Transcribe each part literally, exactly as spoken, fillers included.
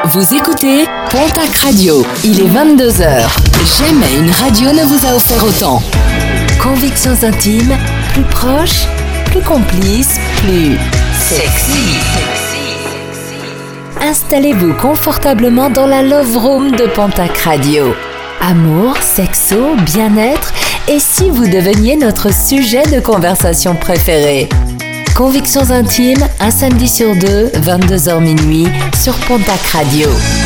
Vous écoutez Pontac Radio. Il est vingt-deux heures. Jamais une radio ne vous a offert autant. Convictions intimes, plus proches, plus complices, plus sexy. Installez-vous confortablement dans la Love Room de Pontac Radio. Amour, sexo, bien-être, et si vous deveniez notre sujet de conversation préféré? Convictions intimes, un samedi sur deux, vingt-deux heures minuit, sur Pontac Radio.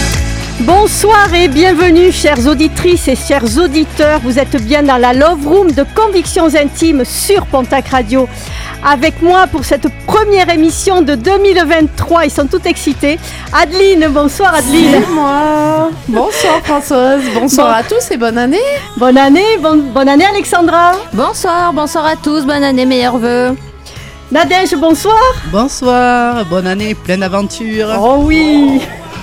Bonsoir et bienvenue, chères auditrices et chers auditeurs. Vous êtes bien dans la Love Room de Convictions intimes sur Pontac Radio. Avec moi pour cette première émission de deux mille vingt-trois, ils sont tous excités. Adeline, bonsoir Adeline. C'est moi. Bonsoir Françoise, bonsoir bon. à tous et bonne année. Bonne année, bon, bonne année Alexandra. Bonsoir, bonsoir à tous, bonne année, meilleurs vœux. Nadège, bonsoir. Bonsoir, bonne année, pleine d'aventure. Oh oui.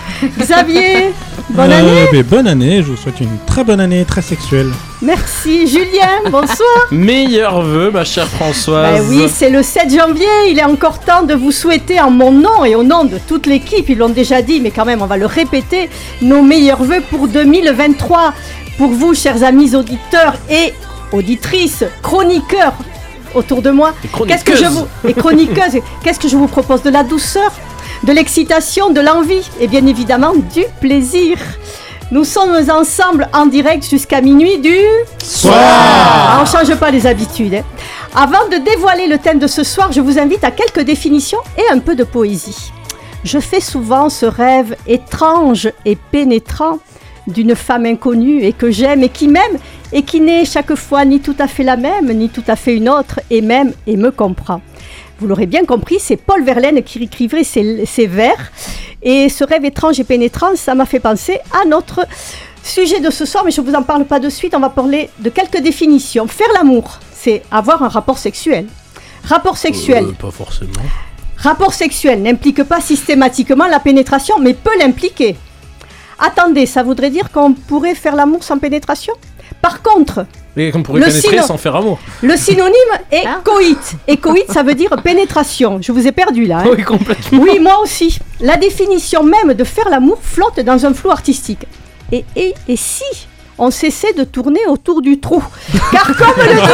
Xavier, bonne euh, année. Mais bonne année, je vous souhaite une très bonne année, très sexuelle. Merci. Julien, bonsoir. Meilleurs vœux, ma chère Françoise. Ben oui, c'est le sept janvier, il est encore temps de vous souhaiter en mon nom et au nom de toute l'équipe, ils l'ont déjà dit, mais quand même on va le répéter, nos meilleurs vœux pour deux mille vingt-trois. Pour vous, chers amis auditeurs et auditrices, chroniqueurs autour de moi, qu'est-ce que je vous et chroniqueuses, qu'est-ce que je vous propose? De la douceur, de l'excitation, de l'envie et bien évidemment du plaisir. Nous sommes ensemble en direct jusqu'à minuit du soir. Ah, on ne change pas les habitudes. Hein. Avant de dévoiler le thème de ce soir, je vous invite à quelques définitions et un peu de poésie. Je fais souvent ce rêve étrange et pénétrant d'une femme inconnue et que j'aime et qui m'aime et qui n'est chaque fois ni tout à fait la même, ni tout à fait une autre, et m'aime et me comprend. Vous l'aurez bien compris, c'est Paul Verlaine qui écrivait ces, ces vers. Et ce rêve étrange et pénétrant, ça m'a fait penser à notre sujet de ce soir, mais je ne vous en parle pas de suite, on va parler de quelques définitions. Faire l'amour, c'est avoir un rapport sexuel. Rapport sexuel. Euh, pas forcément. Rapport sexuel n'implique pas systématiquement la pénétration, mais peut l'impliquer. Attendez, ça voudrait dire qu'on pourrait faire l'amour sans pénétration ? Par contre, mais qu'on pourrait pénétrer syno- sans faire amour. Le synonyme est hein coït. Et coït, ça veut dire pénétration. Je vous ai perdu là. Hein. Oui, complètement. Oui, moi aussi. La définition même de faire l'amour flotte dans un flou artistique. Et, et, et si on cessait de tourner autour du trou? Car comme le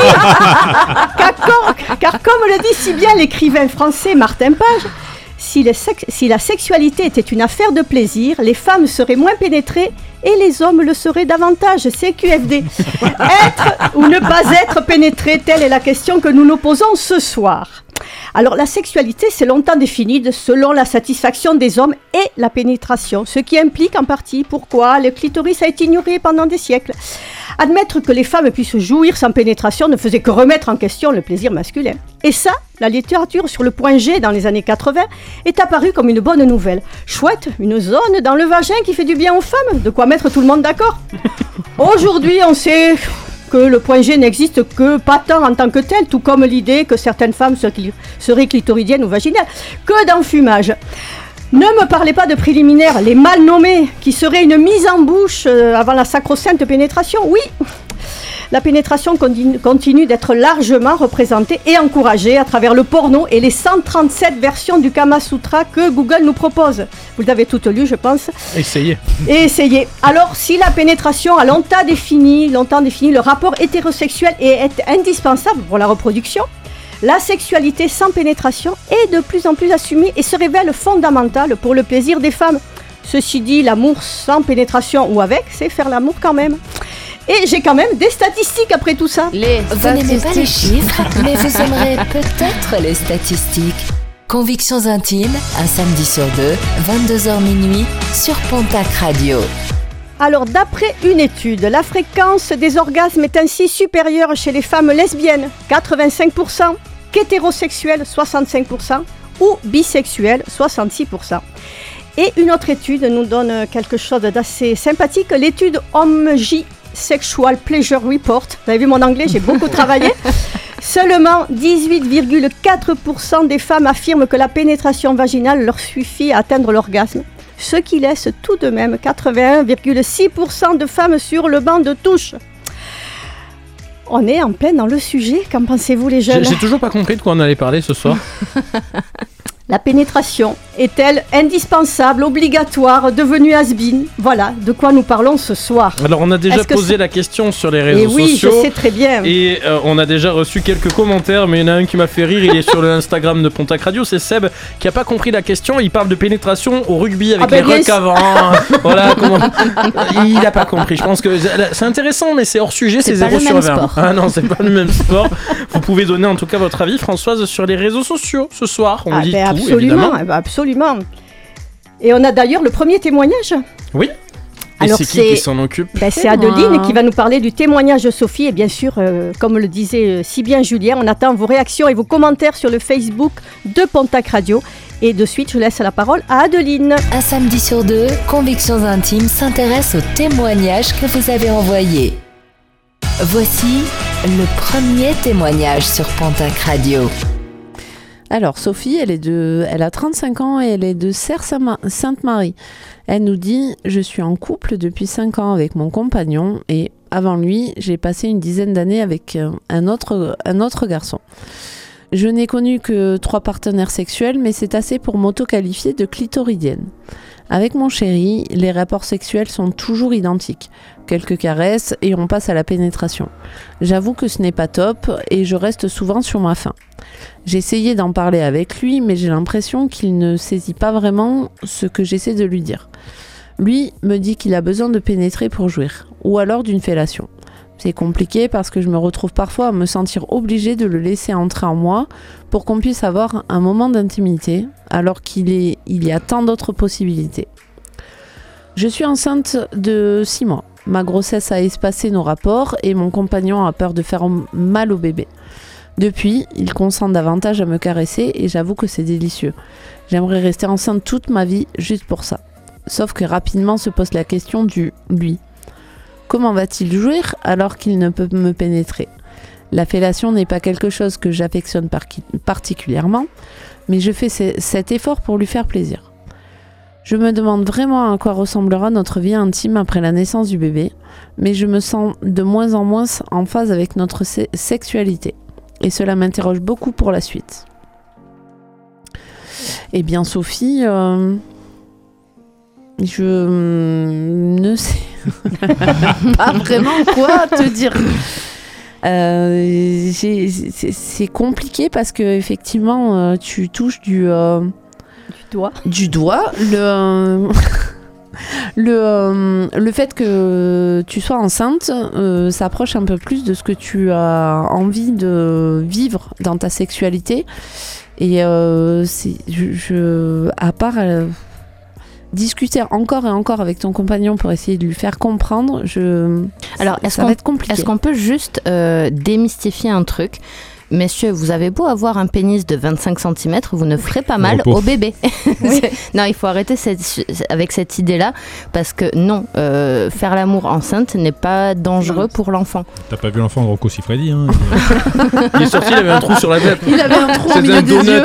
dit, car, car, car comme le dit si bien l'écrivain français Martin Page, Si, les sex- si la sexualité était une affaire de plaisir, les femmes seraient moins pénétrées et les hommes le seraient davantage. C Q F D. Être ou ne pas être pénétré, telle est la question que nous nous posons ce soir. Alors la sexualité, c'est longtemps défini de, selon la satisfaction des hommes et la pénétration, ce qui implique en partie pourquoi le clitoris a été ignoré pendant des siècles. Admettre que les femmes puissent jouir sans pénétration ne faisait que remettre en question le plaisir masculin. Et ça, la littérature sur le point G dans les années quatre-vingts est apparue comme une bonne nouvelle. Chouette, une zone dans le vagin qui fait du bien aux femmes, de quoi mettre tout le monde d'accord. Aujourd'hui, on sait que le point G n'existe que pas tant en tant que tel, tout comme l'idée que certaines femmes seraient clitoridiennes ou vaginales, que d'enfumage. Ne me parlez pas de préliminaires, les mal nommés, qui seraient une mise en bouche euh, avant la sacro-sainte pénétration. Oui, la pénétration continue, continue d'être largement représentée et encouragée à travers le porno et les cent trente-sept versions du Kama Sutra que Google nous propose. Vous l'avez toutes lues, je pense. Essayez. Et essayez. Alors, si la pénétration a longtemps défini, longtemps défini le rapport hétérosexuel et est indispensable pour la reproduction, la sexualité sans pénétration est de plus en plus assumée et se révèle fondamentale pour le plaisir des femmes. Ceci dit, l'amour sans pénétration ou avec, c'est faire l'amour quand même. Et j'ai quand même des statistiques après tout ça. Les vous n'aimez pas les chiffres, mais vous aimerez peut-être les statistiques. Convictions intimes, un samedi sur deux, vingt-deux heures minuit, sur Pontac Radio. Alors, d'après une étude, la fréquence des orgasmes est ainsi supérieure chez les femmes lesbiennes, quatre-vingt-cinq pour cent, qu'hétérosexuelles, soixante-cinq pour cent, ou bisexuelles, soixante-six pour cent. Et une autre étude nous donne quelque chose d'assez sympathique, l'étude Hom-J Sexual Pleasure Report. Vous avez vu mon anglais, j'ai beaucoup travaillé. Seulement dix-huit virgule quatre pour cent des femmes affirment que la pénétration vaginale leur suffit à atteindre l'orgasme, ce qui laisse tout de même quatre-vingt-un virgule six pour cent de femmes sur le banc de touche. On est en plein dans le sujet, qu'en pensez-vous les jeunes ? J'ai, j'ai toujours pas compris de quoi on allait parler ce soir. La pénétration est-elle indispensable, obligatoire, devenue has-been ? Voilà, de quoi nous parlons ce soir. Alors on a déjà posé la question sur les réseaux et oui, sociaux. je sais très bien. Et euh, on a déjà reçu quelques commentaires, mais il y en a un qui m'a fait rire, il est sur le Instagram de Pontac Radio, c'est Seb qui a pas compris la question, il parle de pénétration au rugby avec ah ben les rucks avant. Voilà, comment... Il a pas compris, je pense que c'est intéressant, mais c'est hors sujet, c'est, c'est zéro sur vingt. Sport. Ah non, c'est pas le même sport. Vous pouvez donner en tout cas votre avis, Françoise, sur les réseaux sociaux ce soir. On ah dit ben tout, absolument, évidemment. Eh ben absolument. Et on a d'ailleurs le premier témoignage. Oui. Et alors c'est qui c'est... qui s'en occupe ben, C'est Adeline moi. qui va nous parler du témoignage de Sophie. Et bien sûr, euh, comme le disait euh, si bien Julien, on attend vos réactions et vos commentaires sur le Facebook de Pontac Radio. Et de suite, je laisse la parole à Adeline. Un samedi sur deux, Convictions Intimes s'intéresse aux témoignages que vous avez envoyés. Voici le premier témoignage sur Pontac Radio. Alors, Sophie, elle, est de, elle a trente-cinq ans et elle est de Serres-Sainte-Marie. Elle nous dit « Je suis en couple depuis cinq ans avec mon compagnon et avant lui, j'ai passé une dizaine d'années avec un autre, un autre garçon. Je n'ai connu que trois partenaires sexuels, mais c'est assez pour m'auto-qualifier de clitoridienne. Avec mon chéri, les rapports sexuels sont toujours identiques. Quelques caresses et on passe à la pénétration. J'avoue que ce n'est pas top et je reste souvent sur ma faim. J'ai essayé d'en parler avec lui, mais j'ai l'impression qu'il ne saisit pas vraiment ce que j'essaie de lui dire. Lui me dit qu'il a besoin de pénétrer pour jouir, ou alors d'une fellation. C'est compliqué parce que je me retrouve parfois à me sentir obligée de le laisser entrer en moi pour qu'on puisse avoir un moment d'intimité, alors qu'il est, il y a tant d'autres possibilités. Je suis enceinte de six mois. Ma grossesse a espacé nos rapports et mon compagnon a peur de faire mal au bébé. Depuis, il consent davantage à me caresser et j'avoue que c'est délicieux. J'aimerais rester enceinte toute ma vie juste pour ça. Sauf que rapidement se pose la question du « lui ». Comment va-t-il jouir alors qu'il ne peut me pénétrer ? La fellation n'est pas quelque chose que j'affectionne par- particulièrement, mais je fais c- cet effort pour lui faire plaisir. Je me demande vraiment à quoi ressemblera notre vie intime après la naissance du bébé, mais je me sens de moins en moins en phase avec notre se- sexualité. Et cela m'interroge beaucoup pour la suite. Eh bien, Sophie, euh, je euh, ne sais pas vraiment quoi te dire. Euh, j'ai, c'est, c'est compliqué parce que effectivement, euh, tu touches du euh, du doigt. Du doigt. Le Le, euh, le fait que tu sois enceinte euh, s'approche un peu plus de ce que tu as envie de vivre dans ta sexualité. Et euh, c'est, je, je, à part euh, discuter encore et encore avec ton compagnon pour essayer de lui faire comprendre, je, Alors, est-ce ça qu'on, va être compliqué. Est-ce qu'on peut juste euh, démystifier un truc ? Messieurs, vous avez beau avoir un pénis de vingt-cinq centimètres, vous ne ferez pas mal au bébé. Oui. Non, il faut arrêter cette, avec cette idée-là, parce que non, euh, faire l'amour enceinte n'est pas dangereux non. pour l'enfant. T'as pas vu l'enfant de Rocco Siffredi, hein? Il est sorti, il avait un trou sur la tête. Il avait un trou au milieu des yeux.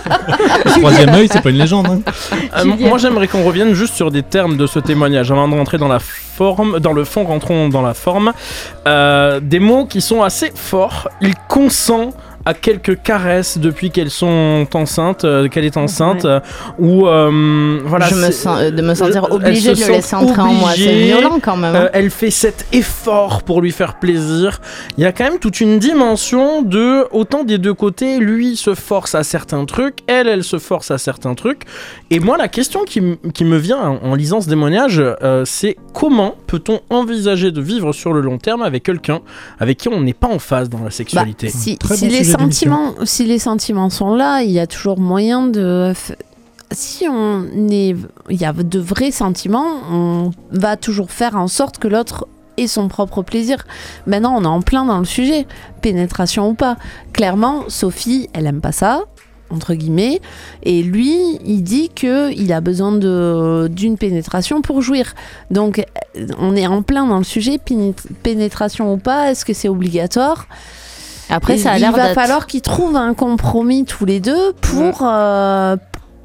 Le troisième œil, c'est pas une légende. Hein. Euh, moi, j'aimerais qu'on revienne juste sur des termes de ce témoignage. Avant de rentrer dans la forme, dans le fond, rentrons dans la forme. Euh, des mots qui sont assez forts. Il consent à quelques caresses depuis qu'elles sont enceintes, euh, qu'elle est enceinte, ouais. euh, ou euh, voilà. Je me sens, euh, de me sentir obligée de le laisser entrer en moi, c'est violent quand même. Hein. Euh, elle fait cet effort pour lui faire plaisir. Il y a quand même toute une dimension de autant des deux côtés. Lui se force à certains trucs, elle, elle se force à certains trucs. Et moi, la question qui, m- qui me vient en, en lisant ce témoignage, euh, c'est comment peut-on envisager de vivre sur le long terme avec quelqu'un avec qui on n'est pas en phase dans la sexualité. Bah, si, si les sentiments, si les sentiments sont là, il y a toujours moyen de. Si on est, il y a de vrais sentiments, on va toujours faire en sorte que l'autre ait son propre plaisir. Maintenant, on est en plein dans le sujet, pénétration ou pas. Clairement, Sophie, elle aime pas ça, entre guillemets, et lui, il dit que il a besoin de d'une pénétration pour jouir. Donc, on est en plein dans le sujet, pénétration ou pas, est-ce que c'est obligatoire ? Après, et ça a il l'air va d'être... falloir qu'ils trouvent un compromis tous les deux pour, mmh. euh,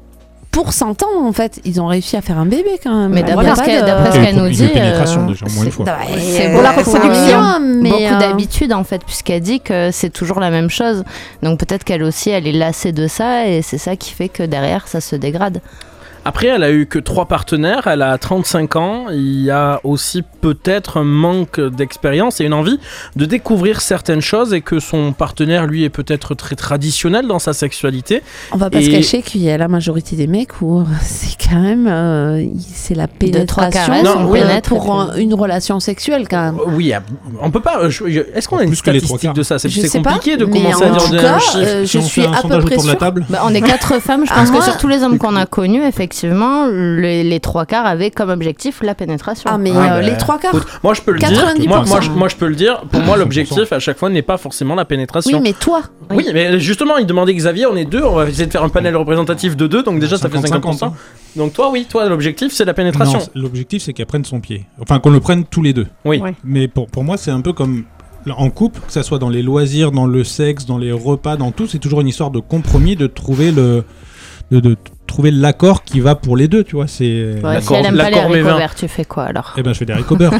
pour cent ans, en fait, ils ont réussi à faire un bébé quand même. Mais d'après Voilà. ce qu'elle, de- d'après ce qu'elle nous Une dit, pénétration, euh, déjà, au moins une fois. Ouais, C'est euh, pour la faut reproduction. un million, mais, beaucoup euh, d'habitude en fait, puisqu'elle dit que c'est toujours la même chose. Donc peut-être qu'elle aussi, elle est lassée de ça et c'est ça qui fait que derrière, ça se dégrade. Après, elle a eu que trois partenaires, elle a trente-cinq ans, il y a aussi peut-être un manque d'expérience et une envie de découvrir certaines choses et que son partenaire, lui, est peut-être très traditionnel dans sa sexualité. On va pas Et- se cacher qu'il y a la majorité des mecs où c'est quand même euh, c'est la Deux, trois pénétration caresses, on oui, pénètre, pour et puis- un- une relation sexuelle quand même. Euh, Oui, on peut pas. euh, je- je- Est-ce qu'on a une Plus que les trois statistique quarts. de ça? C'est Je c'est sais pas, compliqué de mais commencer en à dire tout de- cas, un chiffre. euh, Si je on suis fait un à peu sondage près autour de la sûre. table. Bah, on est quatre femmes, je Ah, pense moi- que sur tous les hommes qu'on a connus, effectivement, les, les trois quarts avaient comme objectif la pénétration. Ah mais Ouais, euh, bah, les trois quarts. Écoute, moi je peux le dire. quatre-vingt-dix Moi, pour cent. moi, je, moi je peux le dire. Pour moi, cent pour cent. l'objectif à chaque fois n'est pas forcément la pénétration. Oui mais toi. Oui, mais justement, il demandait Xavier, on est deux, on va essayer de faire un panel représentatif de deux, donc déjà ça fait cinquante pour cent. Donc toi, oui, toi, l'objectif c'est la pénétration. Non, c'est- l'objectif c'est qu'elle prenne son pied. Enfin, qu'on le prenne tous les deux. Oui. Ouais. Mais pour, pour moi, c'est un peu comme en couple, que ça soit dans les loisirs, dans le sexe, dans les repas, dans tout, c'est toujours une histoire de compromis, de trouver le, de, de trouver l'accord qui va pour les deux, tu vois. C'est. Ouais, si L'accord- elle aime pas les l'accord mes haricots vins. verts, tu fais quoi alors? Eh ben, je fais des haricots beurre.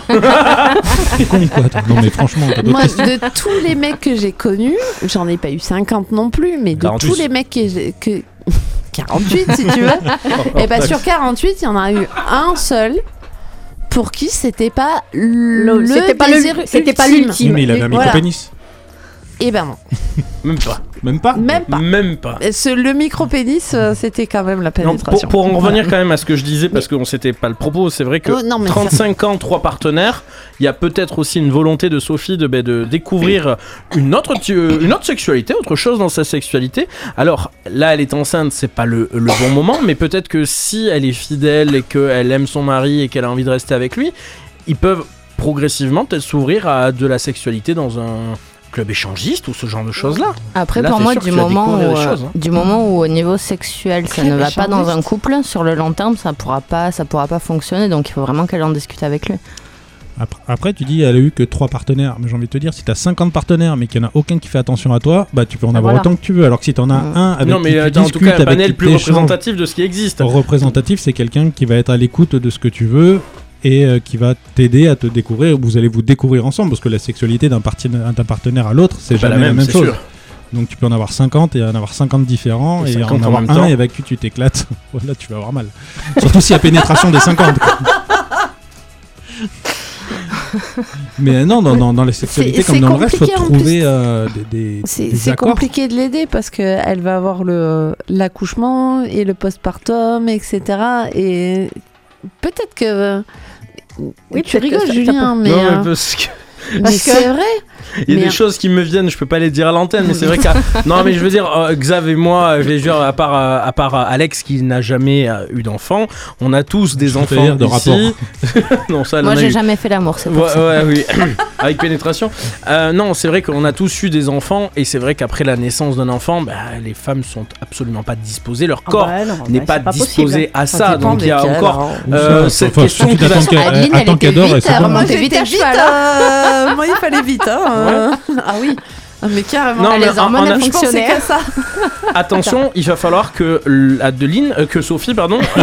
T'es con ou quoi toi? Non mais franchement, t'as d'autres Moi questions. de tous les mecs que j'ai connus, j'en ai pas eu cinquante non plus, mais de quarante-huit. tous les mecs que j'ai que quarante-huit si tu veux. Et bah sur quarante-huit, il y en a eu un seul pour qui c'était pas le, C'était pas le- désir c'était pas ultime. l'ultime. Oui, mais il avait un Voilà. micro-pénis. Et ben non, Même pas. Même pas. même pas. Même pas. Et ce- le micro-pénis, euh, c'était quand même la Non, pour, pénétration. pour en revenir quand même à ce que je disais, parce qu'on s'était pas le propos, c'est vrai que Oh, non, mais trente-cinq ans, trois partenaires, il y a peut-être aussi une volonté de Sophie de, ben, de découvrir une autre, ti- euh, une autre sexualité, autre chose dans sa sexualité. Alors là, elle est enceinte, c'est pas le, le bon moment, mais peut-être que si elle est fidèle et qu'elle aime son mari et qu'elle a envie de rester avec lui, ils peuvent progressivement peut-être s'ouvrir à de la sexualité dans un club échangiste ou ce genre de choses-là. Après, Là, pour c'est moi, sûr du que tu vas moment, où, découvrir des euh, choses, hein. du moment où au niveau sexuel, ça Club ne va pas dans un échangiste. couple, sur le long terme, ça pourra pas, ça pourra pas fonctionner. Donc, il faut vraiment qu'elle en discute avec lui. Après, après, tu dis elle a eu que trois partenaires. Mais j'ai envie de te dire, si t'as cinquante partenaires mais qu'il n'y en a aucun qui fait attention à toi, bah tu peux en avoir voilà. autant que tu veux. Alors que si t'en as Mm. un avec non, mais qui euh, tu en tout discutes, cas, un avec panel qui plus t'échanges, représentatif de ce qui existe. représentatif, c'est quelqu'un qui va être à l'écoute de ce que tu veux et euh, qui va t'aider à te découvrir. Vous allez vous découvrir ensemble parce que la sexualité d'un partenaire, d'un partenaire à l'autre, c'est C'est pas jamais la même, c'est chose. sûr. Donc tu peux en avoir cinquante et en avoir cinquante différents Et et, cinquante en en avoir même un temps. et avec qui tu t'éclates. Là, tu vas avoir mal. Surtout s'il y a pénétration des cinquante. quoi. Mais euh, non, dans, dans, dans les sexualités C'est- comme dans le c'est reste, il faut compliqué, en trouver euh, des, des, C'est des c'est accords. compliqué de l'aider parce qu'elle va avoir le l'accouchement et le postpartum, et cetera. Et peut-être que. Oui, tu peut-être que rigoles, ça- ça Julien, peut- mais, Non, mais euh, parce que- mais parce que- c'est vrai. Il y a Mais- des choses qui me viennent, je peux pas les dire à l'antenne, mais c'est vrai que non, mais je veux dire, euh, Xav et moi, je vais dire à part euh, à part euh, Alex qui n'a jamais euh, eu d'enfant, on a tous des Je peux enfants dire de ici. non, ça, elle Moi, en a j'ai eu. jamais fait l'amour, c'est pour Ouais, ça. ouais, oui, avec pénétration. Euh, non, c'est vrai qu'on a tous eu des enfants, et c'est vrai qu'après la naissance d'un enfant, bah, les femmes sont absolument pas disposées, leur Ah corps bah non, n'est bah, pas, c'est disposé possible. à Ça ça, dépend donc il y a desquels, encore hein. euh, Ça, cette enfin, question surtout qui va t'attends se- qu'elle- Adeline, elle attends était qu'elle dort, vite, et c'est elle bon. remontait Moi, vite j'étais à vite, cheval. euh, moi, il fallait vite. Hein, euh. Ah oui. Ah, mais carrément. Non, Ah, mais les en- hormones, en- elles je pensais fonctionnaient. qu'à ça. Attention, il va falloir que l- Adeline, euh, que Sophie, pardon, euh,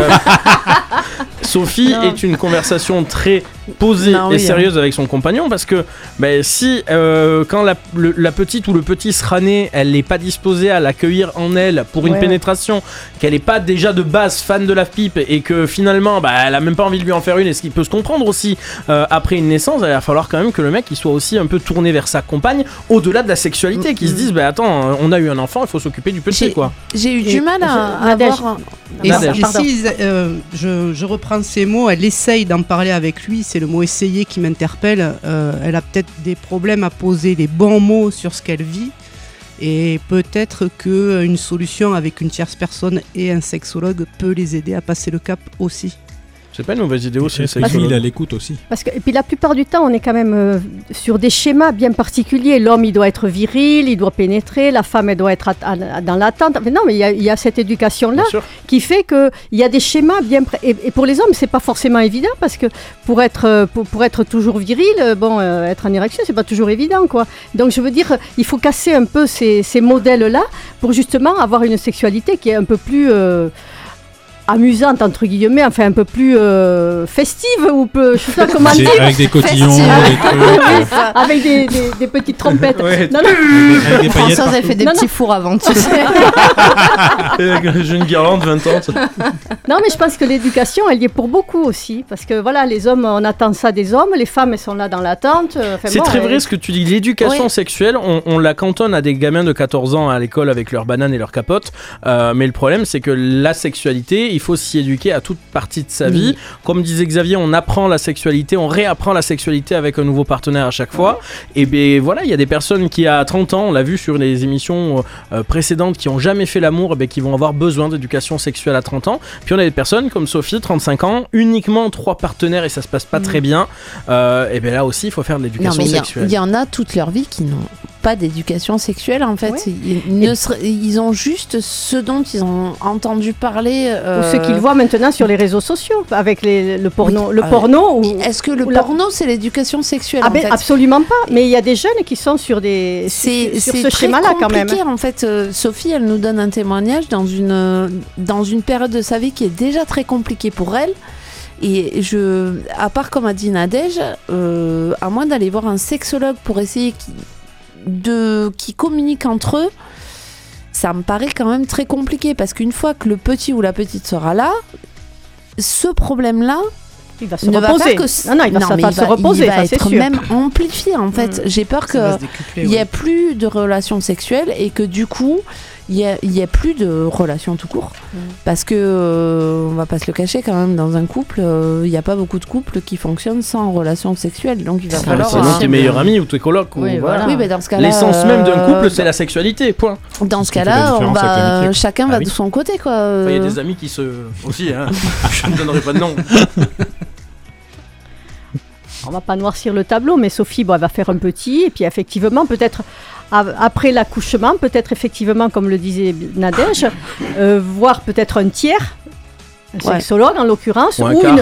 Sophie Non. ait une conversation très posée Non, et oui, sérieuse avec son compagnon, parce que ben, si euh, quand la, le- la petite ou le petit sera né, elle n'est pas disposée à l'accueillir en elle pour une Ouais, pénétration, qu'elle n'est pas déjà de base fan de la pipe et que finalement bah, elle a même pas envie de lui en faire une, et ce qui peut se comprendre aussi euh, après une naissance, il va falloir quand même que le mec il soit aussi un peu tourné vers sa compagne au-delà de la sexualité, qui se disent bah attends, on a eu un enfant, il faut s'occuper du petit J'ai- quoi. J'ai eu Et- du mal à, à Nadège. avoir. Et, Nadège. si- Pardon. si, euh, je, je reprends ces mots, elle essaye d'en parler avec lui, c'est le mot essayer qui m'interpelle. Euh, elle a peut-être des problèmes à poser les bons mots sur ce qu'elle vit. Et peut-être qu'une solution avec une tierce personne et un sexologue peut les aider à passer le cap aussi. C'est pas une mauvaise idée aussi. Et c'est puis, il rigolo. est à l'écoute aussi. Parce que, et puis la plupart du temps, on est quand même euh, sur des schémas bien particuliers. L'homme, il doit être viril, il doit pénétrer, la femme, elle doit être à- à- dans l'attente. Mais non, mais il y a, il y a cette éducation-là Bien sûr. qui fait qu'il y a des schémas bien... pré- Et, et pour les hommes, c'est pas forcément évident parce que pour être, euh, pour, pour être toujours viril, euh, bon, euh, être en érection, c'est pas toujours évident, quoi. Donc je veux dire, euh, il faut casser un peu ces, ces modèles-là pour justement avoir une sexualité qui est un peu plus... euh, amusante entre guillemets, enfin un peu plus euh, festive ou peu, je sais pas comment dire, avec des cotillons, des trucs, avec des, des, des petites trompettes. Ouais. Non, non. Avec des Françoise, elle fait des non, petits non. fours avant, tu sais. J'ai une guirlande, vingt ans. Ça. Non, mais je pense que l'éducation, elle y est pour beaucoup aussi, parce que voilà, les hommes, on attend ça des hommes, les femmes, elles sont là dans l'attente. Enfin, c'est bon, très et... vrai ce que tu dis. L'éducation ouais. sexuelle, on, on la cantonne à des gamins de quatorze ans à l'école avec leurs bananes et leurs capotes. Euh, mais le problème, c'est que la sexualité, il faut s'y éduquer à toute partie de sa vie. Comme disait Xavier, on apprend la sexualité, on réapprend la sexualité avec un nouveau partenaire à chaque fois. Et bien voilà, il y a des personnes qui à trente ans, on l'a vu sur les émissions euh, précédentes, qui n'ont jamais fait l'amour, ben, qui vont avoir besoin d'éducation sexuelle à trente ans. Puis on a des personnes comme Sophie, trente-cinq ans, uniquement trois partenaient et ça se passe pas mmh. très bien. Euh, et bien là aussi, il faut faire de l'éducation non, mais sexuelle. Il y, y en a toute leur vie qui n'ont pas d'éducation sexuelle en fait. Ouais. Ils, ne ser- ils ont juste ce dont ils ont entendu parler. Euh... Ou ce qu'ils voient maintenant sur les réseaux sociaux, avec les, le porno. Oui. Le Ah, porno mais ou, est-ce que le la... porno c'est l'éducation sexuelle ah en ben, fait absolument pas. Mais il y a des jeunes qui sont sur, des, c'est, sur c'est ce schéma-là quand même. En fait, euh, Sophie, elle nous donne un témoignage dans une, euh, dans une période de sa vie qui est déjà très compliquée pour elle. Et je, à part comme a dit Nadège, euh, à moins d'aller voir un sexologue pour essayer qui, de, qui communique entre eux, ça me paraît quand même très compliqué parce qu'une fois que le petit ou la petite sera là, ce problème-là, il va se ne reposer. Va que... Non, non, il va, non, ça, mais va il se va, reposer, il va ça, être c'est sûr. même amplifié en fait. Mmh. J'ai peur qu'il n'y ait ouais. plus de relations sexuelles et que du coup, il n'y ait plus de relations tout court. Mmh. Parce que, euh, on va pas se le cacher quand même, dans un couple, il euh, n'y a pas beaucoup de couples qui fonctionnent sans relations sexuelles. Donc il va c'est falloir... Sinon, tes meilleurs amis ou tes colocs. Oui, ou, voilà. voilà. Oui, mais dans ce cas-là... L'essence même d'un couple, c'est la sexualité, point. Dans ce cas-là, on va... chacun ah, va oui. de son côté, quoi. Il y a des amis qui se... aussi, hein. Je ne donnerai pas de nom. On va pas noircir le tableau, mais Sophie, bon, elle va faire un petit, et puis effectivement, peut-être après l'accouchement, peut-être effectivement, comme le disait Nadège, euh, voir peut-être un tiers, un ouais. sexologue en l'occurrence, ou une...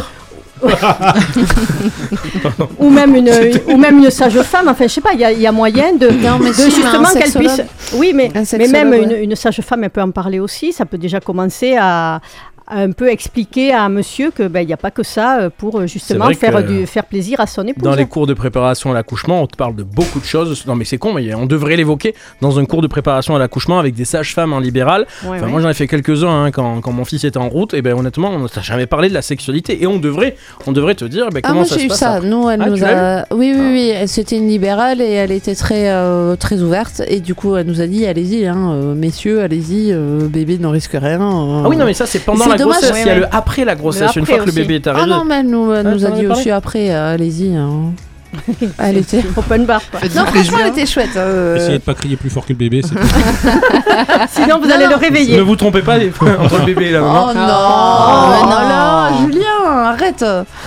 ou même une ou même une sage-femme, enfin je sais pas, il y, y a moyen de, non, mais de si, justement qu'elle puisse, oui, mais mais même ouais. une, une sage-femme elle peut en parler aussi, ça peut déjà commencer à un peu expliquer à un monsieur que ben il y a pas que ça pour justement faire du faire plaisir à son épouse. Dans les cours de préparation à l'accouchement, on te parle de beaucoup de choses. Non mais c'est con, mais on devrait l'évoquer dans un cours de préparation à l'accouchement avec des sages-femmes en libéral. Ouais, enfin, ouais. Moi j'en ai fait quelques-uns hein, quand, quand mon fils était en route. Et ben honnêtement, on n'a jamais parlé de la sexualité et on devrait on devrait te dire ben, ah, comment moi, ça j'ai se eu passe. Ça. Nous, elle ah, nous a... Oui, oui, oui. C'était une libérale et elle était très euh, très ouverte et du coup elle nous a dit allez-y, hein, euh, messieurs, allez-y, euh, bébé ne risque rien. Euh... Ah oui non mais ça c'est pendant c'est la dommage, grossesse. Il ouais, y a ouais. le après la grossesse, après une fois aussi. Que le bébé est arrivé. Ah non, mais elle nous, elle ah, nous a dit aussi après, euh, allez-y. Hein. Elle était open bar. Quoi. Non, franchement, elle était chouette. Euh... Essayez de pas crier plus fort que le bébé. C'est Sinon, vous non, allez le réveiller. Ne vous trompez pas entre le bébé et la maman. Oh non, oh, non, là, Julien, arrête.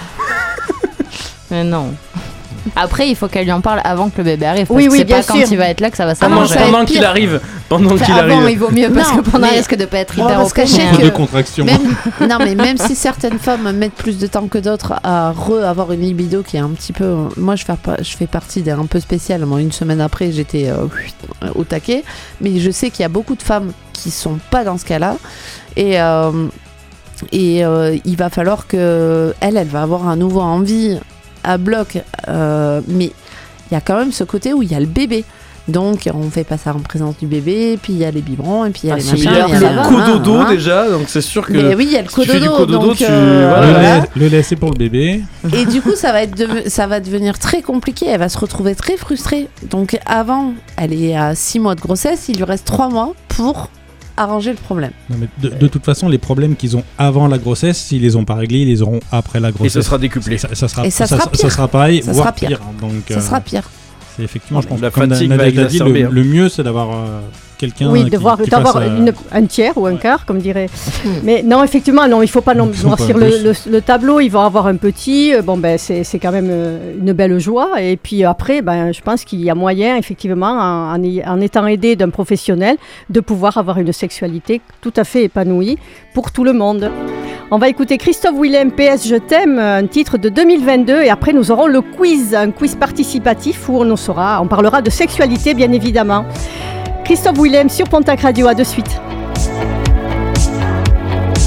Mais non. Après, il faut qu'elle lui en parle avant que le bébé arrive. Oui, oui, c'est bien pas sûr. quand il va être là que ça va s'arranger. Ah pendant qu'il arrive. Pendant enfin, qu'il avant, arrive. il vaut mieux parce non, que pendant, il risque de pas être hyper au que... de contraction. Même, non, mais même si certaines femmes mettent plus de temps que d'autres à re-avoir une libido qui est un petit peu... Moi, je fais, je fais partie d'un peu spécial. Moi, une semaine après, j'étais euh, au taquet. Mais je sais qu'il y a beaucoup de femmes qui sont pas dans ce cas-là. Et... Euh, et euh, il va falloir que elle, elle va avoir à nouveau envie à bloc, euh, mais il y a quand même ce côté où il y a le bébé. Donc on fait pas ça en présence du bébé, puis il y a les biberons, et puis il y a ah, les machins. Il y a le cododo hein, déjà, donc c'est sûr que. Mais oui, il y a le cododo. Si tu fais du cododo, donc, tu... euh, voilà. voilà. Le, lait, le lait c'est pour le bébé. Et du coup ça va être de... ça va devenir très compliqué. Elle va se retrouver très frustrée. Donc avant, elle est à six mois de grossesse, il lui reste trois mois pour arranger le problème. Non, mais de, de toute façon, les problèmes qu'ils ont avant la grossesse, s'ils les ont pas réglés, ils les auront après la grossesse. Et ça sera décuplé. Ça, ça sera, et ça, ça, sera, pire. ça sera pareil, ça voire sera pire. pire. Donc, ça euh, sera pire. C'est effectivement, je pense la que comme fatigue Nadège l'a dit, le, hein. le mieux, c'est d'avoir euh, quelqu'un oui, qui, de voir, qui d'avoir fasse, euh... une, un tiers ou un quart, comme dirait. Mais non, effectivement, non, il ne faut pas non, noircir le, le, le tableau. Ils vont avoir un petit. Bon, ben, c'est, c'est quand même une belle joie. Et puis après, ben, je pense qu'il y a moyen, effectivement, en, en, en étant aidé d'un professionnel, de pouvoir avoir une sexualité tout à fait épanouie pour tout le monde. On va écouter Christophe Willem, P S Je t'aime, un titre de deux mille vingt-deux, et après nous aurons le quiz, un quiz participatif où on, en saura, on parlera de sexualité bien évidemment. Christophe Willem sur Pontac Radio, à de suite. Tu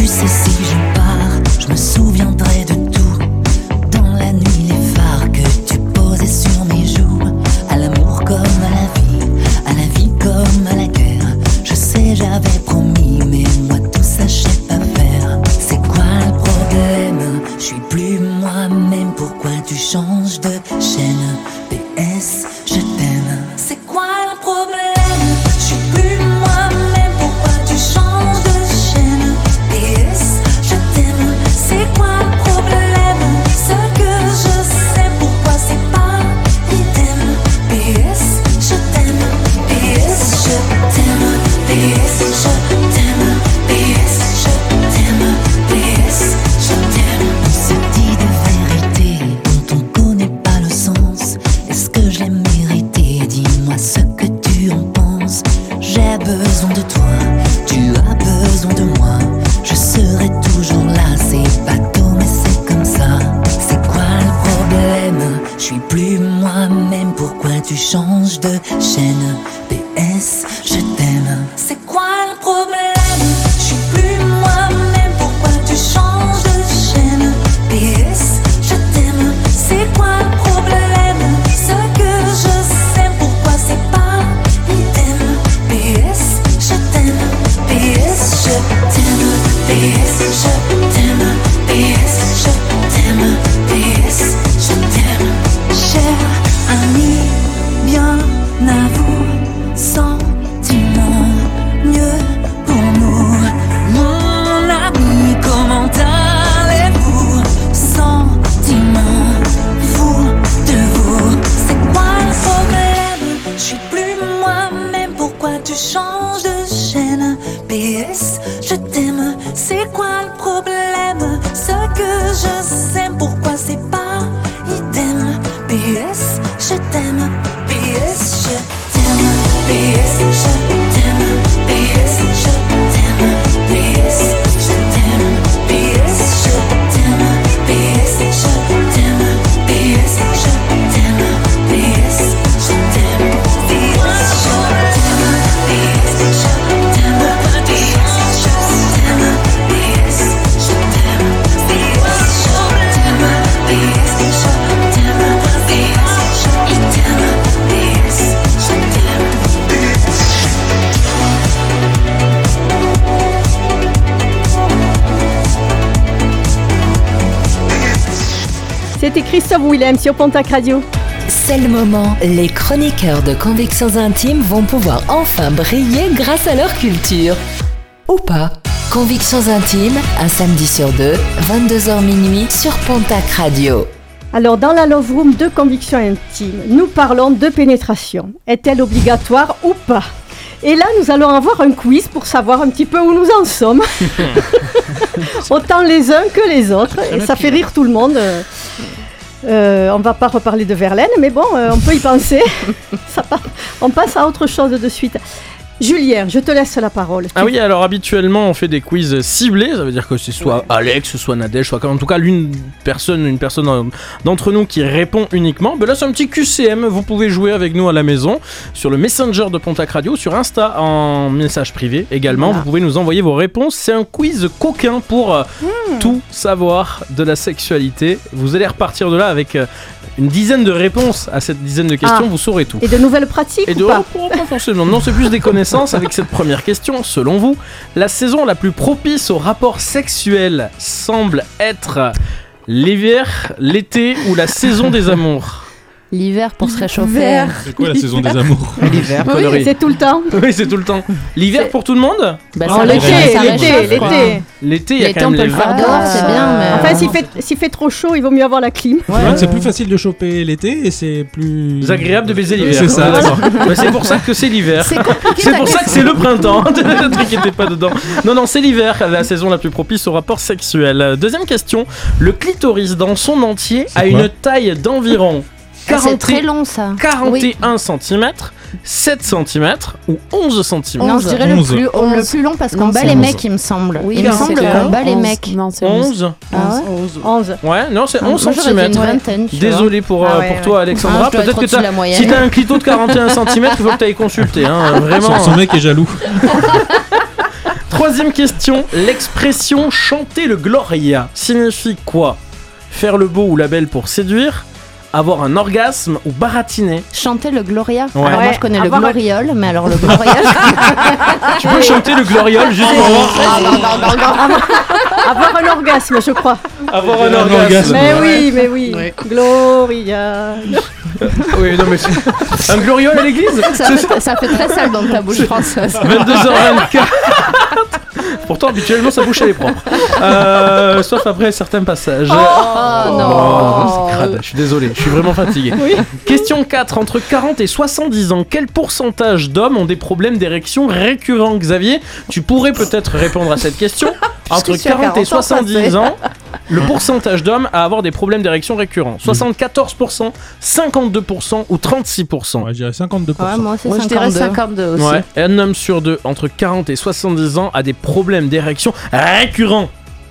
Tu sais, si je pars, je me souviendrai de tout. Dans la nuit, les phares que tu posais sur mes joues. À l'amour comme à la vie, à la vie comme à la guerre. Je sais, j'avais promis, mais moi tout ça, je sais pas faire. C'est quoi le problème? Je suis plus moi-même, pourquoi tu changes de chaîne? P S, je t'aime. C'est quoi le problème? Je suis plus moi-même, pourquoi tu changes de chaîne? P S, je t'aime. C'est quoi le problème? Ce que je sais, pourquoi c'est pas idem? P S, je t'aime. P S, je t'aime. P S, je t'aime. P S, je t'aime. P S, je t'aime. On se dit de vérité dont on connaît pas le sens. Est-ce que je l'ai mérité? Dis-moi ce que tu en penses. J'ai besoin de toi, tu as besoin de moi. Je serai toujours là, c'est bateau mais c'est comme ça. C'est quoi le problème? Je suis plus moi-même, pourquoi tu changes de chaîne? P S, je t'aime. C'est quoi le problème? Je suis plus moi-même, pourquoi tu changes de chaîne? P S, je t'aime. C'est quoi le problème? Ce que je sais, pourquoi c'est pas idem? P S, je t'aime. P S, je t'aime. P S, je t'aime. P S, je t'aime. P S, je t'aime. Cher ami, bien à vous, sentiment mieux pour nous. Mon ami, comment allez-vous? Sentiment fou de vous. C'est quoi le problème? Je suis plus moi-même, pourquoi tu changes de chaîne? P S, je t'aime. C'est quoi le problème? Ce que je sais, pourquoi c'est pas idem? P S, je t'aime. P S, je t'aime. P S, je t'aime. P S, je t'aime. P S, je t'aime. P S, je t'aime. P S, je t'aime. P S, je t'aime. P S, je t'aime. P S, je t'aime. P S, je t'aime. P S, je t'aime. P S, je t'aime. P S, je t'aime. P S, je t'aime. P S, je t'aime. P S, je t'aime. C'était Christophe Willem sur Pontac Radio. C'est le moment, les chroniqueurs de Convictions Intimes vont pouvoir enfin briller grâce à leur culture. Ou pas. Convictions Intimes, un samedi sur deux, vingt-deux heures minuit sur Pontac Radio. Alors, dans la Love Room de Convictions Intimes, nous parlons de pénétration. Est-elle obligatoire ou pas? Et là, nous allons avoir un quiz pour savoir un petit peu où nous en sommes. Autant les uns que les autres. Et ça fait rire tout le monde. Euh, on ne va pas reparler de Verlaine, mais bon, euh, on peut y penser. Ça part. On passe à autre chose de suite. Julien, je te laisse la parole. Ah oui, alors habituellement on fait des quiz ciblés, ça veut dire que c'est soit Alex, soit Nadège, soit en tout cas l'une personne, une personne d'entre nous qui répond uniquement. Ben là c'est un petit Q C M, vous pouvez jouer avec nous à la maison, sur le Messenger de Pontac Radio, sur Insta en message privé également, voilà. Vous pouvez nous envoyer vos réponses, c'est un quiz coquin pour mmh. tout savoir de la sexualité. Vous allez repartir de là avec une dizaine de réponses à cette dizaine de questions, ah. vous saurez tout. Et de nouvelles pratiques Et ou de... pas oh, pas forcément, non c'est plus des connaissances. Avec cette première question, selon vous, la saison la plus propice au rapport sexuel semble être l'hiver, l'été ou la saison des amours? L'hiver pour se réchauffer. C'est quoi la saison des amours? L'hiver, oui, c'est tout le temps. Oui, c'est tout le temps. L'hiver c'est... pour tout le monde? Bah, oh, l'été, ça l'été, réchauffe, l'été. L'été, il y a l'été, quand même on peut les le faire dehors, c'est bien. Mais... Enfin, s'il fait, s'il fait trop chaud, il vaut mieux avoir la clim. Ouais, ouais. C'est plus facile de choper l'été et c'est plus agréable de baiser l'hiver. C'est ça, d'accord. Mais c'est pour ça que c'est l'hiver. C'est compliqué. C'est pour ça que c'est le printemps. Ne t'inquiétez pas dedans. Non, non, c'est l'hiver, la saison la plus propice au rapport sexuel. Deuxième question. Le clitoris dans son entier c'est a quoi une taille d'environ quarante, c'est très long ça. quarante et un centimètres, sept centimètres ou onze centimètres. Non, je dirais le plus, le plus long parce qu'on bat les mecs, il me semble. Oui, il me semble qu'on bat les mecs. Non, c'est onze. Ah ouais onze. Ouais, non, c'est onze Moi, centimètres. Une vingtaine, désolé pour, ah ouais, pour toi, Alexandra. Ah, peut-être que t'as, si t'as un clito de quarante et un centimètres, il faut que t'ailles consulter. Hein, vraiment. Son mec est jaloux. Troisième question, l'expression chanter le Gloria signifie quoi? Faire le beau ou la belle pour séduire, avoir un orgasme ou baratiner? Chanter le Gloria. Ouais. Alors moi je connais Avoir le gloriole, mais alors le Gloria. Tu peux chanter le gloriole juste pour voir? Ah, non, non, non, non. Avoir un orgasme, je crois. Avoir un Un orgasme. orgasme. Mais oui, mais oui. Ouais. Gloria. Oui, non mais c'est... Un gloriole à l'église? Ça fait, ça fait très sale dans ta bouche, Françoise. vingt-deux heures vingt-quatre. Pourtant, habituellement, sa bouche elle est propre. Euh, sauf après certains passages. Oh, non. c'est crade, je suis désolé, je suis vraiment fatigué. Question quatre. Entre quarante et soixante-dix ans, quel pourcentage d'hommes ont des problèmes d'érection récurrents? Xavier, tu pourrais peut-être répondre à cette question. Entre Je suis à quarante et quarante ans soixante-dix ans, le pourcentage d'hommes à avoir des problèmes d'érection récurrents. soixante-quatorze pour cent, cinquante-deux pour cent ou trentesix pour cent. Ouais, je dirais cinquante-deux pour cent. Ouais, moi c'est Moi, je dirais cinquante-deux. cinquante-deux aussi. Ouais. Et un homme sur deux entre quarante et soixante-dix ans a des problèmes d'érection récurrents.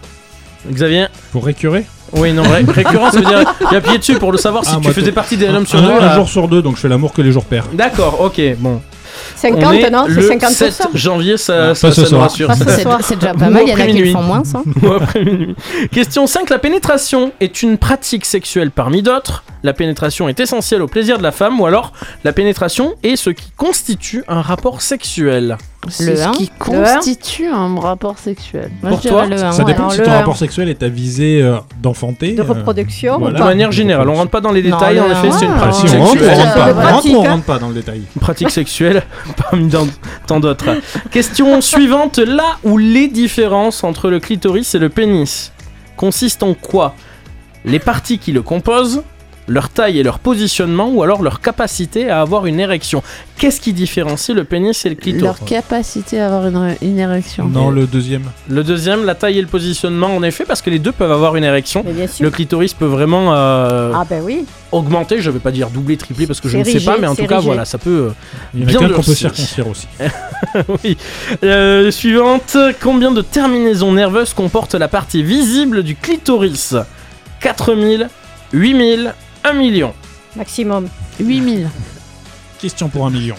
Xavier? Pour récurer Oui, non, ré- récurrent, ça veut dire j'ai appuyé dessus pour le savoir si Ah, tu moi, faisais t- partie des hommes sur un, deux. un là. jour sur deux, donc je fais l'amour que les jours pairs. D'accord, ok, bon. On cinquante, est non? C'est le cinquante pour cent. sept janvier, ça, Non, ça, pas ce ça nous soir. rassure. Pas ce C'est, soir. c'est déjà pas Ou mal, il y en après a qui minuit. le font moins, ça. Ou après minuit. Question cinq. La pénétration est une pratique sexuelle parmi d'autres. La pénétration est essentielle au plaisir de la femme, ou alors la pénétration est ce qui constitue un rapport sexuel. C'est Le ce un. qui constitue un rapport sexuel. Moi, Pour je dirais toi, le un, Ça ouais. dépend alors si le ton un. rapport sexuel est à visée euh, d'enfanter. De euh, reproduction. voilà. De manière générale, on rentre pas dans les Non, détails, le en effet, un. c'est une Ah, pratique si on rentre, on sexuelle. rentre pas. de On rentre pratique, ou on hein. rentre pas dans le détail. Une pratique sexuelle parmi dans- tant d'autres. Question suivante. La ou les différences entre le clitoris et le pénis consistent en quoi? Les parties qui le composent, leur taille et leur positionnement, ou alors leur capacité à avoir une érection? Qu'est-ce qui différencie le pénis et le clito? Leur capacité à avoir une, une érection. Non, le deuxième. Le deuxième, la taille et le positionnement, en effet, parce que les deux peuvent avoir une érection. Mais bien sûr. Le clitoris peut vraiment euh, Ah ben oui. augmenter, je vais pas dire doubler, tripler, parce que je C'est ne sais rigé, pas, mais en c'est tout cas, rigé. voilà, ça peut... euh, Il y en a Bien qu'un qu'on peut durci. circoncire aussi. oui. Euh, suivante. Combien de terminaisons nerveuses comporte la partie visible du clitoris? quatre mille, huit mille, un million. Maximum. huit mille. Question pour un million.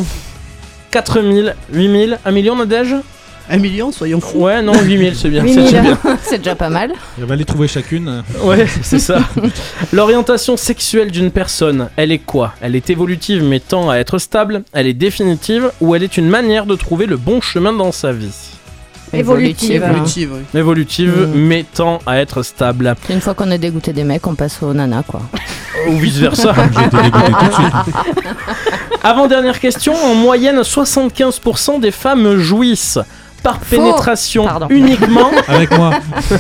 quatre mille, huit mille, un million, Nadège? Un million, soyons fous. Ouais, non, huit mille, c'est bien. huit c'est mille. bien. C'est déjà pas mal. On va les trouver chacune. Ouais, c'est ça. L'orientation sexuelle d'une personne, elle est quoi? Elle est évolutive mais tend à être stable, elle est définitive, ou elle est une manière de trouver le bon chemin dans sa vie? Évolutive. Évolutive, oui. Évolutive Mm. mais tend à être stable. Une fois qu'on est dégoûté des mecs, on passe aux nanas, quoi. Ou vice versa. J'ai été dégoûté tout de suite. Avant-dernière question, en moyenne soixante-quinze pour cent des femmes jouissent par pénétration Pardon. uniquement. Avec moi.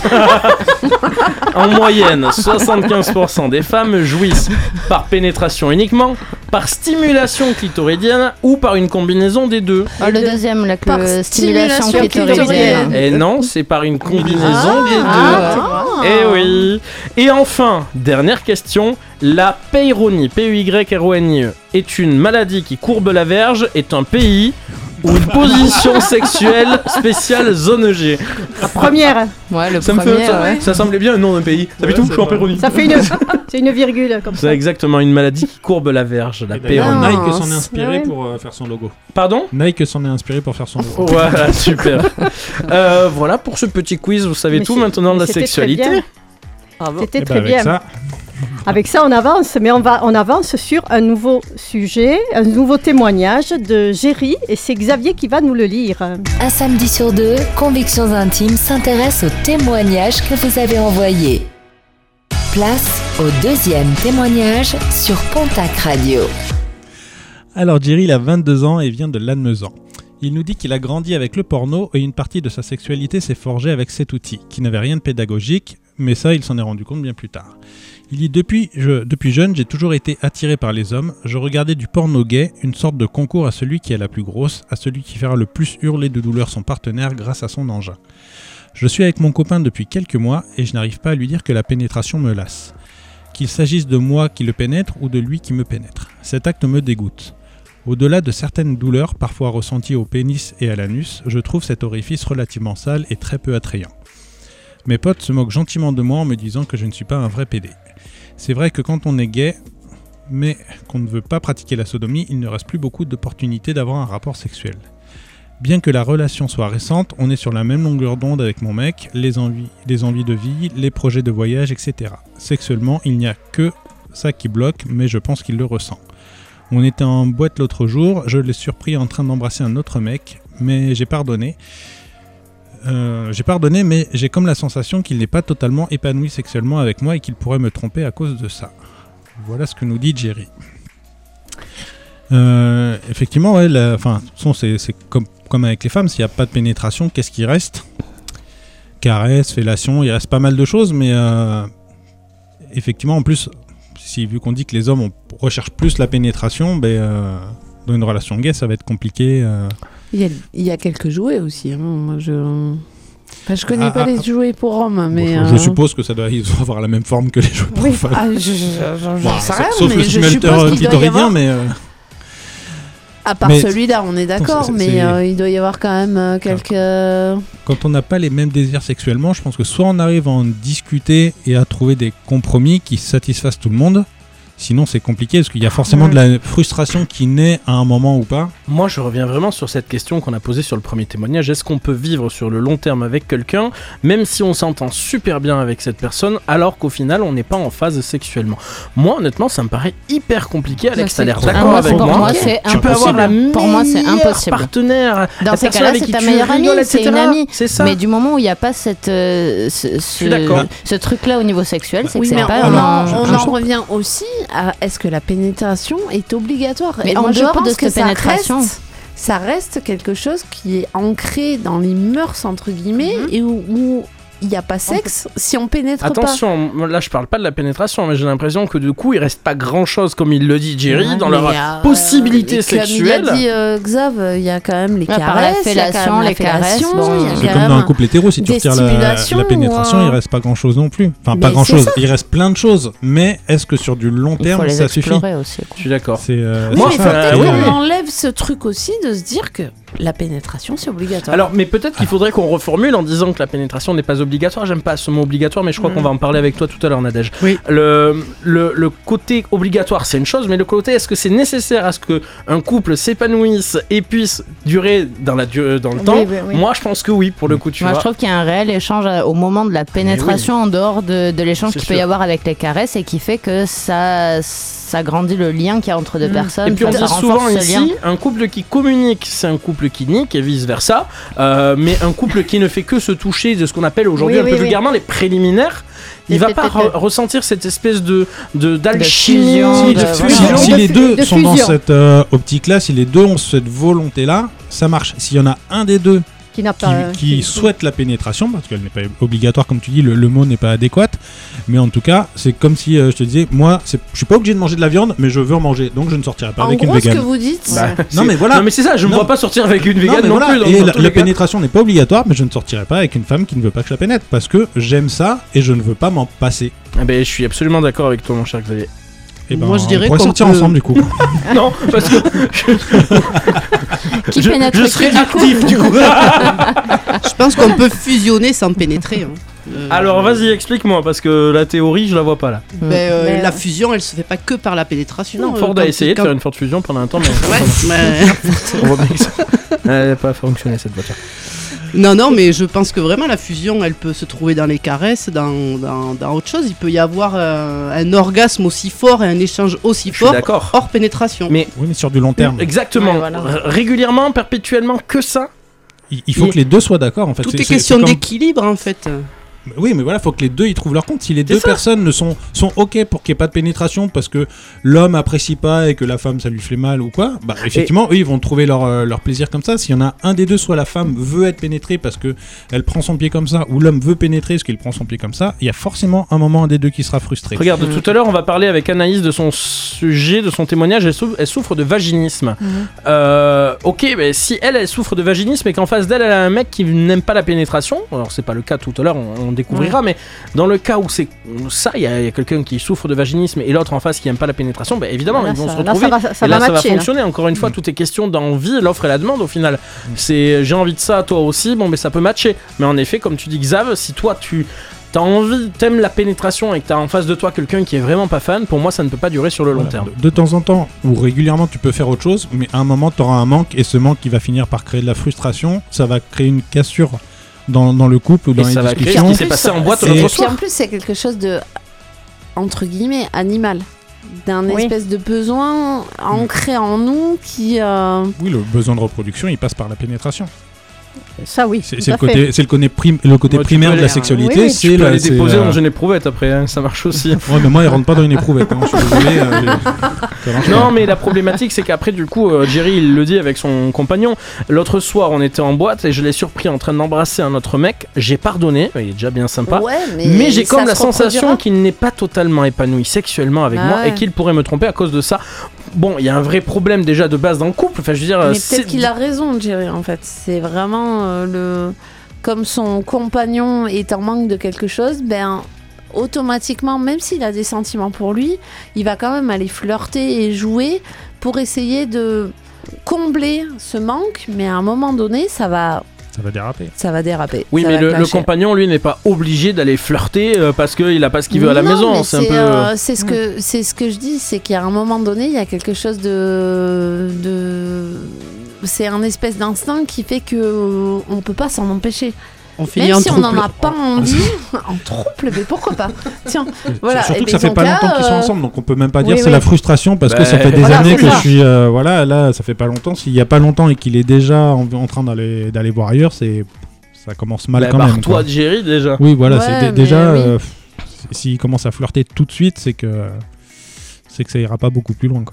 En moyenne, soixante-quinze pour cent des femmes jouissent par pénétration uniquement, par stimulation clitoridienne ou par une combinaison des deux. Ah, le deuxième, la Par stimulation stimulation clitoridienne. clitoridienne. Et non, c'est par une combinaison Ah, des deux. ah, Eh oui. Et enfin, dernière question, la peyronie, P E Y R O N I E, est une maladie qui courbe la verge, est un pays ou une position sexuelle spéciale zone G. La première. Ouais, le Ça me premier, fait ça, ouais. ça semblait bien un nom d'un pays. Ça fait Ouais, tout, c'est je suis en vrai. peyronie. Ça fait une. C'est une virgule comme C'est ça. exactement une maladie qui courbe la verge, la Et d'ailleurs, peyronie. Non, Nike s'en est c'est- inspiré ouais. pour euh, faire son logo. Pardon? Nike s'en est inspiré pour faire son logo. Voilà, super. Euh, voilà pour ce petit quiz, vous savez Mais tout c'est- maintenant de la mais c'était très sexualité. bien. Bravo. C'était Et bah, très avec bien. ça, Avec ça, on avance, mais on, va, on avance sur un nouveau sujet, un nouveau témoignage de Géry, et c'est Xavier qui va nous le lire. Un samedi sur deux, Convictions Intimes s'intéresse aux témoignages que vous avez envoyés. Place au deuxième témoignage sur Pontac Radio. Alors Jerry, il a vingt-deux ans et vient de Lannemezan. Il nous dit qu'il a grandi avec le porno et une partie de sa sexualité s'est forgée avec cet outil, qui n'avait rien de pédagogique, mais ça il s'en est rendu compte bien plus tard. Il dit depuis, je, depuis jeune, j'ai toujours été attiré par les hommes, je regardais du porno gay, une sorte de concours à celui qui est la plus grosse, à celui qui fera le plus hurler de douleur son partenaire grâce à son engin. Je suis avec mon copain depuis quelques mois et je n'arrive pas à lui dire que la pénétration me lasse. Qu'il s'agisse de moi qui le pénètre ou de lui qui me pénètre. Cet acte me dégoûte. Au-delà de certaines douleurs, parfois ressenties au pénis et à l'anus, je trouve cet orifice relativement sale et très peu attrayant. Mes potes se moquent gentiment de moi en me disant que je ne suis pas un vrai pédé. C'est vrai que quand on est gay, mais qu'on ne veut pas pratiquer la sodomie, il ne reste plus beaucoup d'opportunités d'avoir un rapport sexuel. Bien que la relation soit récente, on est sur la même longueur d'onde avec mon mec, les envies, les envies de vie, les projets de voyage, et cetera. Sexuellement, il n'y a que ça qui bloque, mais je pense qu'il le ressent. On était en boîte l'autre jour, je l'ai surpris en train d'embrasser un autre mec, mais j'ai pardonné. Euh, j'ai pardonné, mais j'ai comme la sensation qu'il n'est pas totalement épanoui sexuellement avec moi et qu'il pourrait me tromper à cause de ça. Voilà ce que nous dit Jerry. Euh, effectivement, ouais, la, enfin, c'est, c'est comme, comme avec les femmes, s'il n'y a pas de pénétration, qu'est-ce qui reste ? Caresse, fellation, il reste pas mal de choses, mais euh, effectivement, en plus, si, vu qu'on dit que les hommes on recherchent plus la pénétration, ben, euh, dans une relation gay, ça va être compliqué. Euh... Il, y a, il y a quelques jouets aussi. Hein. Moi, je... Enfin, je connais ah, pas ah, les jouets pour hommes, mais... Bon, je, euh... je suppose que ça doit avoir la même forme que les jouets pour oui. femmes. Ah, je, je, je, bon, sais rien, sauf mais le je smelter clitoridien, mais... Euh... À part mais celui-là, on est d'accord, c'est, c'est, mais euh, il doit y avoir quand même euh, quelques... Quand on n'a pas les mêmes désirs sexuellement, je pense que soit on arrive à en discuter et à trouver des compromis qui satisfassent tout le monde, sinon c'est compliqué, parce qu'il y a forcément ouais. de la frustration qui naît à un moment ou pas. Moi, je reviens vraiment sur cette question qu'on a posée sur le premier témoignage. Est-ce qu'on peut vivre sur le long terme avec quelqu'un, même si on s'entend super bien avec cette personne, alors qu'au final, on n'est pas en phase sexuellement ? Moi, honnêtement, ça me paraît hyper compliqué. Alex, t'as l'air d'accord avec pour moi. moi c'est tu peux avoir la pour moi, c'est impossible. Partenaire. Dans ces cas-là, c'est ta meilleure amie, c'est une amie. C'est ça. Mais du moment où il n'y a pas cette, euh, ce, ce, ce truc-là au niveau sexuel, c'est oui, que c'est pas... On, un... en, on en revient aussi à est-ce que la pénétration est obligatoire. Mais et en moi, dehors de cette pénétration, reste, ça reste quelque chose qui est ancré dans les mœurs entre guillemets mm-hmm. et où, où il n'y a pas sexe on... si on pénètre Attention, pas. Là je parle pas de la pénétration, mais j'ai l'impression que du coup il reste pas grand chose, comme il le dit Jerry, ouais, dans leur euh, possibilité sexuelle. Comme il a dit euh, Xav, il y a quand même les ouais, caresses, la fellation, les caresses. Bon, c'est comme dans un couple hétéro, si tu retires la, la pénétration, ou... il reste pas grand chose non plus. Enfin, mais pas grand chose, ça. Il reste plein de choses, mais est-ce que sur du long terme ça suffit ? Aussi, je suis d'accord. C'est, euh, Moi, il faut peut-être qu'on enlève ce truc aussi de se dire que la pénétration, c'est obligatoire. Alors, mais peut-être qu'il faudrait qu'on reformule en disant que la pénétration n'est pas obligatoire. J'aime pas ce mot obligatoire, mais je crois mmh. qu'on va en parler avec toi tout à l'heure, Nadège. Oui. Le, le, le côté obligatoire, c'est une chose, mais le côté, est-ce que c'est nécessaire à ce qu'un couple s'épanouisse et puisse durer dans, la, dans le oui, temps oui, oui. Moi, je pense que oui, pour le coup, tu Moi, vois. je trouve qu'il y a un réel échange au moment de la pénétration oui. en dehors de, de l'échange c'est qu'il sûr. peut y avoir avec les caresses et qui fait que ça... ça grandit le lien qu'il y a entre deux mmh. personnes. Et puis on ça dit souvent ici, un couple qui communique, c'est un couple qui nique et vice versa. Euh, mais un couple qui ne fait que se toucher, de ce qu'on appelle aujourd'hui oui, un oui, peu oui. vulgairement les préliminaires, il va pas re- ressentir cette espèce de, de d'alchimie, de, de, de fusion. Si, si les deux de sont fusion. dans cette euh, optique-là, si les deux ont cette volonté-là, ça marche. S'il y en a un des deux qui, n'a pas, qui, qui souhaite la pénétration, parce qu'elle n'est pas obligatoire, comme tu dis, le, le mot n'est pas adéquat, mais en tout cas, c'est comme si euh, je te disais, moi, c'est, je suis pas obligé de manger de la viande, mais je veux en manger, donc je ne sortirai pas en avec gros, une végane. En gros, ce que vous dites, bah, non mais voilà. Non mais c'est ça, je ne me vois pas sortir avec une végane non, non voilà. plus. Et la, la pénétration n'est pas obligatoire, mais je ne sortirai pas avec une femme qui ne veut pas que je la pénètre, parce que j'aime ça et je ne veux pas m'en passer. Eh ben, je suis absolument d'accord avec toi, mon cher Xavier. Eh ben, moi je dirais on pourrait sortir peut... ensemble du coup. Non, parce que je, qui je, pénètre je serai actif du coup. Je pense qu'on peut fusionner sans pénétrer. Hein. Euh, Alors vas-y, explique-moi, parce que la théorie je la vois pas là. Ben, euh, mais la fusion elle se fait pas que par la pénétration. Non, Ford euh, a essayé quand... de faire une forte fusion pendant un temps, mais ouais, mais... on voit bien que ça n'a pas fonctionné cette voiture. Non, non, mais je pense que vraiment la fusion, elle peut se trouver dans les caresses, dans, dans, dans autre chose. Il peut y avoir euh, un orgasme aussi fort et un échange aussi fort hors pénétration. Mais, oui, mais sur du long terme. Exactement. Ouais, voilà. R- régulièrement, perpétuellement, que ça. Il, il faut et que les deux soient d'accord, en fait. Tout c'est, est question c'est, c'est d'équilibre, en fait. Oui, mais voilà, il faut que les deux ils trouvent leur compte. Si les c'est deux ça. personnes ne sont, sont ok pour qu'il n'y ait pas de pénétration parce que l'homme apprécie pas et que la femme ça lui fait mal ou quoi, bah effectivement, et... eux ils vont trouver leur, euh, leur plaisir comme ça. S'il y en a un des deux, soit la femme veut être pénétrée parce qu'elle prend son pied comme ça, ou l'homme veut pénétrer parce qu'il prend son pied comme ça, il y a forcément un moment un des deux qui sera frustré. Regarde, mmh. tout à l'heure on va parler avec Anaïs de son sujet, de son témoignage. Elle souffre, elle souffre de vaginisme. Mmh. Euh, ok, mais si elle, elle souffre de vaginisme et qu'en face d'elle, elle a un mec qui n'aime pas la pénétration, alors c'est pas le cas tout à l'heure, on, on découvrira, ouais. mais dans le cas où c'est ça, il y, y a quelqu'un qui souffre de vaginisme et l'autre en face qui n'aime pas la pénétration, bah évidemment, là, ils vont ça, se retrouver. Là, ça va, ça et là, va ça matcher, va fonctionner. Là. Encore une fois, mmh. tout est question d'envie, l'offre et la demande au final. Mmh. C'est j'ai envie de ça, toi aussi, bon, mais ça peut matcher. Mais en effet, comme tu dis, Xav, si toi tu t'as envie, t'aimes la pénétration et que t'as en face de toi quelqu'un qui est vraiment pas fan, pour moi ça ne peut pas durer sur le long Voilà. terme. De, de temps en temps ou régulièrement tu peux faire autre chose, mais à un moment tu auras un manque et ce manque qui va finir par créer de la frustration, ça va créer une cassure dans, dans le couple ou dans Et les ça va créer discussions. ce qui s'est passé en boîte Et- l'autre Et puis soir. en plus, c'est quelque chose de, entre guillemets, animal. D'un Oui. espèce de besoin ancré en nous qui... euh, Oui, le besoin de reproduction, il passe par la pénétration. Ça, oui. C'est tout c'est à le fait. côté, c'est le côté, prim- le côté Ouais, tu primaire peux de la les- sexualité. oui, oui. c'est Tu peux la- aller c'est, déposer euh, dans une éprouvette après, hein, ça marche aussi. Ouais, mais moi, il rentre pas dans une éprouvette. Hein, je suis désolé. euh, ça marche Non, pas. mais la problématique, c'est qu'après, du coup, euh, Jerry, il le dit avec son compagnon. L'autre soir, on était en boîte et je l'ai surpris en train d'embrasser un autre mec. J'ai pardonné, il est déjà bien sympa. Ouais, mais, Mais j'ai ça comme la se reproduira. sensation qu'il n'est pas totalement épanoui sexuellement avec Ah moi ouais. et qu'il pourrait me tromper à cause de ça. Bon, il y a un vrai problème déjà de base dans le couple. Enfin, je veux dire, Mais c'est- peut-être qu'il a raison, Jerry, en fait. C'est vraiment euh, le... Comme son compagnon est en manque de quelque chose, ben... automatiquement, même s'il a des sentiments pour lui, il va quand même aller flirter et jouer pour essayer de combler ce manque, mais à un moment donné, ça va, Ça va déraper. ça va déraper. Oui, ça mais va le, le clasher. compagnon, lui, n'est pas obligé d'aller flirter euh, parce qu'il a pas ce qu'il veut à la Non, maison. mais C'est un peu. euh, c'est ce que c'est ce que je dis, c'est qu'à un moment donné, il y a quelque chose de de c'est un espèce d'instinct qui fait que euh, on peut pas s'en empêcher. On finit Même en si on n'en trouble. a pas envie, en trouble, mais pourquoi pas? Tiens, voilà. Surtout et que ça ben, fait pas donc là, longtemps qu'ils sont euh, ensemble, donc on peut même pas dire oui, c'est oui. la frustration parce Bah, que ça fait des voilà, années c'est que ça. je suis. euh, voilà, là, ça fait pas longtemps. S'il y a pas longtemps et qu'il est déjà en, en train d'aller d'aller voir ailleurs, c'est ça commence mal Bah, quand même. barre-toi quoi. de Jerry déjà. Oui, voilà, Ouais, c'est dé- mais déjà. oui. euh, f- S'il commence à flirter tout de suite, c'est que c'est que ça ira pas beaucoup plus loin, quoi.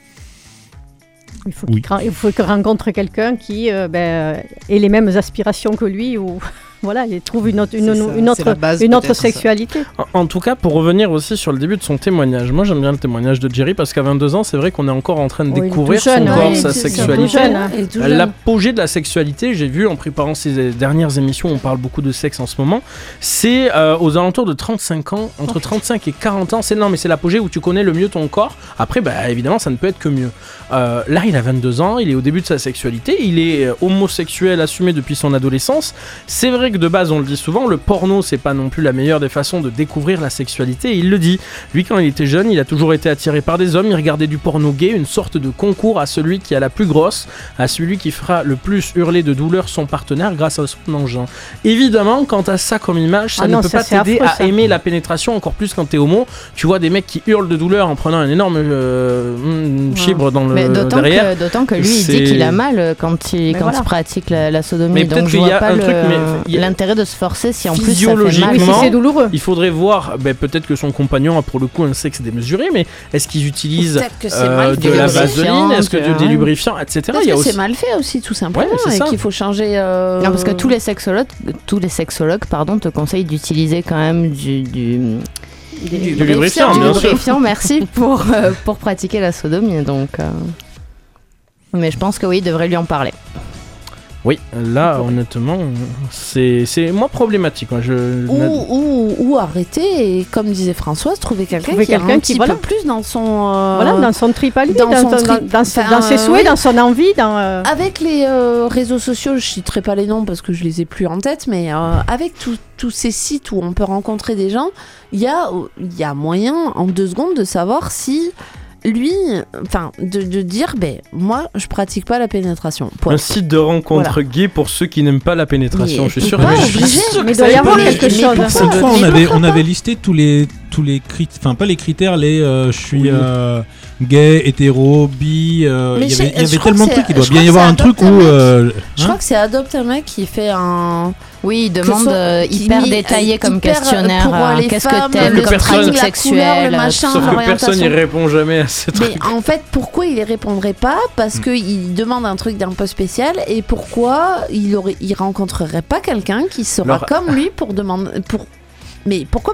Il faut Oui. qu'il ra- il faut qu'il rencontre quelqu'un qui euh, ben, euh, ait les mêmes aspirations que lui ou voilà, il trouve une autre, une, C'est ça, une c'est la autre, base une autre peut-être, ça. sexualité. En, en tout cas, pour revenir aussi sur le début de son témoignage, moi j'aime bien le témoignage de Jerry parce qu'à vingt-deux ans, c'est vrai qu'on est encore en train de Oui, il est découvrir tout jeune, son hein. corps, Oui, sa c'est- c'est sexualité. tout jeune, hein. il est tout jeune. L'apogée de la sexualité, j'ai vu en préparant ces dernières émissions, on parle beaucoup de sexe en ce moment, c'est euh, aux alentours de trente-cinq ans, entre trente-cinq et quarante ans, c'est non mais c'est l'apogée où tu connais le mieux ton corps. Après, bah évidemment, ça ne peut être que mieux. Euh, là, il a vingt-deux ans, il est au début de sa sexualité, il est euh, homosexuel assumé depuis son adolescence. C'est vrai que de base, on le dit souvent, le porno, c'est pas non plus la meilleure des façons de découvrir la sexualité. Et il le dit. Lui, quand il était jeune, il a toujours été attiré par des hommes. Il regardait du porno gay, une sorte de concours à celui qui a la plus grosse, à celui qui fera le plus hurler de douleur son partenaire grâce à son engin. Évidemment, quand t'as ça comme image, ça Ah ne non, peut ça, pas c'est t'aider affreux, à ça. aimer la pénétration, encore plus quand t'es homo. Tu vois des mecs qui hurlent de douleur en prenant un énorme euh, mm, chibre dans le Mais d'autant derrière. que, d'autant que lui, il C'est- dit qu'il a mal quand il, Mais quand voilà. il pratique la, la sodomie. Mais Donc peut-être je qu'il y vois a pas un le- truc, mais il y a- l'intérêt de se forcer si en plus ça fait Physiologiquement, mal. Oui, si c'est douloureux. Il faudrait voir, ben, peut-être que son compagnon a pour le coup un sexe démesuré, mais est-ce qu'ils utilisent Peut-être que c'est euh, mal de fait la aussi. vaseline, est-ce que que- du lubrifiant, et cetera. Peut-être Il y a que aussi... c'est mal fait aussi, tout simplement, Ouais, c'est et ça. qu'il faut changer. euh, Non, parce que tous les sexologues, tous les sexologues pardon, te conseillent d'utiliser quand même du, du, Du, du lubrifiant, du bien sûr. lubrifiant, merci, pour, euh, pour pratiquer la sodomie. Donc, euh, mais je pense que oui, il devrait lui en parler. Oui, là, honnêtement, c'est c'est moins problématique. Moi, je... Ou, ou, ou arrêter et, comme disait Françoise, trouver quelqu'un Trouver qui a quelqu'un un qui, petit voilà. peu plus dans son. euh, Voilà, dans son trip à lui, dans dans, son dans- trip. dans ses- Enfin, dans ses euh, souhaits, oui. dans son envie, dans. euh, Avec les euh, réseaux sociaux, je citerai pas les noms parce que je les ai plus en tête, mais euh, avec tout- tous ces sites où on peut rencontrer des gens, il y a, il y a moyen en deux secondes de savoir si lui, enfin, de, de dire, ben moi, je pratique pas la pénétration. Point. Un site de rencontre Voilà. gay pour ceux qui n'aiment pas la pénétration. Mais je suis sûr. pas je suis obligé, sûr mais que il doit ça y avoir peut- quelque mais chose. pourquoi Cette fois, on Mais avait, pourquoi on pas avait listé tous les, tous les critères, enfin pas les critères, les euh, je suis Oui. euh, gay, hétéro, bi, euh, Mais il y je- avait, il y je avait crois tellement que de c'est- trucs, il doit je bien crois y que avoir c'est un truc où... Adopte un mec. euh, Je hein crois que c'est Adopte un mec qui fait un. Oui, il Que demande soit- euh, qui hyper mit- détaillé comme hyper, euh, questionnaire. pour, euh, euh, les Qu'est-ce femmes, que t'aimes le comme personne- pratique la couleur, le sexuelle machin. Sauf que l'orientation. personne n'y répond jamais à ces trucs. Mais en fait, pourquoi il y répondrait pas? Parce qu'il demande un truc d'un peu spécial. Et pourquoi il aurait, il rencontrerait pas quelqu'un qui sera Alors- comme lui pour demander. Pour... Mais pourquoi pas?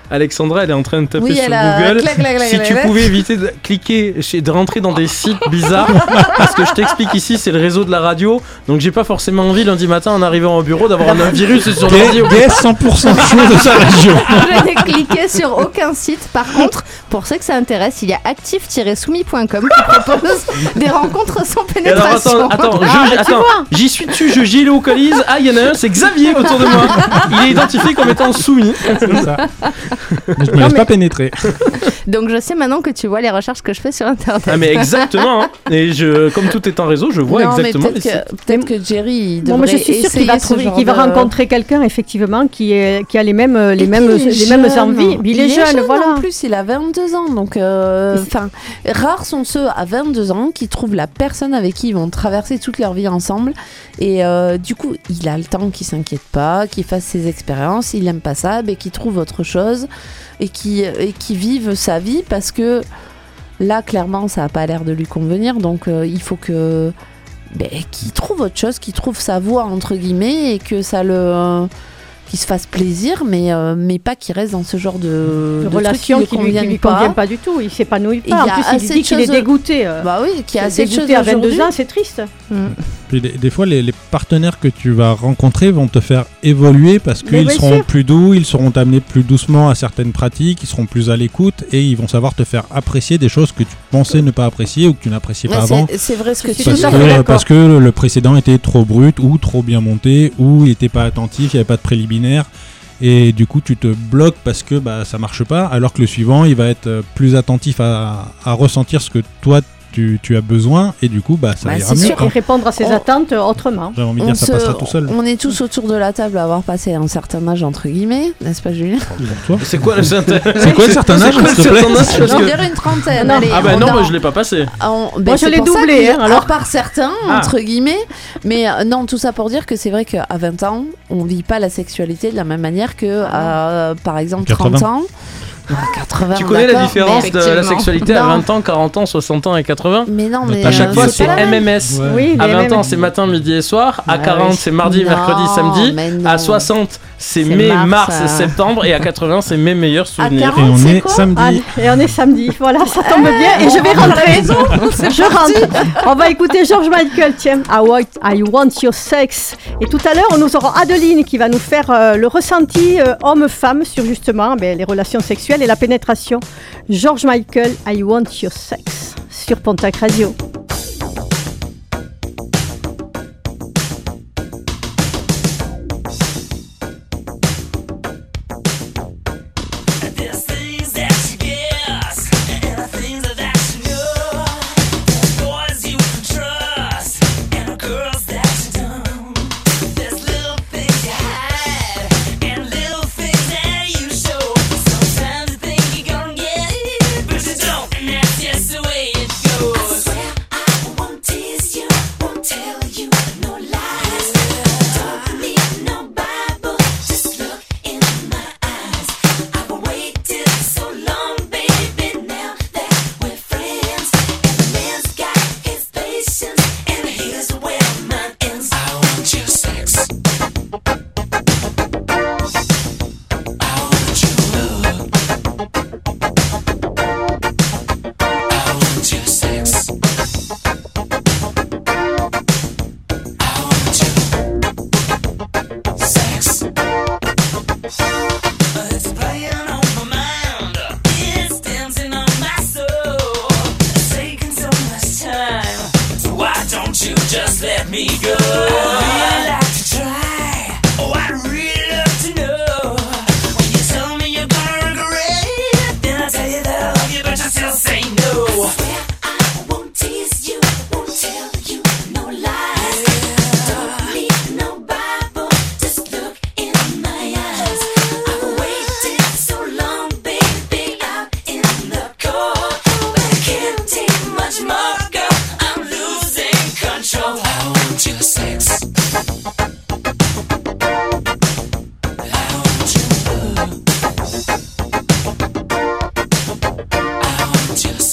Alexandra, elle est en train de taper Oui, sur elle a- Google. clac, clac, clac, si clac, tu clac. pouvais éviter de cliquer, chez- de rentrer dans des sites bizarres, parce que je t'explique ici, c'est le réseau de la radio, donc j'ai pas forcément envie lundi matin en arrivant au bureau d'avoir un virus sur l'ordi. Guess cent pour cent chaud de sa région. Je n'ai cliqué sur aucun site. Par contre, pour ceux que ça intéresse, il y a active tiret soumis point com qui propose des rencontres sans Et alors pénétration. attends, attends, Ah, je- bah, tu attends, vois. j'y suis dessus, je géolocalise. Ah, il y en a un, c'est Xavier autour de moi. Il est identifié comme étant soumis. C'est ça. Mais je me Non, laisse mais- pas pénétrer. Donc je sais maintenant que tu vois les recherches que je fais sur internet. Ah mais exactement. Hein. Et je, comme tout est en réseau, je vois non, exactement. mais peut-être que, peut-être que Jerry il Bon, devrait moi, je suis sûre qu'il essayer va, ce trouver, genre qu'il va de- rencontrer quelqu'un, effectivement, qui, est, qui a les mêmes, les Et mêmes, puis, il est les mêmes jeune. envies. Mais il, est jeune, voilà. En plus, il a vingt-deux ans. Donc, euh, Et c'est- enfin, rares sont ceux à vingt-deux ans qui trouvent la personne avec qui ils vont traverser toute leur vie ensemble. Et euh, du coup, il a le temps qu'il s'inquiète pas, qu'il fasse ses expériences, il aime pas ça, mais qu'il trouve autre chose et qui et qui vive sa vie parce que là, clairement, ça a pas l'air de lui convenir. Donc, euh, il faut que ben, qu'il trouve autre chose, qu'il trouve sa voie entre guillemets et que ça le euh, qu'il se fasse plaisir, mais euh, mais pas qu'il reste dans ce genre de, Une de relation trucs qui qui lui, lui qui lui conviennent convient pas. pas du tout. Il s'épanouit Il pas. y En a plus, il assez dit de qu'il est choses- dégoûté. euh. Bah oui, qui a assez de choses dégoûté à vingt-deux aujourd'hui. ans, c'est triste. Puis des, des fois, les, les partenaires que tu vas rencontrer vont te faire évoluer parce Mais qu'ils bien seront sûr. plus doux, ils seront amenés plus doucement à certaines pratiques, ils seront plus à l'écoute et ils vont savoir te faire apprécier des choses que tu pensais ne pas apprécier ou que tu n'appréciais Ouais, pas c'est- avant. c'est vrai ce que Je tu suis Parce dis. tout à que, fait d'accord. parce que le précédent était trop brut ou trop bien monté ou il n'était pas attentif, il n'y avait pas de préliminaire. Et du coup, tu te bloques parce que bah, ça marche pas, alors que le suivant, il va être euh, plus attentif à, à ressentir ce que toi, tu, tu as besoin, et du coup, bah, ça Bah, ira c'est mieux. sûr. quoi. Et répondre à ses On- attentes autrement. J'ai envie de On, dire, ça se- passera tout seul. on est tous autour de la table à avoir passé un certain âge entre guillemets, n'est-ce pas Julien? Pour toi. C'est quoi le certain C'est quoi le certain âge, C'est quoi s'il te le plaît certain âge parce On que- dirait une trentaine. Non. allez, Ah bah on non, a- moi je l'ai pas passé. on- ben, Moi, je c'est l'ai pour ça doublé, que- hein, alors. à part certains, Ah. entre guillemets. Mais euh, non, tout ça pour dire que c'est vrai qu'à vingt ans, on vit pas la sexualité de la même manière que à, par exemple, quatre-vingts. trente ans. Ouais, quatre-vingts, Tu connais la d'accord, différence mais de la effectivement. sexualité à Non. vingt ans, quarante ans, soixante ans et quatre-vingts? Mais non, Mais mais t'as À chaque euh, fois, c'est c'est pas la même. M M S. Ouais. Oui, À les vingt mêmes- ans, c'est matin, midi et soir. À Ah quarante, oui. c'est mardi, Non, mercredi, samedi. mais non. À soixante, c'est C'est mai, mars, mars, euh. septembre. Et à quatre-vingts, c'est mes meilleurs souvenirs. quarante, Et on c'est est quoi samedi. Ah, et on est samedi, voilà, ça tombe bien. Et je vais rentrer. Je rentre. On va écouter George Michael, tiens. I want, I want your sex. Et tout à l'heure, nous aurons Adeline qui va nous faire euh, le ressenti euh, homme-femme sur justement ben, les relations sexuelles et la pénétration. George Michael, I want your sex. Sur Pontac Radio. There's things that you guess, and the things that you know. There's boys you can trust, and the girls that you don't. There's little things you hide, and little things that you show. Sometimes you think you're gonna get it, but you don't, and that's just the way it goes. I swear I won't tease you, won't tell you no lies. Don't need no Bible, just look in my eyes. I've waited so long, baby, now that we're friends. And man's got his patience, and here's where mine ends. I want your sex. I want your love. I want your sex. I want your sex. It's playing on my mind. It's dancing on my soul. It's taking so much time. So why don't you just let me go? I'd really like to try. Oh, I'd really love to know. When you tell me you're gonna regret it, then I tell you that I love you, but you still say no. I swear I won't tease you, won't tell you no lies. Don't need no Bible, just look in my eyes. I've waited so long, baby, out in the cold. But I can't take much more, girl, I'm losing control. I want your sex. I want your love. I want your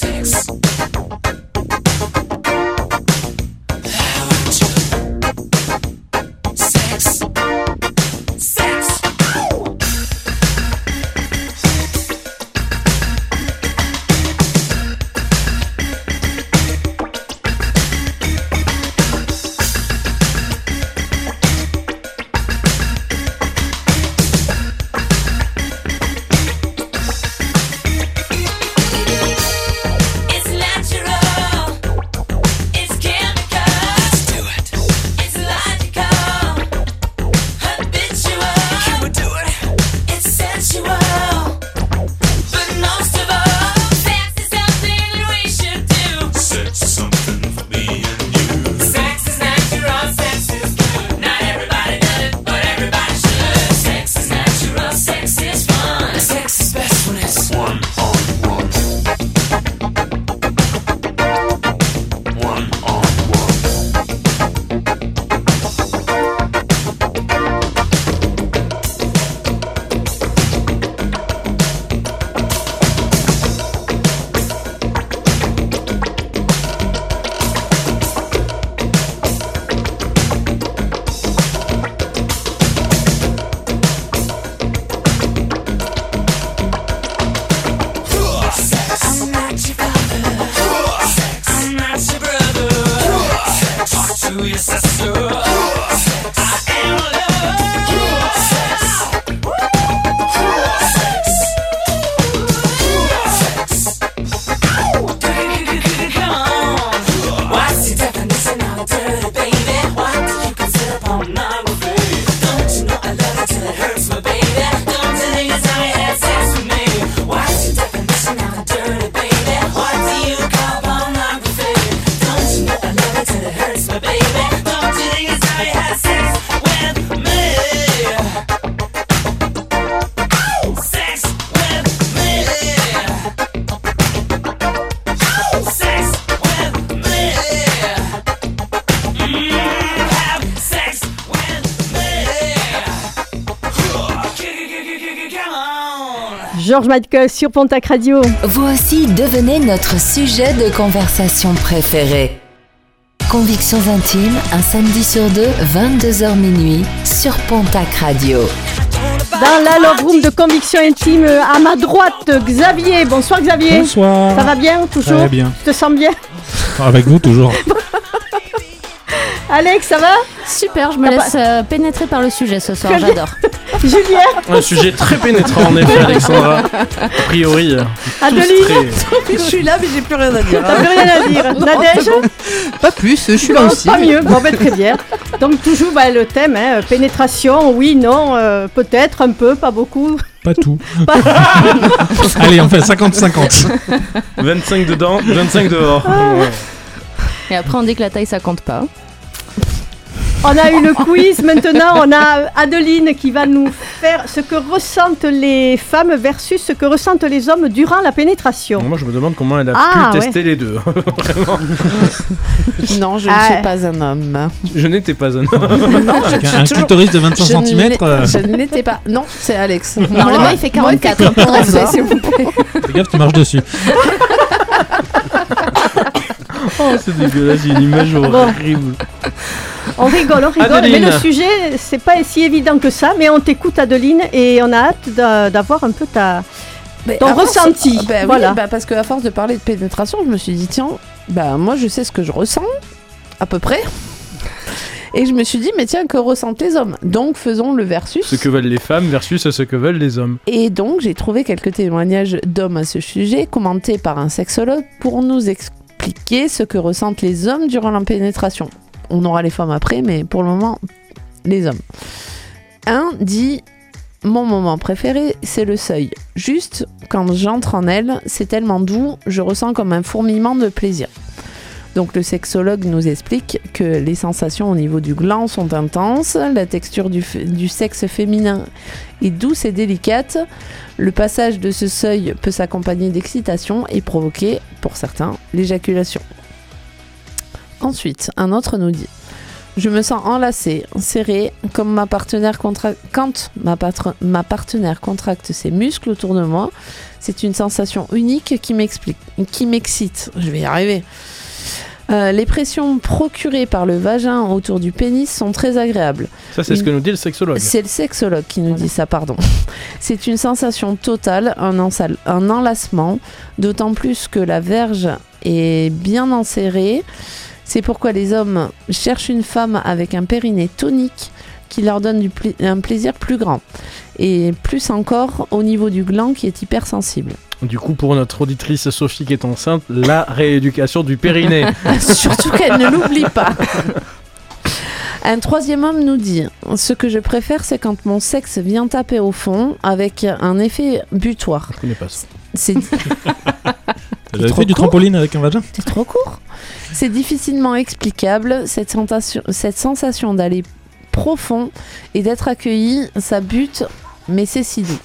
George Michael sur Pontac Radio. Vous aussi devenez notre sujet de conversation préféré. Convictions intimes, un samedi sur deux, vingt-deux heures minuit, sur Pontac Radio. Dans la Love Room de Conviction Intime, à ma droite, Xavier. Bonsoir Xavier. Bonsoir. Ça va bien, toujours? Très bien. Tu te sens bien? Avec vous, toujours. Alex, ça va? Super, je me laisse euh, pénétrer par le sujet ce soir, j'adore. Julien. Un sujet très pénétrant, en effet, Alexandra. A priori. Adeline. Je suis là, mais j'ai plus rien à dire. T'as plus rien à dire. Nadège? Pas plus, je suis Non, là aussi. pas mieux. Bon, ben, très bien. Donc, toujours bah, le thème, hein, pénétration, oui, non, euh, peut-être, un peu, pas beaucoup. Pas tout. Allez, on fait cinquante cinquante. vingt-cinq dedans, vingt-cinq dehors. Et après, on dit que la taille, ça compte pas. On a eu le quiz, maintenant on a Adeline qui va nous faire ce que ressentent les femmes versus ce que ressentent les hommes durant la pénétration. Moi je me demande comment elle a Ah, pu ouais. tester les deux. Vraiment. Non, je Ah. ne suis pas un homme. Je n'étais pas un homme. Avec un, un toujours- clitoris de vingt-cinq Je ne centimètres. l'ai- Euh... Je ne l'étais pas. Non, c'est Alex. Non, le mien, il fait quarante-quatre. Moi, il fait quarante-quatre, s'il vous plaît. Fais gaffe, tu marches dessus. Oh, c'est dégueulasse, j'ai une image horrible. On rigole, on rigole, Adeline. mais le sujet c'est pas si évident que ça, mais on t'écoute Adeline et on a hâte d'a- d'avoir un peu ta... Mais Ton à force- ressenti, bah oui, voilà. bah parce qu'à force de parler de pénétration, je me suis dit, tiens, bah moi je sais ce que je ressens, à peu près. Et je me suis dit, mais tiens, que ressentent les hommes? Donc faisons le versus. Ce que veulent les femmes versus ce que veulent les hommes. Et donc j'ai trouvé quelques témoignages d'hommes à ce sujet, commentés par un sexologue, pour nous expliquer ce que ressentent les hommes durant la pénétration. On aura les femmes après, mais pour le moment, les hommes. Un dit... Mon moment préféré, c'est le seuil. Juste, quand j'entre en elle, c'est tellement doux, je ressens comme un fourmillement de plaisir. Donc le sexologue nous explique que les sensations au niveau du gland sont intenses, la texture du, f- du sexe féminin est douce et délicate, le passage de ce seuil peut s'accompagner d'excitation et provoquer, pour certains, l'éjaculation. Ensuite, un autre nous dit: je me sens enlacée, serrée, comme ma partenaire contra- quand ma, patr- ma partenaire contracte ses muscles autour de moi. C'est une sensation unique qui m'explique, qui m'excite. Je vais y arriver. Euh, les pressions procurées par le vagin autour du pénis sont très agréables. Ça, c'est ce que nous dit le sexologue. C'est le sexologue qui nous dit ça, pardon. C'est une sensation totale, un, ensal- un enlacement, d'autant plus que la verge est bien enserrée. C'est pourquoi les hommes cherchent une femme avec un périnée tonique qui leur donne du pla- un plaisir plus grand. Et plus encore au niveau du gland qui est hypersensible. Du coup, pour notre auditrice Sophie qui est enceinte, la rééducation du périnée. Surtout qu'elle ne l'oublie pas. Un troisième homme nous dit: ce que je préfère, c'est quand mon sexe vient taper au fond avec un effet butoir. Je connais pas ça. C'est Vous avez trop fait du court. trampoline avec un vagin? C'est trop court. C'est difficilement explicable, cette sensation, cette sensation d'aller profond et d'être accueilli, ça bute, mais c'est si doux.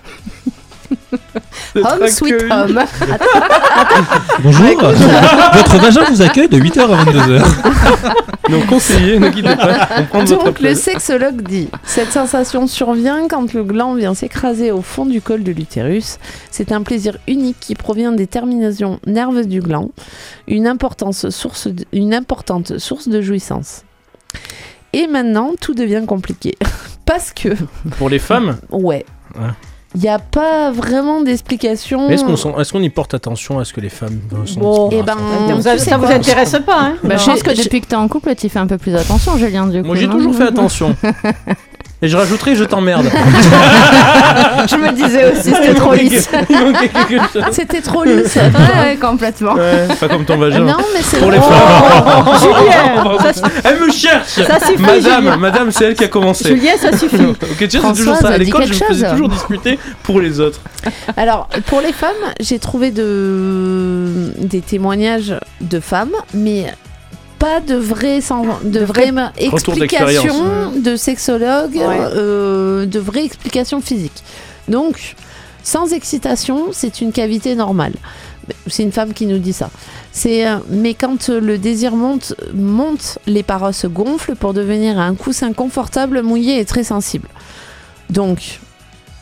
Home sweet home. Bonjour. Votre vagin vous accueille de huit heures à vingt-deux heures. Nos conseillers, ne quittez pas. On prend votre Donc le place. sexologue dit: cette sensation survient quand le gland vient s'écraser au fond du col de l'utérus. C'est un plaisir unique qui provient des terminations nerveuses du gland, une, importance source de- une importante source de jouissance. Et maintenant, tout devient compliqué. Parce que, Pour les femmes, ouais, Ouais. il n'y a pas vraiment d'explication. est-ce qu'on s'en- est-ce qu'on y porte attention à ce que les femmes ressentent Bon, Eh ben, Ça vous, tu sais ça vous quoi intéresse pas, hein? Bah, je Non. pense que Je- depuis que t'es en couple, tu fais un peu plus attention, Julien, du coup. Moi, j'ai non toujours fait attention. Et je rajouterai, je t'emmerde. Je me disais aussi, c'était trop lisse. Il manquait quelque chose. C'était trop lisse. Ouais, ouais, complètement. Ouais, pas comme ton vagin. Non, mais c'est Pour les vrai. femmes. Julien, ça, su- Elle me cherche. ça suffit, Madame, Julien. madame, c'est elle qui a commencé. Julien, ça suffit. Ok, tu sais, c'est toujours Françoise, ça. À dis l'école, je quelque me faisais chose. toujours disputer pour les autres. Alors, pour les femmes, j'ai trouvé de... des témoignages de femmes, mais pas de vraies, sans... de vraies Retour explications d'expérience. de sexologues, Ouais. euh, de vraies explications physiques. Donc, sans excitation, c'est une cavité normale. C'est une femme qui nous dit ça. C'est, euh, mais quand euh, le désir monte, monte, les parois se gonflent pour devenir un coussin confortable, mouillé et très sensible. Donc,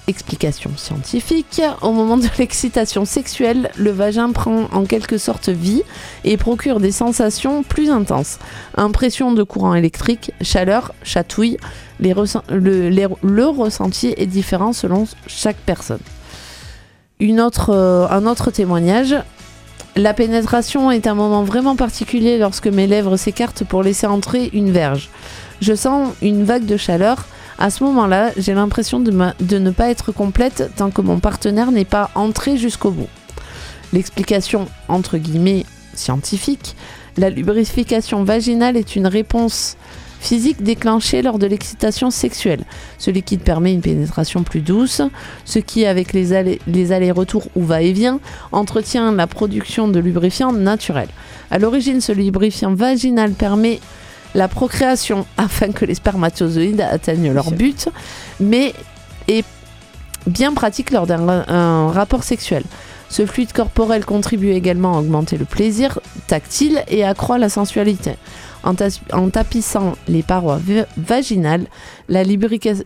Explication scientifique, au moment de l'excitation sexuelle, le vagin prend en quelque sorte vie et procure des sensations plus intenses. Impression de courant électrique, chaleur, chatouille, les ressent- le, les, le ressenti est différent selon chaque personne. Une autre, euh, un autre témoignage, la pénétration est un moment vraiment particulier lorsque mes lèvres s'écartent pour laisser entrer une verge. Je sens une vague de chaleur. À ce moment-là, j'ai l'impression de, ma- de ne pas être complète tant que mon partenaire n'est pas entré jusqu'au bout. L'explication, entre guillemets, scientifique, la lubrification vaginale est une réponse physique déclenchée lors de l'excitation sexuelle. Ce liquide permet une pénétration plus douce, ce qui, avec les, allers- les allers-retours ou va-et-vient, entretient la production de lubrifiants naturels. À l'origine, ce lubrifiant vaginal permet la procréation afin que les spermatozoïdes atteignent leur but, mais est bien pratique lors d'un un rapport sexuel. Ce fluide corporel contribue également à augmenter le plaisir tactile et accroît la sensualité. En, tas- en tapissant les parois v- vaginales, la lubrication...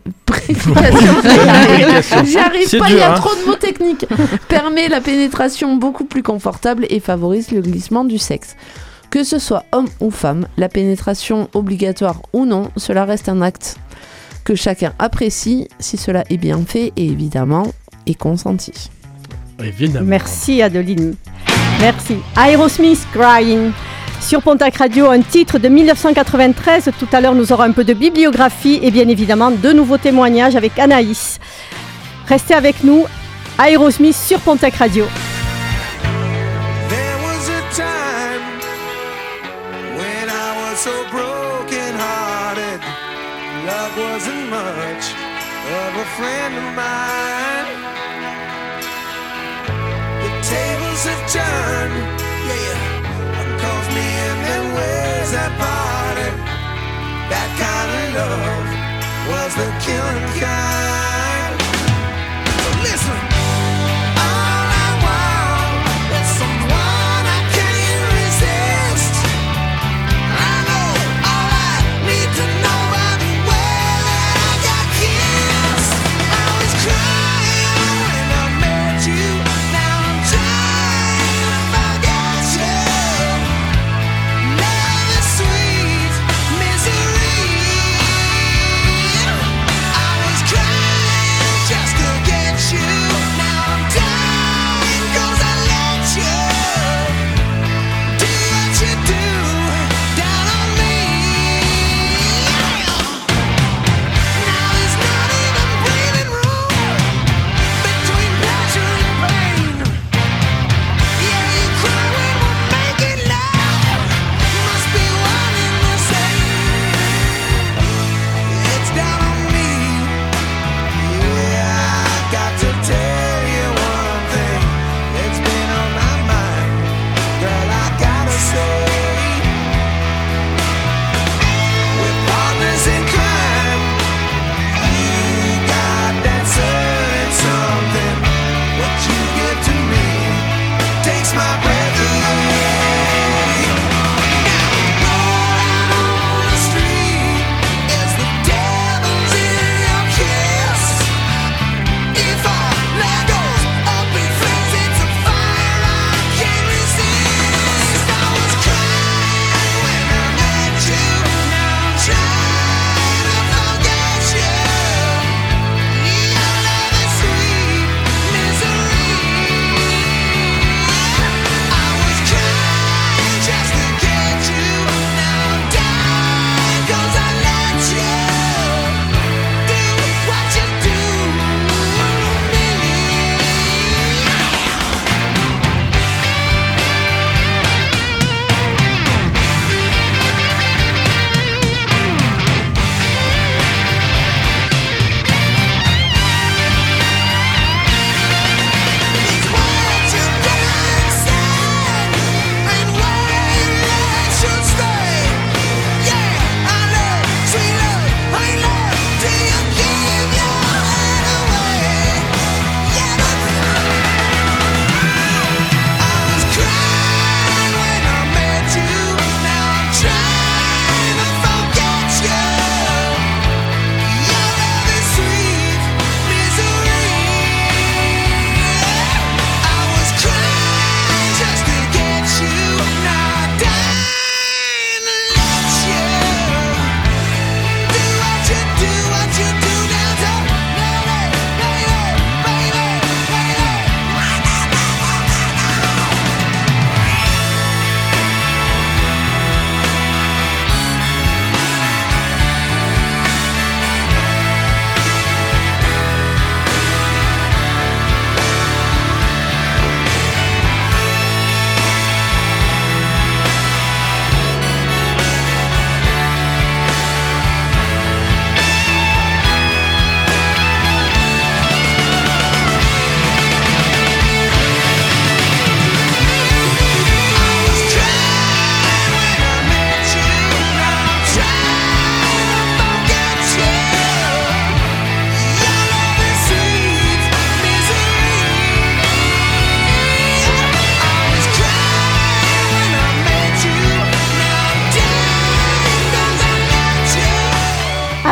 J'y arrive C'est pas, dur, il y a hein. trop de mots techniques. Permet la pénétration beaucoup plus confortable et favorise le glissement du sexe. Que ce soit homme ou femme, la pénétration obligatoire ou non, cela reste un acte que chacun apprécie si cela est bien fait et évidemment est consenti. Évidemment. Merci Adeline. Merci. Aerosmith Crying. Sur Pontac Radio, un titre de dix-neuf cent quatre-vingt-treize. Tout à l'heure, nous aurons un peu de bibliographie et bien évidemment de nouveaux témoignages avec Anaïs. Restez avec nous. Aerosmith sur Pontac Radio. There was a time when I was so broken hearted. Love wasn't much of a friend of mine. The tables have turned, yeah. Cause me and them ways that parted. That kind of love was the killing kind. So listen, all I want is someone I can't resist. I know all I need to know by the way that I got kissed. I was crying when I met you. Now I'm trying to forget you. Love is sweet misery. I was crying.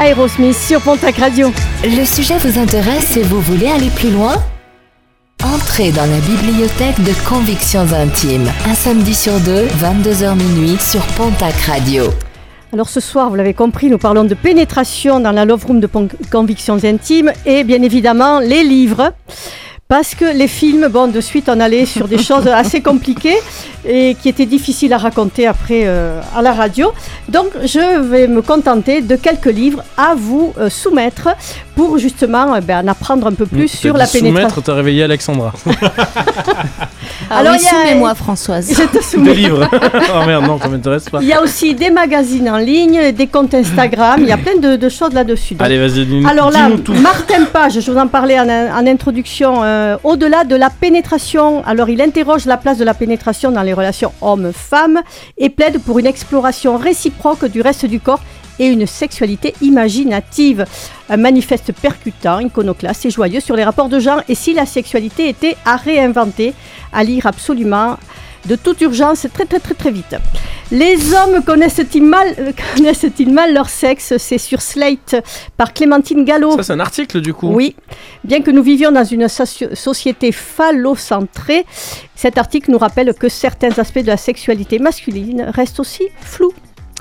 Aerosmith sur Pontac Radio. Le sujet vous intéresse et vous voulez aller plus loin ? Entrez dans la bibliothèque de Convictions Intimes, un samedi sur deux, vingt-deux heures minuit sur Pontac Radio. Alors ce soir, vous l'avez compris, nous parlons de pénétration dans la Love Room de Pon- Convictions Intimes et bien évidemment les livres. Parce que les films, bon, de suite, on allait sur des choses assez compliquées et qui étaient difficiles à raconter après euh, à la radio. Donc, je vais me contenter de quelques livres à vous euh, soumettre pour justement euh, ben, en apprendre un peu plus mmh, sur la pénétration. Soumettre, t'as réveillé Alexandra. Ah Alors, oui, y a... soumets-moi, Françoise. Je te soumets. Des livres. Oh merde, non, ça m'intéresse pas. Il y a aussi des magazines en ligne, des comptes Instagram. Il y a plein de, de choses là-dessus. Donc, allez, vas-y, dis-nous. Alors là, dis-nous tout. Martin Page, je vous en parlais en, en introduction. Euh, au-delà de la pénétration, alors il interroge la place de la pénétration dans les relations hommes-femmes et plaide pour une exploration réciproque du reste du corps et une sexualité imaginative. Un manifeste percutant, iconoclaste et joyeux sur les rapports de genre et si la sexualité était à réinventer, à lire absolument de toute urgence très très très très vite. Les hommes connaissent-ils mal, euh, connaissent-ils mal leur sexe ? C'est sur Slate par Clémentine Gallo. Ça c'est un article du coup. Oui. Bien que nous vivions dans une soci- société phallocentrée, cet article nous rappelle que certains aspects de la sexualité masculine restent aussi flous.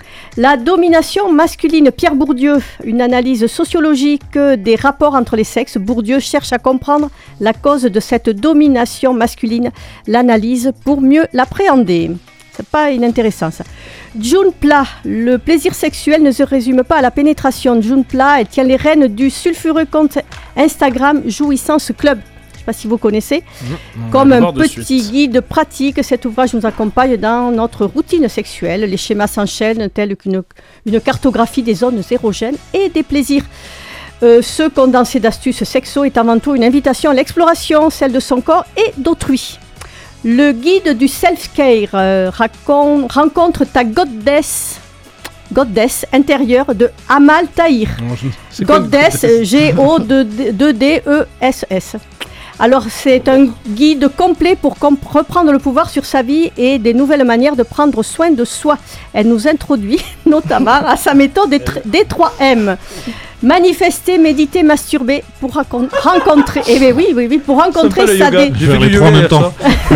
La domination masculine, Pierre Bourdieu, une analyse sociologique des rapports entre les sexes. Bourdieu cherche à comprendre la cause de cette domination masculine, l'analyse pour mieux l'appréhender. C'est pas inintéressant ça. June Pla, le plaisir sexuel ne se résume pas à la pénétration. June Pla, elle tient les rênes du sulfureux compte Instagram Jouissance Club. Je ne sais pas si vous connaissez. Mmh, Comme un petit guide pratique, cet ouvrage nous accompagne dans notre routine sexuelle. Les schémas s'enchaînent tels qu'une une cartographie des zones érogènes et des plaisirs. Euh, ce condensé d'astuces sexo est avant tout une invitation à l'exploration, celle de son corps et d'autrui. Le guide du self-care euh, racon- rencontre ta goddess, goddess intérieure de Amal Tahir. Non, goddess, G O deux D E S S. Alors, c'est un guide complet pour comp- reprendre le pouvoir sur sa vie et des nouvelles manières de prendre soin de soi. Elle nous introduit notamment à sa méthode des, tr- des trois M. Manifester, méditer, masturber pour racon- rencontrer. Eh bien oui, oui, oui, pour rencontrer sa dé- Je vais les trois en même temps.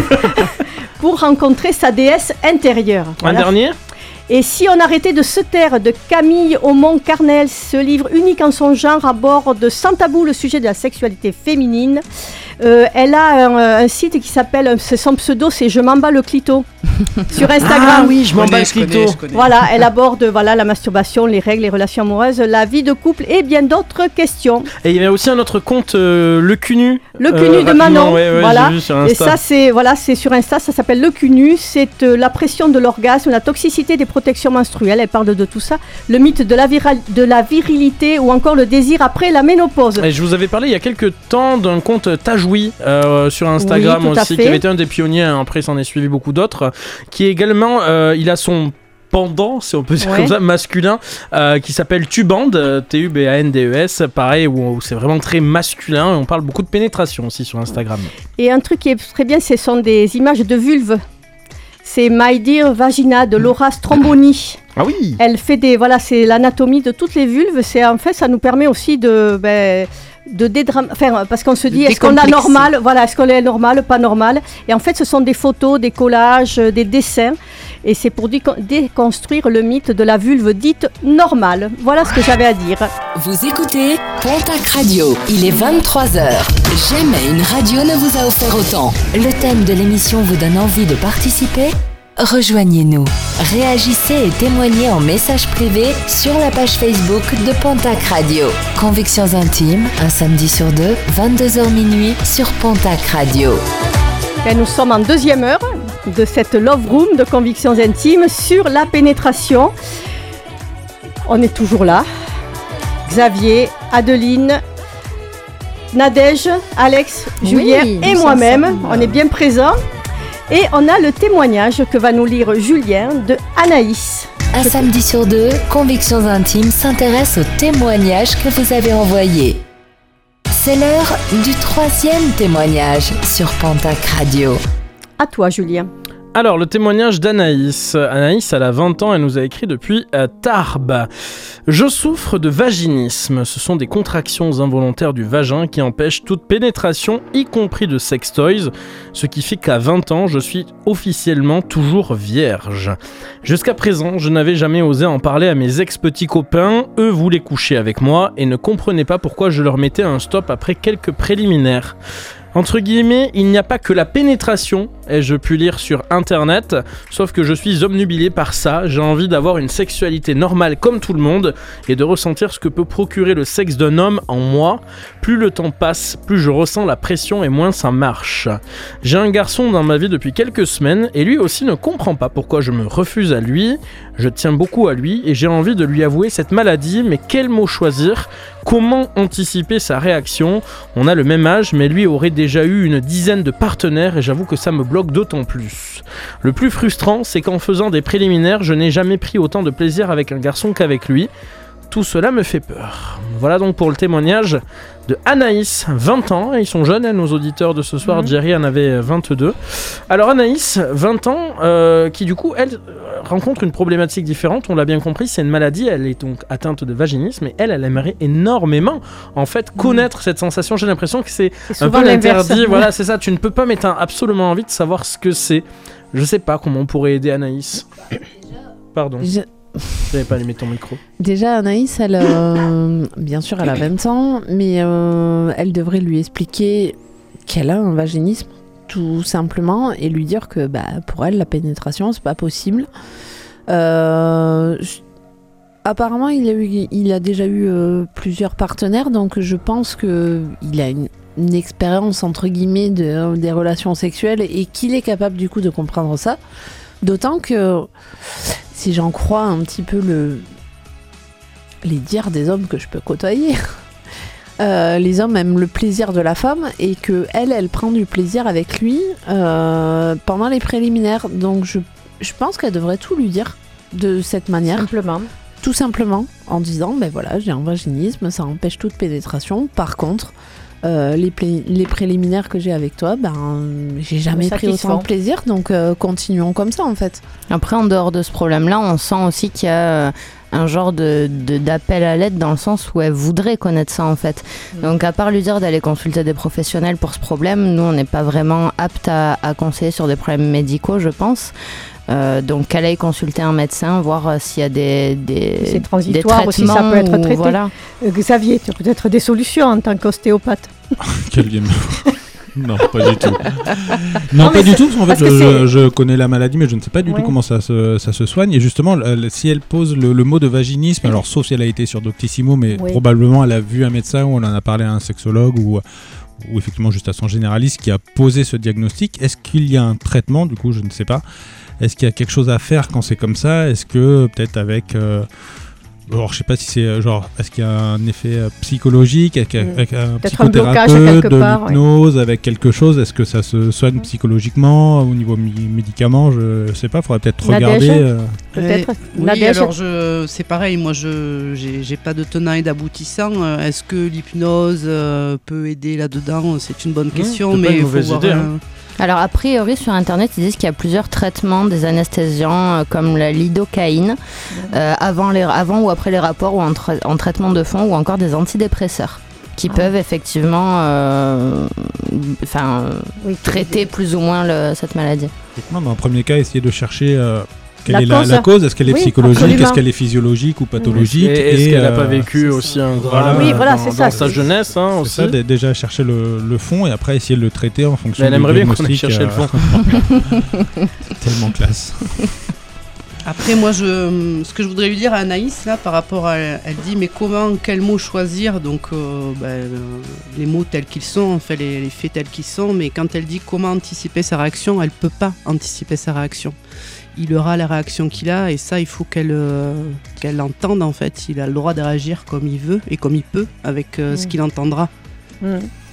pour rencontrer sa déesse intérieure. Voilà. Un dernier. Et si on arrêtait de se taire de Camille Aumont-Carnel, ce livre unique en son genre aborde sans tabou le sujet de la sexualité féminine. Euh, elle a un, un site qui s'appelle, c'est son pseudo, c'est Je m'en bats le clito sur Instagram. Ah oui, je m'en bats le clito. Voilà, elle aborde voilà la masturbation, les règles, les relations amoureuses, la vie de couple et bien d'autres questions. Et il y a aussi un autre compte, euh, le cul nu. Le cul nu euh, de Manon, ouais, ouais, voilà. J'ai vu sur Insta. Et ça c'est voilà, c'est sur Insta, ça s'appelle le cul nu. C'est euh, la pression de l'orgasme, la toxicité des protections menstruelles. Elle parle de tout ça, le mythe de la, vira- de la virilité ou encore le désir après la ménopause. Et je vous avais parlé il y a quelques temps d'un compte Tajoui euh, sur Instagram oui, aussi, qui avait été un des pionniers. Après, s'en est suivi beaucoup d'autres. Qui est également, euh, il a son pendant, si on peut dire ouais. comme ça, masculin, euh, qui s'appelle Tuband, T U B A N D E S, pareil, où, où c'est vraiment très masculin. Et on parle beaucoup de pénétration aussi sur Instagram. Et un truc qui est très bien, ce sont des images de vulve. C'est My Dear Vagina de Laura Stromboni. Ah oui. Elle fait des, voilà, c'est l'anatomie de toutes les vulves. C'est en fait, ça nous permet aussi de, ben, de dédram... enfin, parce qu'on se dit, est-ce qu'on a normal, voilà, est-ce qu'on est normal, pas normal. Et en fait, ce sont des photos, des collages, des dessins. Et c'est pour décon- déconstruire le mythe de la vulve dite normale. Voilà ce que j'avais à dire. Vous écoutez Pontac Radio. Il est vingt-trois heures. Jamais une radio ne vous a offert autant. Le thème de l'émission vous donne envie de participer ? Rejoignez-nous. Réagissez et témoignez en message privé sur la page Facebook de Pontac Radio. Convictions intimes, un samedi sur deux, vingt-deux heures minuit sur Pontac Radio. Et nous sommes en deuxième heure de cette Love Room de Convictions intimes sur la pénétration. On est toujours là. Xavier, Adeline, Nadège, Alex, oui, Julien et moi-même. On est bien présents. Et on a le témoignage que va nous lire Julien de Anaïs. Un Je samedi peux... sur deux, Convictions intimes s'intéresse au témoignage que vous avez envoyé. C'est l'heure du troisième témoignage sur Pontac Radio. À toi, Julien. Alors, le témoignage d'Anaïs. Anaïs, elle a vingt ans, elle nous a écrit depuis euh, Tarbes. Je souffre de vaginisme. Ce sont des contractions involontaires du vagin qui empêchent toute pénétration, y compris de sextoys, ce qui fait qu'à vingt ans, je suis officiellement toujours vierge. Jusqu'à présent, je n'avais jamais osé en parler à mes ex-petits copains. Eux voulaient coucher avec moi et ne comprenaient pas pourquoi je leur mettais un stop après quelques préliminaires. Entre guillemets, il n'y a pas que la pénétration, ai-je pu lire sur internet, sauf que je suis obnubilé par ça, j'ai envie d'avoir une sexualité normale comme tout le monde, et de ressentir ce que peut procurer le sexe d'un homme en moi. Plus le temps passe, plus je ressens la pression et moins ça marche. J'ai un garçon dans ma vie depuis quelques semaines, et lui aussi ne comprend pas pourquoi je me refuse à lui. Je tiens beaucoup à lui, et j'ai envie de lui avouer cette maladie, mais quel mot choisir ? Comment anticiper sa réaction ? On a le même âge, mais lui aurait déjà eu une dizaine de partenaires et j'avoue que ça me bloque d'autant plus. Le plus frustrant, c'est qu'en faisant des préliminaires, je n'ai jamais pris autant de plaisir avec un garçon qu'avec lui. Tout cela me fait peur. Voilà donc pour le témoignage de Anaïs, vingt ans. Ils sont jeunes, hein, nos auditeurs de ce soir. Mmh. Jerry en avait vingt-deux. Alors Anaïs, vingt ans, euh, qui du coup, elle rencontre une problématique différente. On l'a bien compris, c'est une maladie. Elle est donc atteinte de vaginisme et elle, elle aimerait énormément en fait connaître mmh. cette sensation. J'ai l'impression que c'est, c'est un peu l'interdit. Voilà, c'est ça. Tu ne peux pas, mais t'as absolument envie de savoir ce que c'est. Je sais pas comment on pourrait aider Anaïs. Pardon. Je... J'avais pas allumé ton micro. Déjà, Anaïs, elle, euh, bien sûr, elle a vingt ans, mais euh, elle devrait lui expliquer qu'elle a un vaginisme, tout simplement, et lui dire que bah, pour elle, la pénétration, c'est pas possible. Euh, je... Apparemment, il a, eu, il a déjà eu euh, plusieurs partenaires, donc je pense qu'il a une, une expérience, entre guillemets, de, des relations sexuelles et qu'il est capable, du coup, de comprendre ça. D'autant que... Si j'en crois un petit peu le... les dires des hommes que je peux côtoyer, euh, les hommes aiment le plaisir de la femme et que elle, elle prend du plaisir avec lui euh, pendant les préliminaires. Donc je, je pense qu'elle devrait tout lui dire de cette manière. Simplement. Tout simplement, en disant, ben voilà, j'ai un vaginisme, ça empêche toute pénétration. Par contre, euh, les, plé- les préliminaires que j'ai avec toi, ben, j'ai jamais pris autant de plaisir, donc euh, continuons comme ça en fait. Après, en dehors de ce problème-là, on sent aussi qu'il y a un genre de, de, d'appel à l'aide dans le sens où elle voudrait connaître ça en fait. Mmh. Donc à part lui dire d'aller consulter des professionnels pour ce problème, nous on n'est pas vraiment apte à, à conseiller sur des problèmes médicaux, je pense. Euh, donc qu'elle aille consulter un médecin, voir euh, s'il y a des, des, c'est transitoire des aussi, ça peut être traité. Voilà. Euh, Xavier, tu as peut-être des solutions en tant qu'ostéopathe. Quel game. Non, pas du tout. Non, non pas du tout, parce qu'en fait, je, je, je connais la maladie, mais je ne sais pas du ouais. tout comment ça se, ça se soigne. Et justement, euh, si elle pose le, le mot de vaginisme, alors sauf si elle a été sur Doctissimo, mais oui. probablement elle a vu un médecin ou on en a parlé à un sexologue ou, ou effectivement juste à son généraliste qui a posé ce diagnostic. Est-ce qu'il y a un traitement ? Du coup, je ne sais pas. Est-ce qu'il y a quelque chose à faire quand c'est comme ça ? Est-ce que peut-être avec... Euh, alors, je sais pas si c'est genre, est-ce qu'il y a un effet euh, psychologique, avec, mmh. avec un peut-être psychothérapeute, un de part, l'hypnose, ouais. avec quelque chose, est-ce que ça se soigne mmh. psychologiquement au niveau mi- médicaments, je sais pas, faudrait peut-être regarder. Euh... Peut-être. Oui, Nadège. Alors je, c'est pareil, moi je, j'ai, j'ai pas de tenant et d'aboutissant. Est-ce que l'hypnose euh, peut aider là-dedans ? C'est une bonne question, mmh, mais il faut voir. Idée, hein. Alors a priori sur internet ils disent qu'il y a plusieurs traitements des anesthésiants euh, comme la lidocaïne euh, avant, les, avant ou après les rapports ou en, tra- en traitement de fond ou encore des antidépresseurs qui ah. peuvent effectivement euh, oui, traiter plus ou moins le, cette maladie. Non, dans le premier cas essayer de chercher euh, quelle la est cause. La, la cause, est-ce qu'elle est oui, psychologique, absolument. est-ce qu'elle est physiologique ou pathologique, et, et est-ce et qu'elle n'a euh, pas vécu aussi un drame oui, voilà, dans, c'est dans ça, sa c'est jeunesse hein, c'est aussi. ça, d- déjà chercher le, le fond et après essayer de le traiter en fonction mais elle du aimerait diagnostic. Bien qu'on aille chercher euh... le fond. Tellement classe. Après, moi, je, ce que je voudrais lui dire à Anaïs, là, par rapport à... Elle dit, mais comment, quels mots choisir ? Donc, euh, bah, euh, les mots tels qu'ils sont, en fait, les, les faits tels qu'ils sont. Mais quand elle dit comment anticiper sa réaction, elle ne peut pas anticiper sa réaction. Il aura la réaction qu'il a, et ça, il faut qu'elle, euh, qu'elle l'entende, en fait. Il a le droit de réagir comme il veut et comme il peut, avec euh, mmh. ce qu'il entendra. Mmh.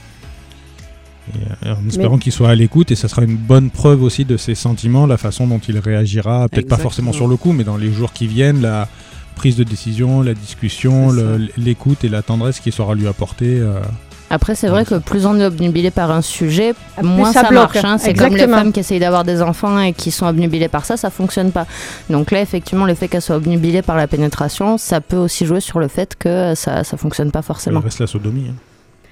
Et, euh, en espérant mais... qu'il soit à l'écoute, et ça sera une bonne preuve aussi de ses sentiments, la façon dont il réagira, peut-être Exactement. Pas forcément sur le coup, mais dans les jours qui viennent, la prise de décision, la discussion, le, l'écoute et la tendresse qui sera lui apportée. Euh... Après, c'est vrai que plus on est obnubilé par un sujet, Plus moins ça ça, bloque. marche. Hein. C'est Exactement. comme les femmes qui essayent d'avoir des enfants et qui sont obnubilées par ça, ça fonctionne pas. Donc là, effectivement, le fait qu'elles soient obnubilées par la pénétration, ça peut aussi jouer sur le fait que ça ça fonctionne pas forcément. Il reste la sodomie. Hein.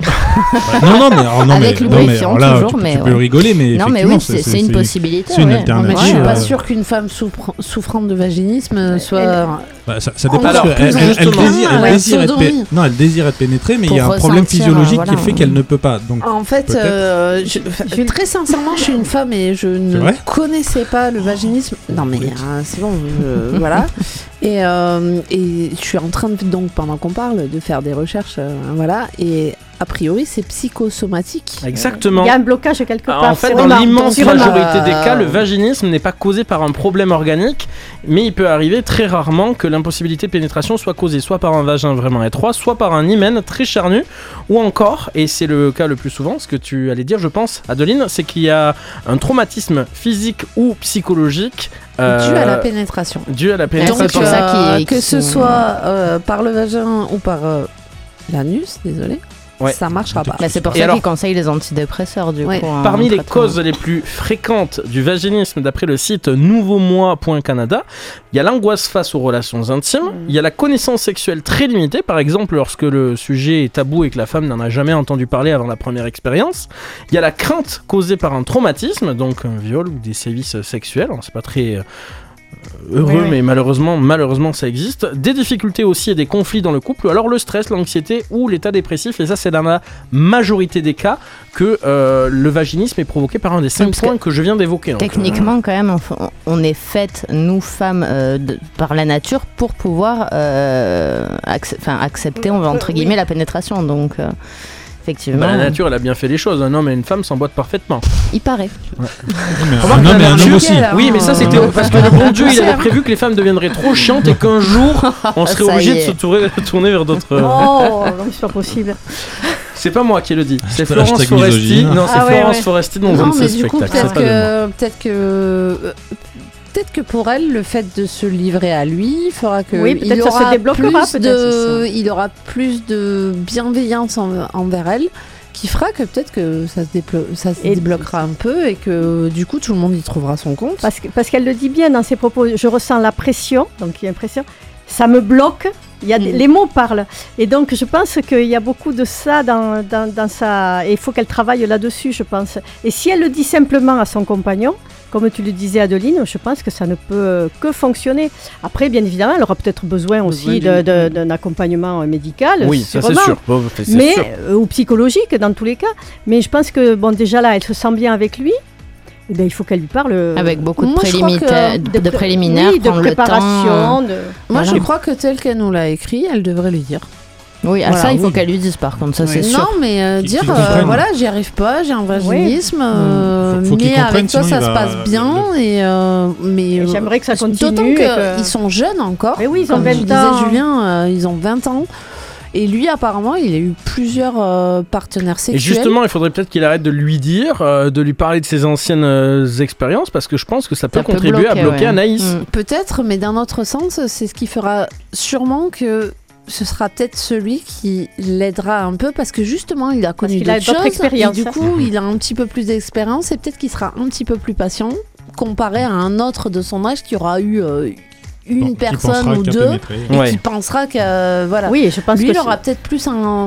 non, non, mais, alors, non, Avec mais, lubrifiant, non, mais, alors là, toujours, tu, mais tu ouais. peux rigoler, mais Non, mais effectivement, oui, c'est, c'est une possibilité. C'est une ouais. alternative. Mais je suis euh, pas sûre qu'une femme souffre- souffrant de vaginisme soit. Bah, ça, ça dépend Alors, parce qu'elle plus elle, elle justement, désire, elle la désire être pé- sodomie. non, elle désire être pénétrée, mais il Pour y a un problème ressentir, physiologique voilà. qui fait qu'elle ne peut pas. Donc, En fait, Peut-être. euh, je- enfin, très sincèrement, je suis une femme et je ne vrai connaissais pas le vaginisme. Non, mais euh, c'est bon, je- voilà. Et, euh, et je suis en train de, donc, pendant qu'on parle, de faire des recherches, euh, voilà. Et a priori, c'est psychosomatique. Exactement. Il y a un blocage quelque Alors, part. en fait, c'est dans vraiment- l'immense c'est vraiment- majorité des Euh, cas, le vaginisme n'est pas causé par un problème organique, mais il peut arriver très rarement que l'impossibilité de pénétration soit causée soit par un vagin vraiment étroit, soit par un hymen très charnu, ou encore, et c'est le cas le plus souvent, ce que tu allais dire, je pense, Adeline, c'est qu'il y a un traumatisme physique ou psychologique euh, Dû à la pénétration. dû à la Donc, pénétration. c'est pour ça euh, qu'ils- que qu'ils ce sont- soit euh, par le vagin ou par euh, l'anus, désolé, Ouais. ça marchera pas. Bah, c'est pour Et ça alors- qu'ils conseillent les antidépresseurs du Ouais. coup. en Parmi les traitement. causes les plus fréquentes du vaginisme, d'après le site nouveau moi point canada, il y a l'angoisse face aux relations intimes, il y a la connaissance sexuelle très limitée, par exemple lorsque le sujet est tabou et que la femme n'en a jamais entendu parler avant la première expérience, il y a la crainte causée par un traumatisme, donc un viol ou des sévices sexuels, alors c'est pas très... euh, heureux, Ouais, ouais. mais malheureusement, malheureusement, ça existe. Des difficultés aussi et des conflits dans le couple, ou alors le stress, l'anxiété ou l'état dépressif. Et ça, c'est dans la majorité des cas que euh, le vaginisme est provoqué par un des cinq parce points que que, je viens d'évoquer. Donc, Techniquement, quand même, on, on est faites, nous femmes, euh, de- par la nature pour pouvoir euh, ac- enfin, accepter, on va, entre Oui. guillemets, la pénétration. Donc, euh, euh, effectivement, bah, la nature, elle a bien fait les choses. Un homme et une femme s'emboîtent parfaitement. il paraît. mais Remarque, un homme et la un homme marche- aussi. Nickel, hein. Oui, mais ça, c'était Euh, parce que le bon Dieu, il c'est avait un- prévu que les femmes deviendraient trop chiantes et qu'un jour, on serait Ça obligé y de est. se tourner, tourner vers d'autres. Oh, non, c'est pas possible. C'est pas moi qui le dis, c'est Hashtag Florence Foresti. misogyne. Non, c'est Ah ouais, Florence ouais. Foresti dans Non, un de mais ses du coup, spectacles. peut-être c'est pas de moi. que, peut-être que, euh, peut-être que pour elle, le fait de se livrer à lui fera que Oui, il peut-être ça se aura débloquera, plus peut-être, de, c'est il aura plus de bienveillance en- envers elle, qui fera que peut-être que ça se, déplo- ça se Et- débloquera un peu et que du coup tout le monde y trouvera son compte. Parce, que- parce qu'elle le dit bien dans ses propos. Je ressens la pression, donc il y a une pression. Ça me bloque. Il y a des- Mm. Les mots parlent. Et donc, je pense qu'il y a beaucoup de ça dans, dans, dans sa... Et il faut qu'elle travaille là-dessus, je pense. Et si elle le dit simplement à son compagnon, comme tu le disais, Adeline, je pense que ça ne peut euh, que fonctionner. Après, bien évidemment, elle aura peut-être besoin aussi Besoin de- d'une- de- d'un accompagnement euh, médical. Oui, ça c'est sûrement. sûr. Bon, c'est Mais, sûr. euh, ou psychologique dans tous les cas. Mais je pense que, bon, déjà là, elle se sent bien avec lui. Eh bien, il faut qu'elle lui parle. euh, Avec beaucoup de, Moi, je crois prélimita- que- de, pré- préliminaires, oui, de prendre le temps. préparation. de- Moi, Voilà. je crois que tel qu'elle nous l'a écrit, elle devrait lui dire. Oui, à Voilà, ça, il faut oui. qu'elle lui dise par contre, ça c'est Oui. sûr. Non, mais euh, Qu'ils- dire, qu'ils euh, comprennent. voilà, j'y arrive pas, j'ai un vaginisme, euh, Faut- faut qu'ils mais comprennent, avec toi sinon ça il se va- passe bien, et euh, mais Et euh, J'aimerais que ça continue. d'autant et qu'ils que- sont jeunes encore. Mais oui, ils ont Comme vingt tu ans. disais, Julien, euh, ils ont vingt ans. Et lui, apparemment, il a eu plusieurs euh, partenaires Et sexuels. justement, il faudrait peut-être qu'il arrête de lui dire, euh, de lui parler de ses anciennes euh, expériences, parce que je pense que ça peut Ça peut contribuer à bloquer, bloquer ouais. Anaïs. Mm. Peut-être, mais d'un autre sens, c'est ce qui fera sûrement que ce sera peut-être celui qui l'aidera un peu, parce que justement, il a connu qu'il a d'autres d'autres choses, expériences. et du coup, il a un petit peu plus d'expérience, et peut-être qu'il sera un petit peu plus patient, comparé à un autre de son âge qui aura eu euh, une Bon, qui personne pensera ou qu'à deux, pénétrer. et Ouais. qui pensera que... euh, voilà. Oui, je pense Lui, que il aura c'est- peut-être plus un...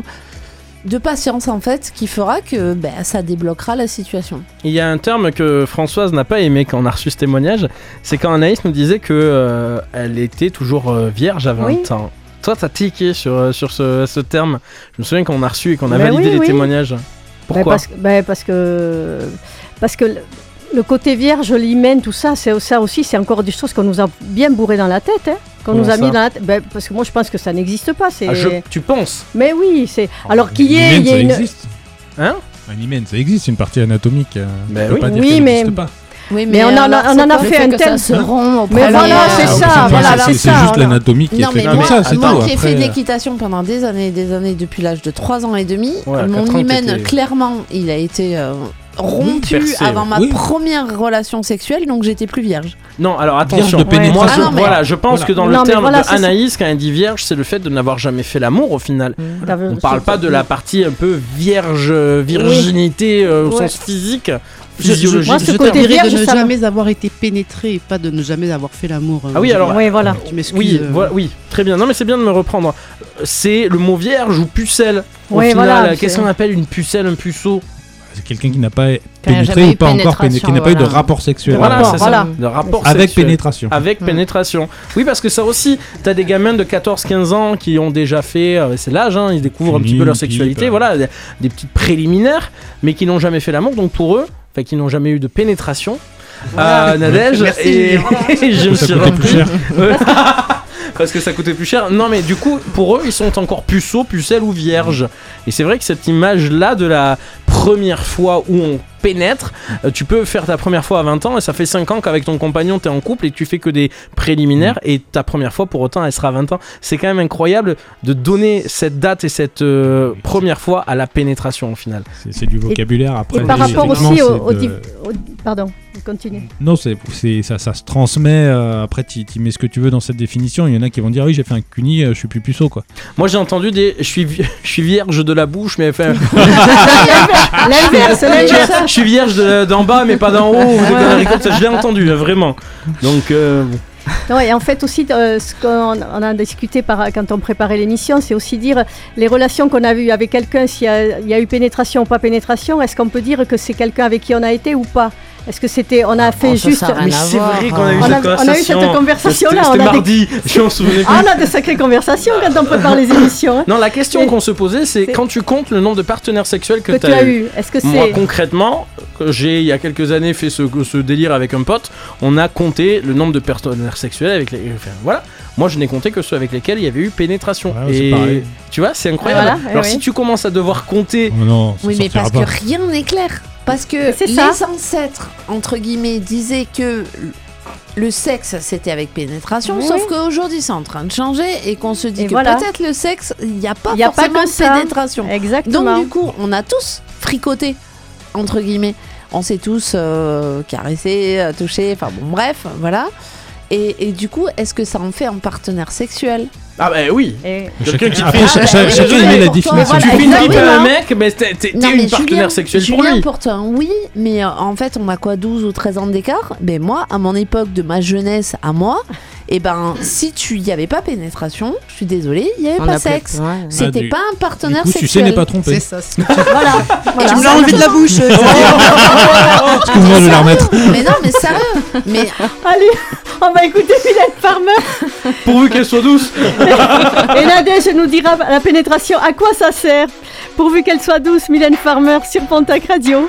de patience, en fait, qui fera que ben, ça débloquera la situation. Il y a un terme que Françoise n'a pas aimé quand on a reçu ce témoignage, c'est quand Anaïs nous disait que euh, elle était toujours euh, vierge à vingt Oui. ans. Toi, t'as tiqué sur, euh, sur ce, ce terme. Je me souviens qu'on a reçu et qu'on a Ben validé oui, les oui. témoignages. Ben, Pourquoi parce, que- ben, parce que parce que le, le côté vierge, l'hymen, tout ça, c'est ça aussi, c'est encore des choses qu'on nous a bien bourré dans la tête, hein, qu'on Comment nous a ça mis dans la tête. Ben, parce que moi, je pense que ça n'existe pas. C'est... Ah, je- Tu penses Mais oui, c'est. Alors qu'il y Un ait, hymen, il y ça ait une. existe. Hein Un hymen, ça existe, une partie anatomique. euh, Ben on peut oui. pas dire Oui, qu'elle mais- n'existe pas. Oui, Mais on en a- alors, on c'est en a pas- Le fait fait un que tel- ça se rompt au Mais premier, voilà, euh, c'est Ah, ça, ok, enfin, voilà, c'est- c'est c'est ça, juste voilà. l'anatomie qui Non, est mais faite moi, comme ça, c'est moi tout. qui ai Après, fait de euh, l'équitation pendant des années et des années depuis l'âge de trois ans et demi, Ouais, à mon quatre ans, hymen, t'étais- clairement, il a été euh, rompu Percé, avant ma oui. première relation sexuelle, donc j'étais plus vierge. Non, alors attention. Vierge de pénétration. Moi, je, Ah non, mais- voilà, je pense Voilà. que dans Non, le mais terme voilà, de c'est- Anaïs, quand elle dit vierge, c'est le fait de n'avoir jamais fait l'amour au final. On parle pas de la partie un peu vierge, euh, virginité euh, au Ouais. sens physique, Je, je, physiologique. Moi, ce je côté te dirais vierge, de ne ça me- jamais avoir été pénétré et pas de ne jamais avoir fait l'amour. euh, Ah oui, alors- Oui, voilà. Tu m'excuses. Oui, euh, voilà, oui, très bien. Non, mais c'est bien de me reprendre. C'est le mot vierge ou pucelle. Au Oui, final, voilà, qu'est-ce c'est- qu'on appelle une pucelle, un puceau? C'est quelqu'un qui n'a pas Qui n'a pénétré jamais ou eu pas encore pénétré, pénétration, qui n'a pas eu de voilà. rapport sexuel. Voilà, Rapport, c'est voilà. ça. De rapport Avec sexuel. pénétration. Avec Mm. pénétration. Oui, parce que ça aussi, t'as des gamins de quatorze quinze ans qui ont déjà fait, euh, c'est l'âge, hein, ils découvrent un petit peu leur Une pipe, sexualité, euh. voilà, des, des petites préliminaires, mais qui n'ont jamais fait l'amour, donc pour eux, enfin qui n'ont jamais eu de pénétration, euh, Nadège, Merci. et je me Ça suis coûtait repris. plus cher. Ouais. Parce que ça coûtait plus cher. Non, mais du coup, pour eux, ils sont encore puceaux, pucelles ou vierges. Et c'est vrai que cette image-là de la première fois où on pénètre, euh, tu peux faire ta première fois à vingt ans et ça fait cinq ans qu'avec ton compagnon t'es en couple et tu fais que des préliminaires et ta première fois pour autant elle sera à vingt ans. C'est quand même incroyable de donner cette date et cette euh, première fois à la pénétration au final. C'est, c'est du vocabulaire après. Et par rapport effectivement, aussi c'est au, au de- div- au- Pardon, continue. Non, c'est, c'est, ça, ça se transmet. euh, après, tu mets ce que tu veux dans cette définition. Il y en a qui vont dire oui, j'ai fait un cuni, euh, je suis plus puceau, quoi. Moi j'ai entendu des. Je suis, vi- je suis vierge de la bouche, mais enfin. L'inverse, l'inverse. Je suis vierge de- d'en bas, mais pas d'en haut. ou des conneries comme ça. Je l'ai entendu, hein, vraiment. Donc. euh, bon. Non, et en fait aussi, euh, ce qu'on on a discuté par, quand on préparait l'émission, c'est aussi dire les relations qu'on a eues avec quelqu'un, s'il y a, il y a eu pénétration ou pas pénétration, est-ce qu'on peut dire que c'est quelqu'un avec qui on a été ou pas? Est-ce que c'était, on a fait Oh, ça, juste... ça a rien Mais à c'est voir, vrai qu'on a eu On a- cette on a eu conversation. cette conversation-là, C'était, on c'était a des- mardi, je m'en souvenais plus. Ah, on a de sacrées conversations quand on prépare les émissions. Hein, Non, la question Et- qu'on se posait, c'est c'est- quand tu comptes le nombre de partenaires sexuels que, que tu tu as eu. Est-ce que c'est... Moi, concrètement, que j'ai il y a quelques années fait ce, ce délire avec un pote, on a compté le nombre de partenaires sexuels avec les. Enfin, voilà. Moi, je n'ai compté que ceux avec lesquels il y avait eu pénétration. Ouais, c'est Et pareil. tu vois, c'est incroyable. Ah, voilà, Alors, ouais, si ouais. tu commences à devoir compter. Oh non, ça Oui, mais sortira parce pas. que rien n'est clair. Parce que C'est les ça. ancêtres, entre guillemets, disaient que le sexe, c'était avec pénétration, Oui. sauf qu'aujourd'hui, c'est en train de changer et qu'on se dit Et que voilà. peut-être le sexe, il n'y a pas Il y a pas forcément que de ça. pénétration. Exactement. Donc, du coup, on a tous fricoté, entre guillemets. On s'est tous euh, caressés, euh, touchés, enfin bon, bref, voilà. Et, et du coup, est-ce que ça en fait un partenaire sexuel? Ah, bah oui. Et- Quelqu'un qui Après, fait- cha- Ah, cha- bah, chacun oui, il met la pour toi, définition. voilà, Tu fais une pipe à un exactement. mec, mais t'es, t'es- t'es Non, mais une partenaire Julien- sexuelle pour Julien, lui. pour toi, oui, mais euh, en fait, on a quoi, douze ou treize ans d'écart? Ben moi, à mon époque de ma jeunesse, à moi, et ben, si tu y avait pas pénétration, je suis désolée, il y avait On pas a plus- sexe. ouais. C'était Ah, du- pas un Du partenaire coup, tu sais, sexuel. n'est pas trompé. C'est ça. c'est- Voilà. voilà. Tu me l'as enlevé de la bouche. euh, Excuse-moi, je vais la remettre. Mais non, mais sérieux. Mais Allez, on va écouter Mylène Farmer. Pourvu qu'elle soit douce. Et Nadège nous dira la pénétration, à quoi ça sert? Pourvu qu'elle soit douce, Mylène Farmer sur Pontac Radio.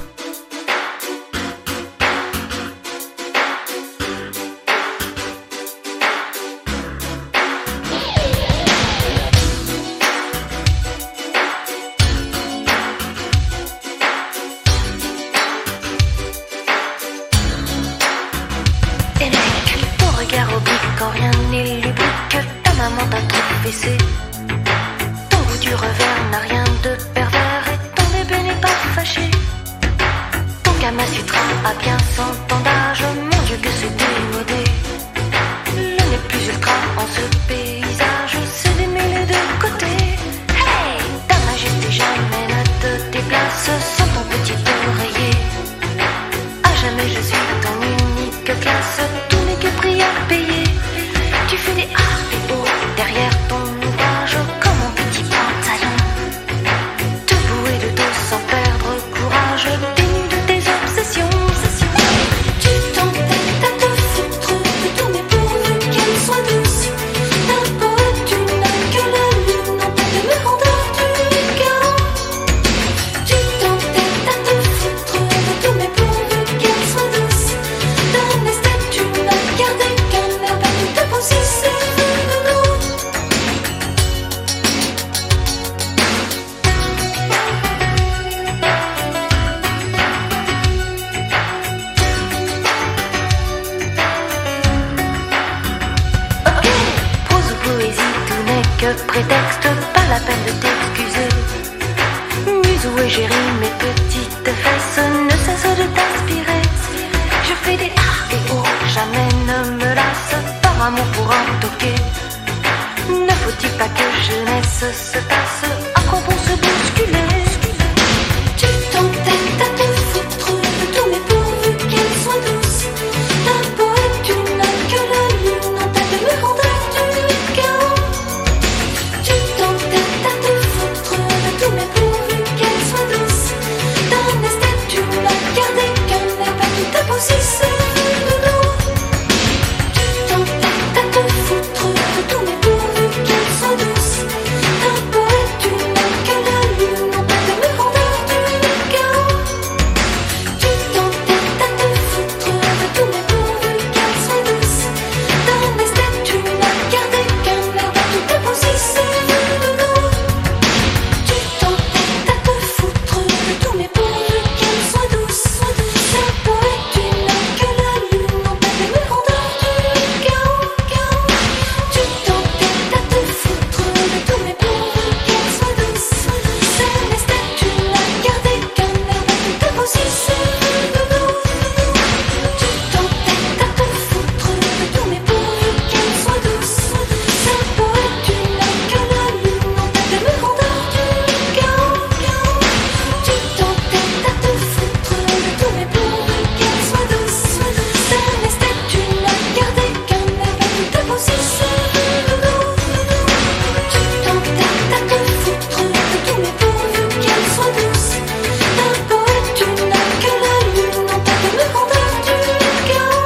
Et mec, ton regard oblique quand rien n'est lubrique, ta maman t'a trop baissé. Ton goût du revers n'a rien de pervers et ton bébé n'est pas fâché. Ton Kama Sutra a bien cent ans d'âge, mon Dieu que c'est démodé. Le n'est plus ultra en ce paysage, c'est démêlé de côté. Hey, ta majesté jamais ne te déplace sans ton petit oreiller. À jamais je suis ton unique classe, tout n'est que prix à payer. Tu fais des arts et beaux derrière ton ouvrage comme un petit pantalon. Debout et de dos sans perdre courage, dénu de tes obsessions. Tu t'entêtes à te foutre de tout, mais pourvu qu'elle soit douce. D'abord tu n'as que la lune en tête de me rendre du garant. Tu t'entêtes à te foutre de tout, mais pourvu qu'elle soit douce. D'un esthète tu n'as gardé qu'un air battu de peau si c'est rigolo. Ok, prose ou poésie, tout n'est que prétexte, pas la peine de t'excuser. Muse ou égérie, mes petites tes fesses ne cessent de t'inspirer. Je fais des ah et oh, jamais ne me lasse par amour pour en toquer. Ne faut-il pas que jeunesse se tasse, à quoi bon se bousculer? Tu t'entêtes à te foutre de tous mes pourvus qu'elle soit douce. Ta peau est une que la lune en tête de me rendre du chaos. Tu t'entêtes à te foutre de tous mes pourvus qu'elle soit douce. D'un esthète tu n'as gardé qu'un air pas tout à pousser, c'est de l'eau. Tu t'entêtes à te foutre de tous mes pourvus qu'elle soit douce. Ta peau est une que la lune en tête de me rendre du chaos. Tu t'entêtes à te foutre de tous mes pourvus qu'elle soit douce. D'un esthète tu n'as gardé qu'un air pas tout à pousser, c'est de l'eau. Tu t'entêtes à te foutre de tous mes pourvus qu'elle soit douce. Ta peau est une que la lune en tête de me rendre du chaos. Tu t'entêtes à te foutre de tous mes pourvus qu'elle soit douce. C'est l'esthète tu n'as gardé qu'un air pas tout à pousser, c'est de l'eau. Tu t'entêtes à te foutre de tous mes pourvus qu'elle soit douce. Ta peau est une que la lune en tête de me rendre du chaos. Tu t'entêtes à te foutre de tous mes pourvus qu'elle soit douce. C'est l'esthète tu n'as gardé qu'un air pas tout à pousser, c'est de l'eau. Tu t'entêtes à te foutre de tous mes pourvus qu'elle soit douce. Ta peau est une que la lune en tête de me rendre du chaos.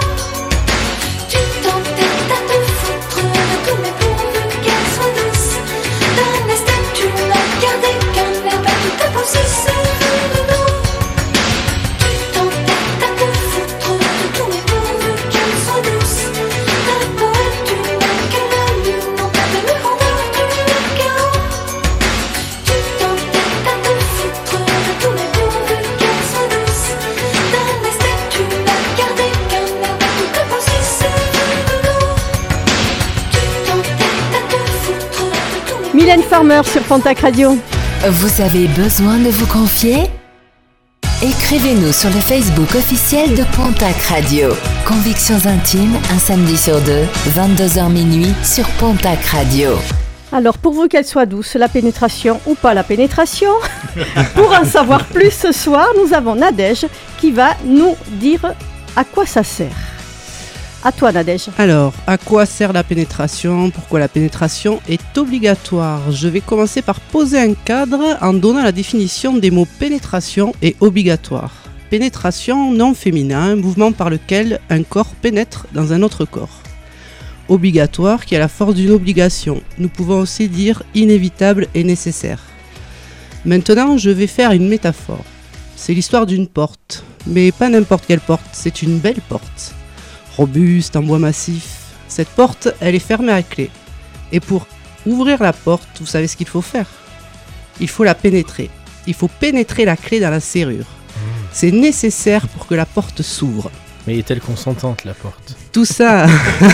Tu t'entêtes à te foutre de tous mes pourvus qu'elle soit douce. D'un esthète tu n'as gardé qu'un air pas tout à pousser, c'est de l'eau. Tu t'entêtes à te foutre de tous mes pourvus qu'elle soit douce. Ta peau est une que la lune en tête de me rendre du chaos. Tu t'entêtes à te foutre de tous mes pourvus qu'elle soit douce. D'un esthète tu n'as gardé qu'un air pas tout à pousser, c'est de l'eau. Tu t'entêtes à te foutre de tous mes Mylène Farmer sur Pontac Radio. Vous avez besoin de vous confier? Écrivez-nous sur le Facebook officiel de Pontac Radio. Convictions intimes, un samedi sur deux, vingt-deux heures minuit sur Pontac Radio. Alors, pour vous qu'elle soit douce, la pénétration ou pas la pénétration, pour en savoir plus ce soir, nous avons Nadège qui va nous dire à quoi ça sert. À toi, Nadège. Alors, à quoi sert la pénétration? Pourquoi la pénétration est obligatoire? Je vais commencer par poser un cadre en donnant la définition des mots pénétration et obligatoire. Pénétration, nom féminin, un mouvement par lequel un corps pénètre dans un autre corps. Obligatoire, qui a la force d'une obligation. Nous pouvons aussi dire inévitable et nécessaire. Maintenant, je vais faire une métaphore. C'est l'histoire d'une porte, mais pas n'importe quelle porte, c'est une belle porte. Robuste, en bois massif. Cette porte, elle est fermée à clé. Et pour ouvrir la porte, vous savez ce qu'il faut faire? Il faut la pénétrer. Il faut pénétrer la clé dans la serrure. C'est nécessaire pour que la porte s'ouvre. Mais est-elle consentante, la porte? Tout ça...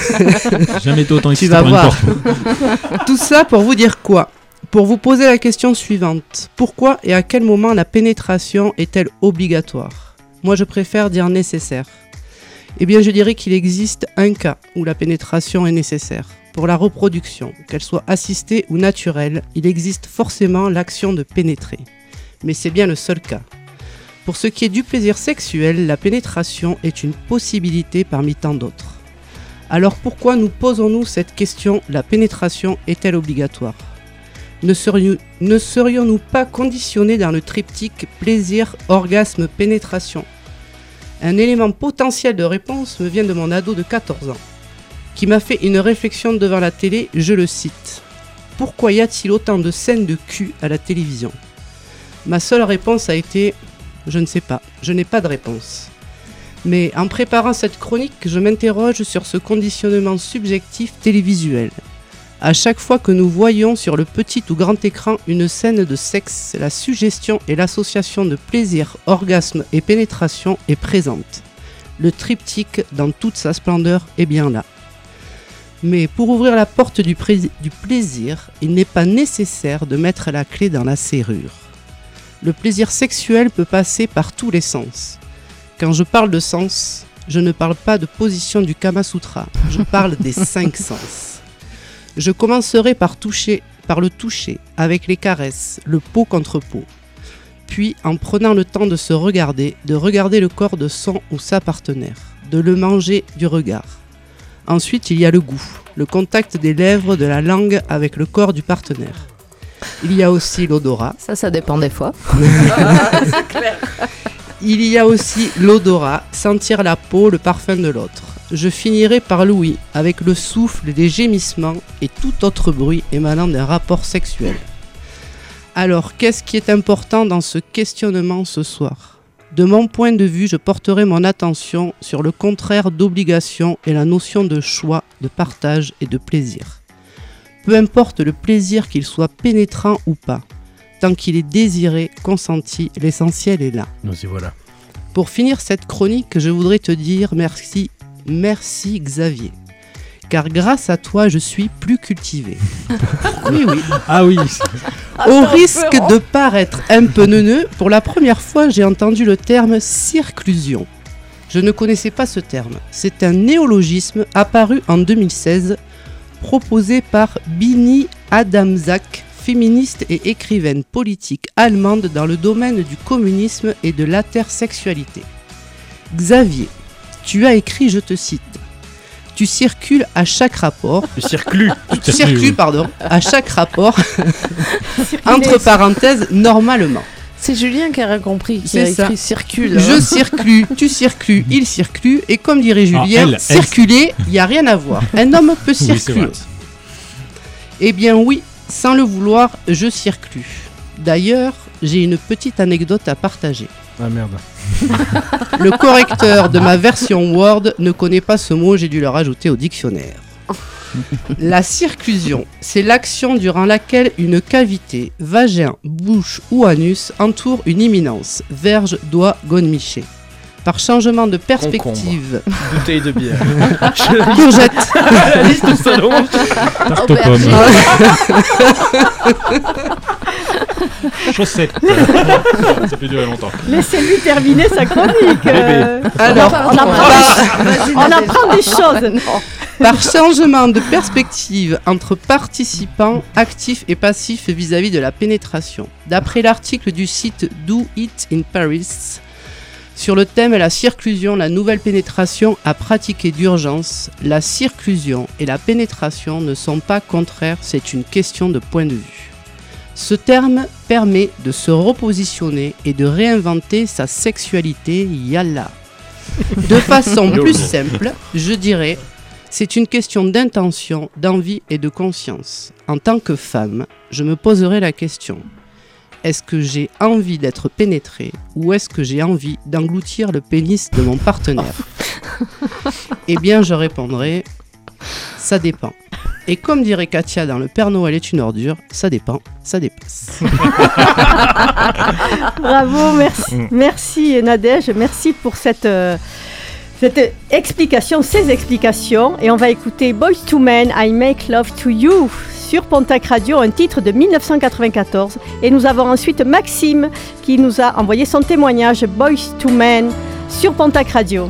Jamais été autant Tu excité vas par une voir. porte. Tout ça pour vous dire quoi? Pour vous poser la question suivante. Pourquoi et à quel moment la pénétration est-elle obligatoire? Moi, je préfère dire nécessaire. Eh bien, je dirais qu'il existe un cas où la pénétration est nécessaire. Pour la reproduction, qu'elle soit assistée ou naturelle, il existe forcément l'action de pénétrer. Mais c'est bien le seul cas. Pour ce qui est du plaisir sexuel, la pénétration est une possibilité parmi tant d'autres. Alors pourquoi nous posons-nous cette question, la pénétration est-elle obligatoire? Ne serions, ne serions-nous pas conditionnés dans le triptyque plaisir, orgasme, pénétration? Un élément potentiel de réponse me vient de mon ado de quatorze ans, qui m'a fait une réflexion devant la télé, je le cite. Pourquoi y a-t-il autant de scènes de cul à la télévision? Ma seule réponse a été, je ne sais pas, je n'ai pas de réponse. Mais en préparant cette chronique, je m'interroge sur ce conditionnement subjectif télévisuel. À chaque fois que nous voyons sur le petit ou grand écran une scène de sexe, la suggestion et l'association de plaisir, orgasme et pénétration est présente. Le triptyque dans toute sa splendeur est bien là. Mais pour ouvrir la porte du, pré- du plaisir, il n'est pas nécessaire de mettre la clé dans la serrure. Le plaisir sexuel peut passer par tous les sens. Quand je parle de sens, je ne parle pas de position du Kama Sutra, je parle des cinq sens. Je commencerai par toucher, par le toucher, avec les caresses, le peau contre peau. Puis, en prenant le temps de se regarder, de regarder le corps de son ou sa partenaire, de le manger du regard. Ensuite, il y a le goût, le contact des lèvres, de la langue avec le corps du partenaire. Il y a aussi l'odorat. Ça, ça dépend des fois. C'est clair. Il y a aussi l'odorat, sentir la peau, le parfum de l'autre. Je finirai par l'ouïe, avec le souffle, les gémissements et tout autre bruit émanant d'un rapport sexuel. Alors, qu'est-ce qui est important dans ce questionnement ce soir ? De mon point de vue, je porterai mon attention sur le contraire d'obligation et la notion de choix, de partage et de plaisir. Peu importe le plaisir, qu'il soit pénétrant ou pas, tant qu'il est désiré, consenti, l'essentiel est là. Nous y voilà. Pour finir cette chronique, je voudrais te dire merci, merci Xavier. Car grâce à toi, je suis plus cultivé. Oui, oui. Ah oui. Au risque de paraître un peu neuneux, pour la première fois, j'ai entendu le terme circlusion. Je ne connaissais pas ce terme. C'est un néologisme apparu en deux mille seize, proposé par Bini Adamczak, féministe et écrivaine politique allemande dans le domaine du communisme et de l'intersexualité. Xavier, tu as écrit, je te cite, « Tu circules à chaque rapport... » Tu circules. Tu circules, pardon, à chaque rapport, entre parenthèses, normalement. C'est Julien qui a compris, qui C'est a ça. écrit circule. Je circule, tu circules, il circule, et comme dirait Julien, Ah, elle, elle- circuler, il n'y a rien à voir. Un homme peut Oui, c'est circuler. vrai. Eh bien oui, sans le vouloir, je circule. D'ailleurs, j'ai une petite anecdote à partager. Ah merde. Le correcteur de ma version Word ne connaît pas ce mot, j'ai dû le rajouter au dictionnaire. La circlusion, c'est l'action durant laquelle une cavité, vagin, bouche ou anus entoure une imminence, verge, doigt, godemiché. Par changement de perspective... Bouteille de bière. Courgette. La liste au salon. Tarte aux pommes. Chaussettes. Ça peut durer longtemps. Laissez-lui terminer sa chronique. euh. Alors, on, apprend, Vas-y, on apprend des choses. Par changement de perspective entre participants actifs et passifs vis-à-vis de la pénétration. D'après l'article du site Do It in Paris, sur le thème la circlusion, la nouvelle pénétration à pratiquer d'urgence, la circlusion et la pénétration ne sont pas contraires, c'est une question de point de vue. Ce terme permet de se repositionner et de réinventer sa sexualité, yalla. De façon plus simple, je dirais, c'est une question d'intention, d'envie et de conscience. En tant que femme, je me poserai la question, est-ce que j'ai envie d'être pénétrée ou est-ce que j'ai envie d'engloutir le pénis de mon partenaire ? Eh bien, je répondrai, ça dépend. Et comme dirait Katia dans Le Père Noël est une ordure, ça dépend, ça dépasse. Bravo, merci, merci Nadège, merci pour cette, euh, cette explication, ces explications. Et on va écouter Boyz two Men, I Make Love to You sur Pontac Radio, un titre de dix-neuf cent quatre-vingt-quatorze. Et nous avons ensuite Maxime qui nous a envoyé son témoignage, Boyz two Men sur Pontac Radio.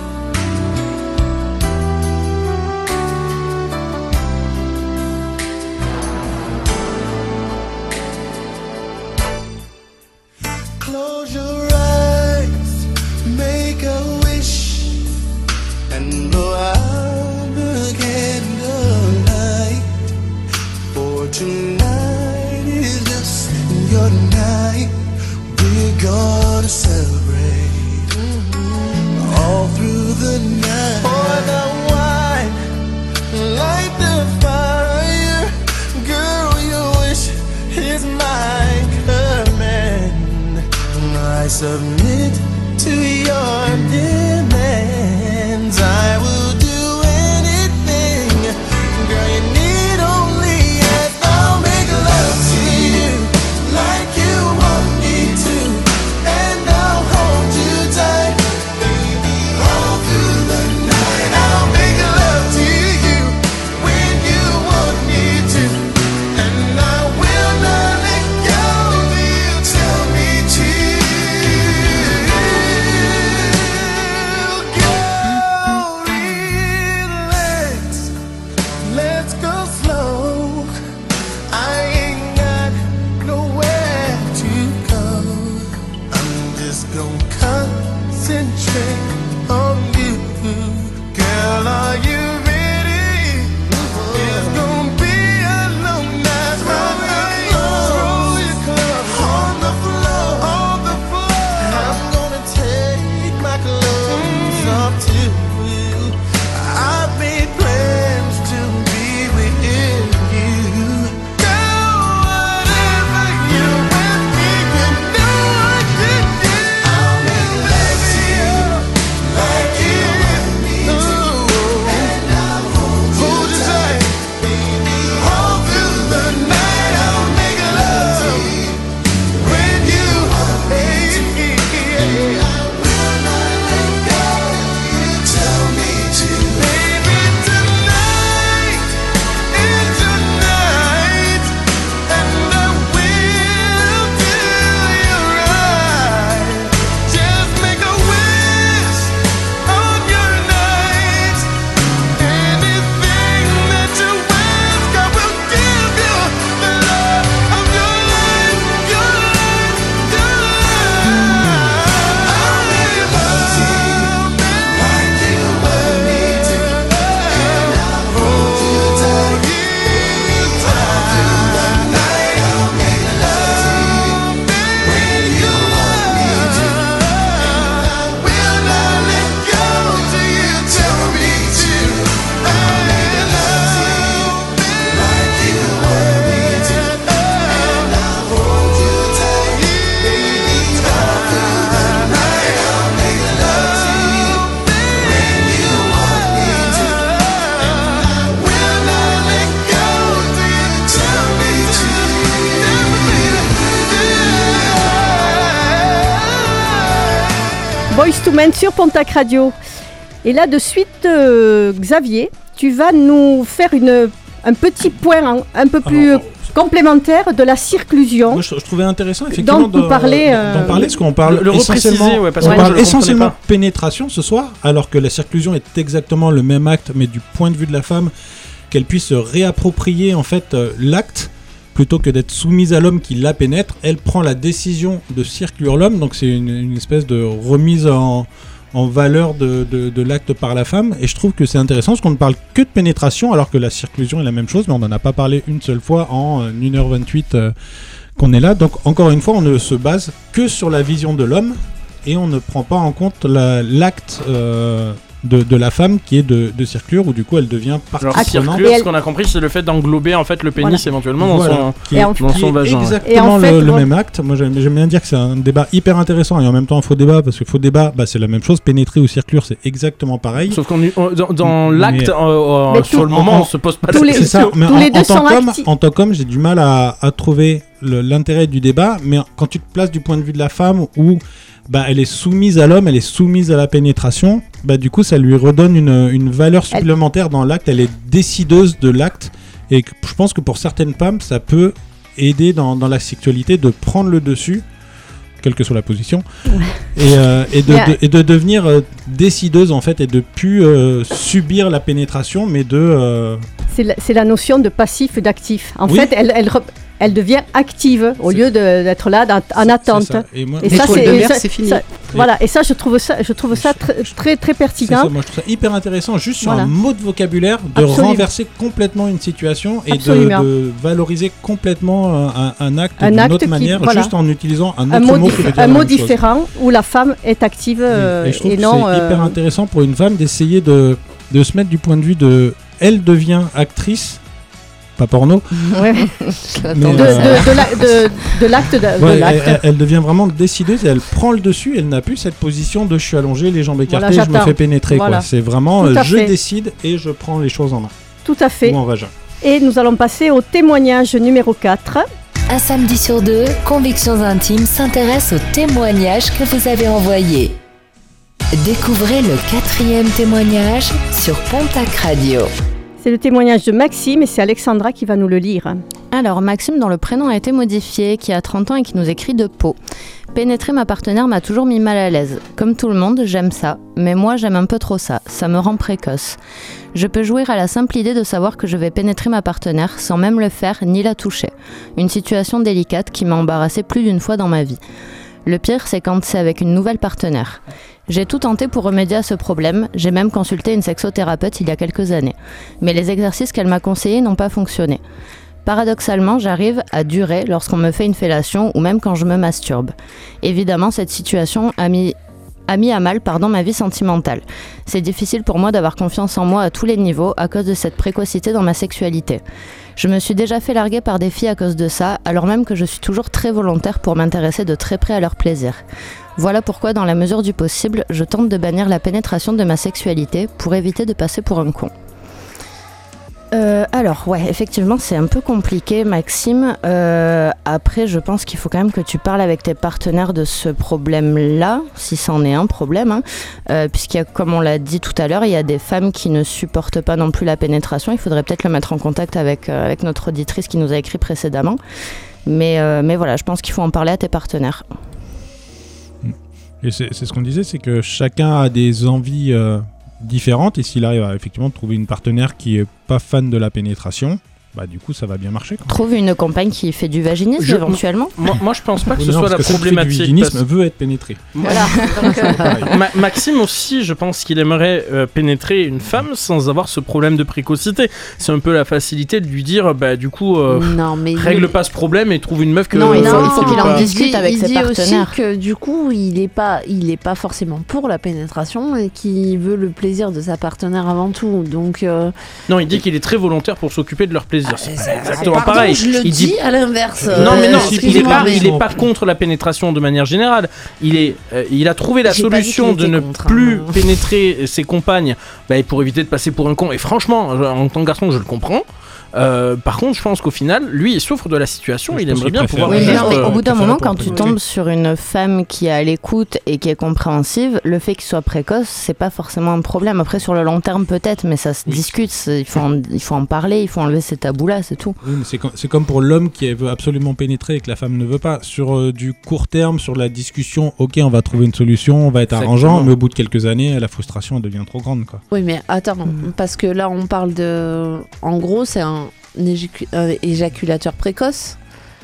Close your eyes, make a wish, and blow out the candlelight. For tonight is just your night. We're gonna celebrate all through the night. Pour the wine, light the fire. Girl, your wish is my command. I submit to your demands. I will do anything. Girl, you need only ask. I'll make love to you like you want me to, and I'll Boyz two Men sur Pontac Radio. Et là, de suite, euh, Xavier, tu vas nous faire une, un petit point un, un peu plus Alors, complémentaire de la circlusion. Moi, je, je trouvais intéressant, effectivement, d'en parler, euh... d'en parler, parce qu'on parle le, le essentiellement, ouais, parce on que parle je essentiellement pénétration ce soir, alors que la circlusion est exactement le même acte, mais du point de vue de la femme, qu'elle puisse se réapproprier en fait euh, l'acte. Plutôt que d'être soumise à l'homme qui la pénètre, elle prend la décision de circlure l'homme. Donc c'est une, une espèce de remise en, en valeur de, de, de l'acte par la femme. Et je trouve que c'est intéressant parce qu'on ne parle que de pénétration alors que la circlusion est la même chose. Mais on n'en a pas parlé une seule fois en euh, une heure vingt-huit euh, qu'on est là. Donc encore une fois, on ne se base que sur la vision de l'homme et on ne prend pas en compte la, l'acte... Euh, De, de la femme qui est de, de circlure où du coup elle devient partie prenante. Circule, ce qu'on a compris, c'est le fait d'englober en fait le pénis voilà. éventuellement dans voilà. son, qui est, dans qui son est vagin. Exactement en le, fait, le bon. même acte. Moi j'aime, j'aime bien dire que c'est un débat hyper intéressant et en même temps un faux débat parce que faux débat bah, c'est la même chose. Pénétrer ou circlure c'est exactement pareil. Sauf qu'on on, dans, dans mais, l'acte euh, euh, sur tout, le moment en, on se pose pas tous la les, question. Ça, mais tous en, les deux en, tant qu'homme, acti- en tant qu'homme j'ai du mal à, à trouver le, l'intérêt du débat, mais quand tu te places du point de vue de la femme où bah, elle est soumise à l'homme, elle est soumise à la pénétration, bah, du coup ça lui redonne une, une valeur supplémentaire elle... dans l'acte, elle est décideuse de l'acte, et je pense que pour certaines femmes ça peut aider dans, dans la sexualité de prendre le dessus, quelle que soit la position, et, euh, et, de, yeah. de, et de devenir euh, décideuse en fait, et de plus euh, subir la pénétration, mais de... Euh... C'est, la, c'est la notion de passif et d'actif. En oui. fait, elle... elle rep... elle devient active au c'est lieu de, d'être là dans, en c'est, attente. C'est ça. Et, moi, et ça, c'est, de mer, ça, c'est fini. Ça, voilà, et ça, je trouve ça, je trouve ça très, très, très pertinent. Ça, moi, je trouve ça hyper intéressant, juste sur voilà. un mot de vocabulaire, de Absolument. renverser complètement une situation et de, de valoriser complètement un, un acte un d'une acte autre qui, manière, voilà. juste en utilisant un autre un mot, mot, dif- un mot différent chose. Où la femme est active euh, et, et je trouve et que non. C'est euh... hyper intéressant pour une femme d'essayer de, de se mettre du point de vue de, elle devient actrice. Pas porno. Ouais. Mais de, euh... de, de, la, de, de l'acte. De, ouais, de l'acte. Elle, elle devient vraiment décideuse et elle prend le dessus. Elle n'a plus cette position de je suis allongé, les jambes écartées, voilà, je me fais pénétrer. Voilà. Quoi. C'est vraiment euh, je fait. décide et je prends les choses en main. Tout à fait. Ou en vagin. Et nous allons passer au témoignage numéro quatre. Un samedi sur deux, Convictions Intimes s'intéresse aux témoignages que vous avez envoyés. Découvrez le quatrième témoignage sur Pontac Radio. C'est le témoignage de Maxime et c'est Alexandra qui va nous le lire. Alors Maxime, dont le prénom a été modifié, qui a trente ans et qui nous écrit de Pau. Pénétrer ma partenaire m'a toujours mis mal à l'aise. Comme tout le monde, j'aime ça, mais moi j'aime un peu trop ça, ça me rend précoce. Je peux jouir à la simple idée de savoir que je vais pénétrer ma partenaire sans même le faire ni la toucher. Une situation délicate qui m'a embarrassée plus d'une fois dans ma vie. Le pire, c'est quand c'est avec une nouvelle partenaire. J'ai tout tenté pour remédier à ce problème, j'ai même consulté une sexothérapeute il y a quelques années. Mais les exercices qu'elle m'a conseillés n'ont pas fonctionné. Paradoxalement, j'arrive à durer lorsqu'on me fait une fellation ou même quand je me masturbe. Évidemment, cette situation a mis, a mis à mal pardon, ma vie sentimentale. C'est difficile pour moi d'avoir confiance en moi à tous les niveaux à cause de cette précocité dans ma sexualité. Je me suis déjà fait larguer par des filles à cause de ça, alors même que je suis toujours très volontaire pour m'intéresser de très près à leur plaisir. Voilà pourquoi, dans la mesure du possible, je tente de bannir la pénétration de ma sexualité pour éviter de passer pour un con. Euh, alors, ouais, effectivement, c'est un peu compliqué, Maxime. Euh, après, je pense qu'il faut quand même que tu parles avec tes partenaires de ce problème-là, si c'en est un problème, hein, euh, puisqu'il y a, comme on l'a dit tout à l'heure, il y a des femmes qui ne supportent pas non plus la pénétration. Il faudrait peut-être le mettre en contact avec, euh, avec notre auditrice qui nous a écrit précédemment. Mais, euh, mais voilà, je pense qu'il faut en parler à tes partenaires. Et c'est, c'est ce qu'on disait, c'est que chacun a des envies euh, différentes, et s'il arrive à effectivement trouver une partenaire qui est pas fan de la pénétration, bah du coup ça va bien marcher. Quoi. Trouve une compagne qui fait du vaginisme je, éventuellement. Moi, moi je pense pas que oui, ce non, soit la que problématique. Le vaginisme parce... veut être pénétré. Voilà. Donc, euh, Ma- Maxime aussi, je pense qu'il aimerait euh, pénétrer une femme sans avoir ce problème de précocité. C'est un peu la facilité de lui dire, bah du coup, euh, non, mais règle il... pas ce problème et trouve une meuf que. Non, il, non, il faut qu'il en discute avec il ses dit partenaires. Aussi que du coup, il est pas, il est pas forcément pour la pénétration et qu'il veut le plaisir de sa partenaire avant tout. Donc. Euh... Non, il dit qu'il est très volontaire pour s'occuper de leur plaisir. Ah, c'est ça, pas exactement pardon, pareil. Je le il dis dit à l'inverse. Non, mais non, euh, il est pas, il est pas contre la pénétration de manière générale. Il est, euh, il a trouvé la J'ai solution de ne contre, plus hein. pénétrer ses compagnes, bah, pour éviter de passer pour un con. Et franchement, en tant que garçon, je le comprends. Euh, par contre, je pense qu'au final, lui, il souffre de la situation. Je il pense aimerait qu'il bien préfère- pouvoir. Oui, Ouais, mais juste, non, mais euh, au bout d'un préfère moment, pour quand tu prévenir. tombes sur une femme qui est à l'écoute et qui est compréhensive, le fait qu'il soit précoce, c'est pas forcément un problème. Après, sur le long terme, peut-être, mais ça se Oui. discute. c'est- Il faut, en, il faut en parler, il faut enlever ces tabous-là, c'est tout. Oui, mais c'est, com- c'est comme pour l'homme qui veut absolument pénétrer et que la femme ne veut pas. Sur euh, du court terme, sur la discussion, ok, on va trouver une solution, on va être Exactement. arrangeant, mais au bout de quelques années, la frustration elle devient trop grande. Quoi. Oui, mais attends, parce que là, on parle de. En gros, c'est un, éjacu- un éjaculateur précoce.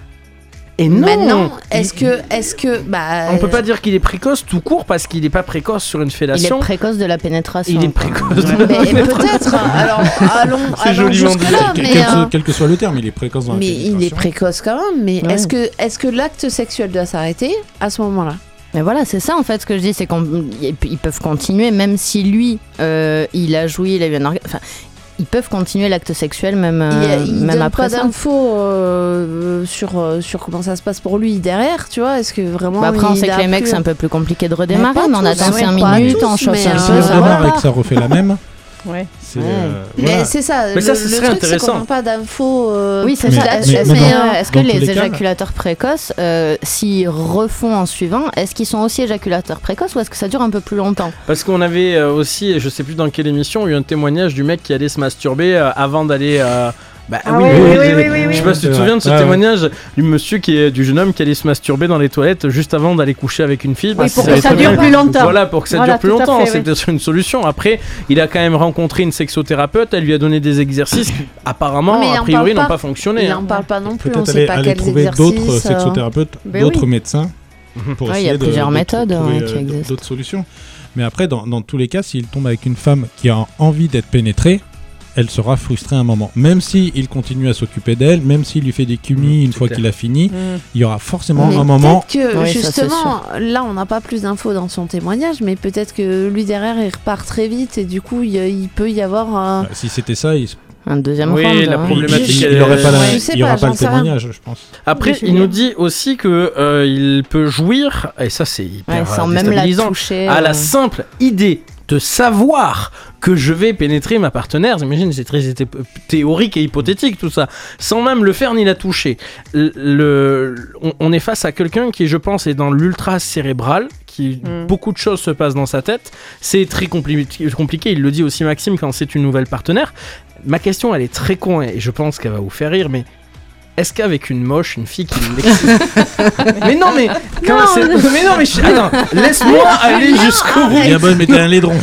Et non. Maintenant, est-ce Il- que. Est-ce que bah, On peut pas dire qu'il est précoce tout court parce qu'il est pas précoce sur une Il est fellation. précoce de la pénétration. Il est précoce. de- Mais peut-être. Alors, allons, C'est allons joliment dit. jusque-là. Quel, Mais, quel- euh, quel que soit le terme, il est précoce dans la mais il est pénétration. précoce quand même. Mais Ouais. est-ce que, est-ce que l'acte sexuel doit s'arrêter à ce moment-là? Mais voilà, c'est ça en fait ce que je dis, c'est qu'ils peuvent continuer, même si lui, euh, il a joui, il a eu un orgasme. Enfin, ils peuvent continuer l'acte sexuel même, Il, euh, il même donne après pas ça. d'infos euh, sur, euh, sur comment ça se passe pour lui derrière, tu vois. Est-ce que vraiment. Bah après, on il sait que a les mecs, pu- c'est un peu plus compliqué de redémarrer, pas mais, on tous, attend ouais, cinq pas minutes, tous, on chauffe mais, un euh, Si peu, on ça redémarre va. et que ça refait la même, Ouais. c'est. Ouais. euh, Mais voilà. c'est ça. Mais le, ça, ce le serait truc, c'est intéressant. qu'on n'a pas d'infos. euh, Oui, c'est plus Mais- ça. là-dessus, Est-ce mais mais, dans- euh, est-ce que dans tous les les cas, éjaculateurs précoces, euh, s'ils refont en suivant, est-ce qu'ils sont aussi éjaculateurs précoces ou est-ce que ça dure un peu plus longtemps? Parce qu'on avait euh, aussi, je sais plus dans quelle émission, eu un témoignage du mec qui allait se masturber euh, avant d'aller. euh, Bah, Ah oui, oui, oui, oui, oui, Je sais oui. pas si tu te C'est souviens de ce vrai. Ah, témoignage du monsieur qui est du jeune homme qui allait se masturber dans les toilettes juste avant d'aller coucher avec une fille. Oui, pour ça que va ça être dure bien. plus longtemps. Voilà, pour que ça Voilà, dure plus tout à longtemps, fait, c'est oui. peut-être une solution. Après, il a quand même rencontré une sexothérapeute, elle lui a donné des exercices qui apparemment, Mais il a en priori, parle n'ont pas. pas fonctionné. Il hein. n'en parle pas non plus. On Peut-être sait aller, pas aller quels trouver exercices. d'autres euh, sexothérapeutes, Ben d'autres oui. médecins pour Ouais, il y essayer a de- plusieurs de méthodes, trouver, hein, qui euh, existent. d'autres solutions. Mais après, dans, dans tous les cas, s'il tombe avec une femme qui a envie d'être pénétrée, elle sera frustrée un moment. Même s'il continue à s'occuper d'elle, même s'il lui fait des cumis Mmh, une c'est fois clair. qu'il a fini, Mm. il y aura forcément Mais un moment. peut-être que Oui, ça, c'est justement, là on n'a pas plus d'infos dans son témoignage, mais peut-être que lui derrière il repart très vite et du coup il, y a- il peut y avoir un. euh, Si c'était ça, il Un deuxième Oui, round. la hein. problématique, il elle- n'aurait pas, la- Je sais il y aura pas, pas j'en le sais rien. témoignage, je pense. Après, Oui, il Julien. nous dit aussi que euh, il peut jouir, et ça c'est hyper Ouais, euh, sans même la déstabilisant, toucher. à euh, la simple idée de savoir que je vais pénétrer ma partenaire. J'imagine c'est très thé- théorique et hypothétique tout ça, sans même le faire ni la toucher. Le, le- on, on est face à quelqu'un qui, je pense, est dans l'ultra cérébral, qui Mm. beaucoup de choses se passent dans sa tête. C'est très compli- compliqué. Il le dit aussi Maxime quand c'est une nouvelle partenaire. Ma question, elle est très con et je pense qu'elle va vous faire rire, mais est-ce qu'avec une moche, une fille qui l'excite Mais non, mais quand Non, c'est- mais non, mais je- attends, laisse-moi aller jusqu'au bout. Bien bonne, mais t'as un laidron.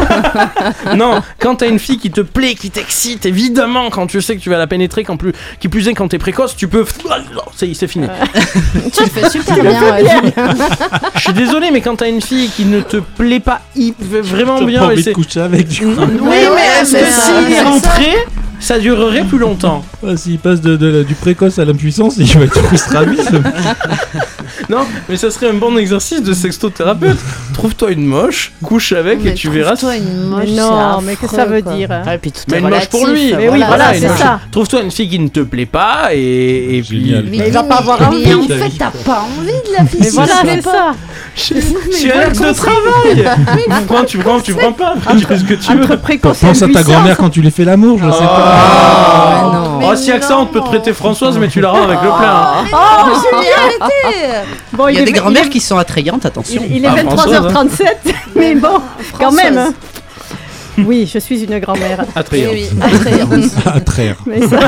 Non, quand t'as une fille qui te plaît, qui t'excite, évidemment, quand tu sais que tu vas la pénétrer, quand plus, qui plus est quand t'es précoce, tu peux. C'est, c'est fini. Tu le fais super bien. ouais. Je suis désolé, mais quand t'as une fille qui ne te plaît pas hy- vraiment T'as bien, pas et envie de c'est. coucher avec, du coup. Oui, mais ouais, est-ce mais que ça- s'il est c'est rentré, ça durerait plus longtemps? Ah, S'il passe de, de- du précoce à l'impuissance, il va être frustré à vie. ce mec. Non, mais ça serait un bon exercice de sextothérapeute. Trouve-toi une moche, couche avec Mais et tu verras. trouve-toi une moche, Mais c'est non, mais affreux, que ça veut quoi. dire, hein. Ouais, puis tout Mais est une moche pour relatif, lui. Mais oui, voilà, une c'est moche. ça. Trouve-toi une fille qui ne te plaît pas et, et puis. Génial. Mais il va pas avoir mais envie. en fait, t'as pas envie de la fille. Mais si voilà, ça c'est plaît pas. ça. Je je suis un acte de travail. Tu prends, tu prends, tu prends pas. Après, tu fais ce que tu veux. Entre précoce et Pense à ta impuissance. grand-mère quand tu lui fais l'amour, je sais pas. Ah. Ouais, non. Oh, si accent, on peut te prêter Françoise, mais tu la rends avec le plein. hein. Oh, Julie, arrêtez. Bon, Il y a est des v- grands-mères il est- qui sont attrayantes, attention. Il, il est Ah, vingt-trois heures trente-sept, mais bon, quand même. hein. Oui, je suis une grand-mère. Attrayant. Oui, oui, attrayant. À traire. Mais ça-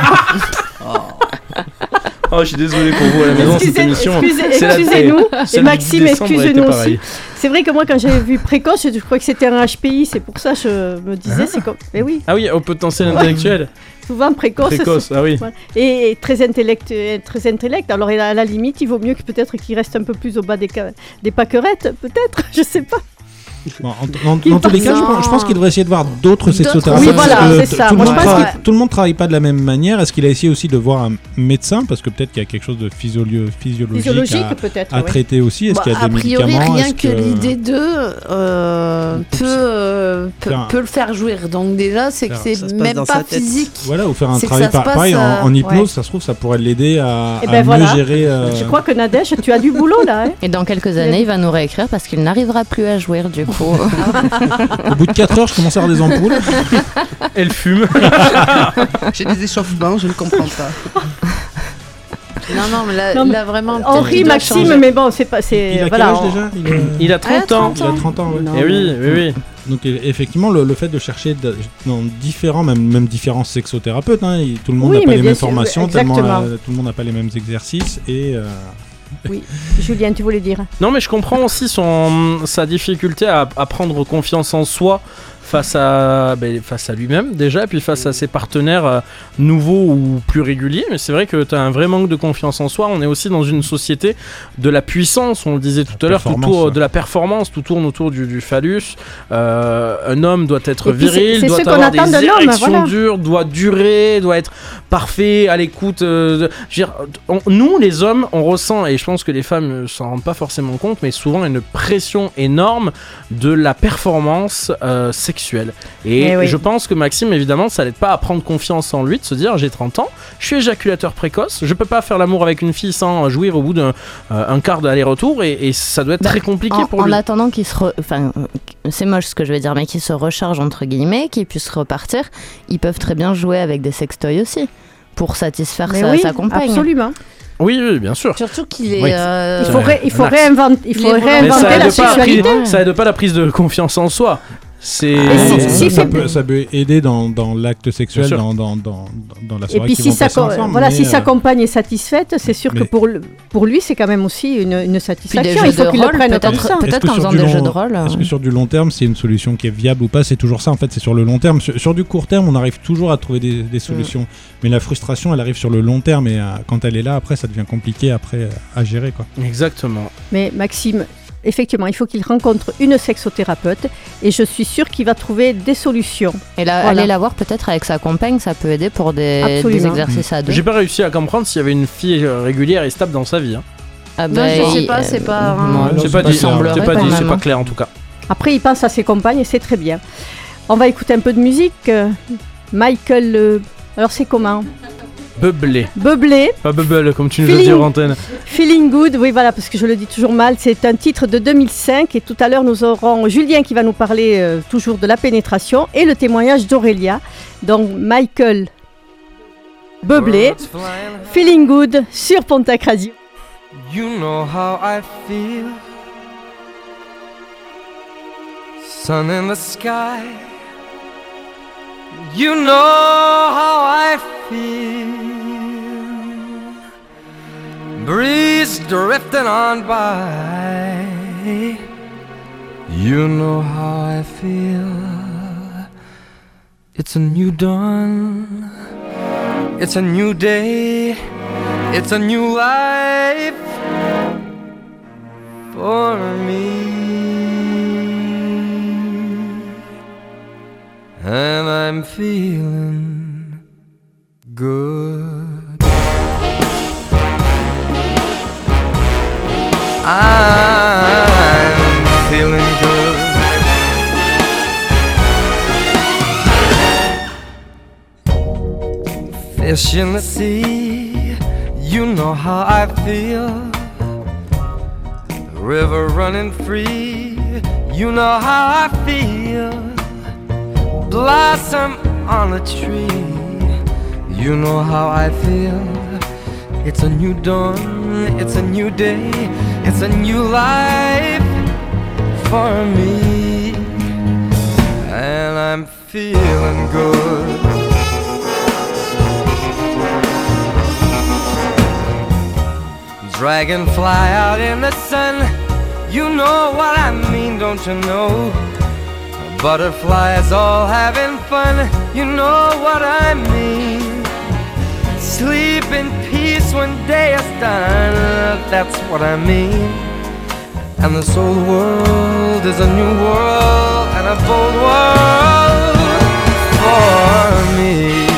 Oh, je suis désolé pour vous à la maison, cette Excusez- émission. excusez- c'est la- Excusez-nous, celle et du Maxime, décembre a été excusez-nous pareille. aussi. C'est vrai que moi, quand j'ai vu précoce, je, je crois que c'était un H P I, c'est pour ça que je me disais, c'est comme. Mais oui, Ah oui, au potentiel intellectuel. souvent précoce. Précoce, ah oui. Voilà. Et, et très intellect, euh, très intellect. Alors à la limite, il vaut mieux que peut-être qu'il reste un peu plus au bas des, ca- des pâquerettes, peut-être, je sais pas. Bon, en- en- dans tous les cas, je, Non. pense- je pense qu'il devrait essayer de voir d'autres D'autres- sexothérapeutes. Oui, voilà, parce que c'est t- ça. Tout le Moi, monde je pense tra- qu'il- tout le monde travaille pas de la même manière. Est-ce qu'il a essayé aussi de voir un médecin parce que peut-être qu'il y a quelque chose de physio- physiologique, Physiologique, à, peut-être. à oui. traiter aussi. Est-ce Bon, qu'il y a a des priori, médicaments rien Est-ce que, l'idée d'eux euh, peut, euh, peut, Faire un- peut le faire jouir. Donc déjà, c'est que Faire- c'est ça se passe même dans pas sa tête. physique. Voilà, ou faire un C'est que travail ça se par- passe, pareil en, euh, en hypnose, ouais. ça se trouve, ça pourrait l'aider à, Eh à ben mieux voilà. gérer. euh, Je crois que Nadège, tu as du boulot là. Hein. Et dans quelques années, il va nous réécrire parce qu'il n'arrivera plus à jouir du coup. faut... Au bout de quatre heures, je commence à avoir des ampoules. Elle fume. J'ai des échauffements, je ne comprends pas. Non, non, mais là, Non, mais là vraiment. On rit Maxime, changer. mais bon, c'est pas. C'est, Il a voilà, quel âge on- déjà il a... Il a trente ans. Il a trente ans, ouais. Non. Et oui, oui, oui. Donc e- effectivement, le, le fait de chercher de- dans différents, même, même différents sexothérapeutes, hein, et tout le monde Oui, n'a pas mais les bien mêmes sûr, formations, tellement exactement. euh, tout le monde n'a pas les mêmes exercices et euh, Oui, Julien, tu voulais dire. Non, mais je comprends aussi son, sa difficulté à, à prendre confiance en soi face à, ben, face à lui-même déjà, et puis face à ses partenaires euh, nouveaux ou plus réguliers. Mais c'est vrai que tu as un vrai manque de confiance en soi. On est aussi dans une société de la puissance, on le disait tout à l'heure, tout performance, tour, ouais. de la performance, tout tourne autour du, du phallus. Euh, un homme doit être Et puis c'est- viril, c'est doit ce qu'on avoir attend des d'un homme, érections voilà. dures, doit durer, doit être parfait, à l'écoute. euh, de- je veux dire, on- nous, les hommes, on ressent, et je pense que les femmes ne s'en rendent pas forcément compte, mais souvent une pression énorme de la performance euh, sexuelle. Et Eh oui. je pense que Maxime, évidemment, ça l'aide pas à prendre confiance en lui, de se dire j'ai trente ans, je suis éjaculateur précoce, je peux pas faire l'amour avec une fille sans jouir au bout d'un euh, un quart d'aller-retour, et, et ça doit être Bah, très compliqué En, pour en lui. attendant qu'il se... re- Enfin, euh, c'est moche ce que je vais dire, mais qu'il se recharge, entre guillemets, qu'il puisse repartir, ils peuvent très bien jouer avec des sextoys aussi, pour satisfaire Mais sa, oui, sa compagne. absolument. Oui, oui, bien sûr. Surtout qu'il est. Oui. euh, Il faut, ré- il faut un axe. réinventer, il Il faut est Mais réinventer ça la aide, pas la prise, sexualité. ça aide pas la prise de confiance en soi. C'est. Et si- ça, si ça fait- peut, ça peut aider dans, dans l'acte sexuel, Bien sûr. dans, dans, dans, dans la Et soirée puis qu'ils si vont sa, passer co- ensemble. voilà, mais, si sa euh, compagne est satisfaite, c'est sûr que mais- pour, le- pour lui, c'est quand même aussi une, une Puis des satisfaction. jeux Il faut de qu'il le rôle, prenne comme peut-être ça. Est-ce peut-être que qu'en sur faisant du des long- jeux de rôle. Est-ce que sur du long terme, c'est une solution qui est viable ou pas? C'est toujours ça, en fait, c'est sur le long terme. Sur, sur du court terme, on arrive toujours à trouver des, des solutions. Mais la frustration, elle arrive sur le long terme et euh, quand elle est là, après, ça devient compliqué après euh, à gérer, quoi. Exactement. Mais Maxime, effectivement, il faut qu'il rencontre une sexothérapeute et je suis sûre qu'il va trouver des solutions. Et là, Voilà. aller la voir peut-être avec sa compagne, ça peut aider pour des, Absolument. des exercices à deux. J'ai pas réussi à comprendre s'il y avait une fille euh, régulière et stable dans sa vie. Hein. Ah Non, bah, je sais il- pas, c'est pas un- moi, Non, C'est c'est pas pas dit, clair. c'est pas quand dit, c'est même, pas hein. clair en tout cas. Après, il pense à ses compagnes et c'est très bien. On va écouter un peu de musique. Euh, Michael, euh, alors c'est comment Beublé, Bublé, pas bubble comme tu nous as dit Feeling. en antenne. Feeling Good, oui voilà, parce que je le dis toujours mal, c'est un titre de deux mille cinq et tout à l'heure nous aurons Julien qui va nous parler euh, toujours de la pénétration et le témoignage d'Aurélia. Donc Michael Bublé, Feeling Good sur Pontac Radio. You know how I feel. Sun in the sky. You know how I feel. Breeze drifting on by. You know how I feel. It's a new dawn. It's a new day. It's a new life for me. And I'm feeling good. I'm feeling good. Fish in the sea, you know how I feel. River running free, you know how I feel. Blossom on a tree, you know how I feel. It's a new dawn, it's a new day, it's a new life for me. And I'm feeling good. Dragonfly out in the sun, you know what I mean, don't you know? Butterflies all having fun, you know what I mean. Sleep in peace when day is done, that's what I mean. And this whole world is a new world and a bold world for me.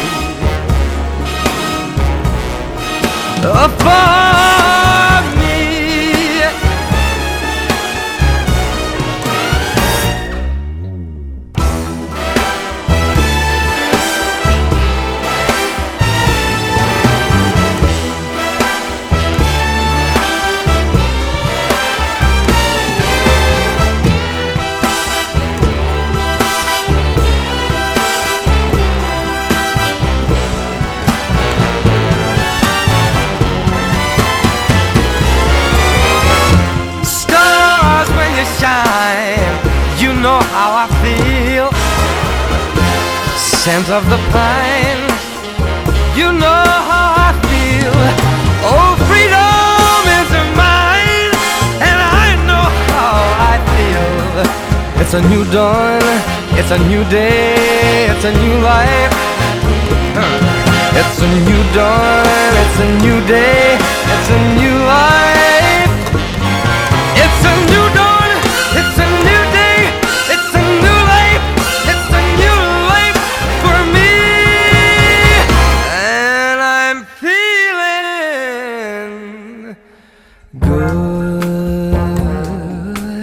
Uh, for me. scent of the pine. You know how I feel. Oh, freedom is mine, and I know how I feel. It's a new dawn, it's a new day, it's a new life. It's a new dawn, it's a new day, it's a new life. It's a new dawn, it's a new day, it's a new life. It's a new life for me, and I'm feeling good.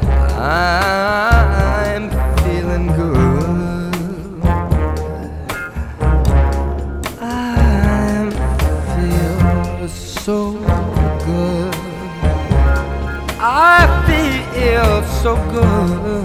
I'm feeling good. I feel so good. I feel so good.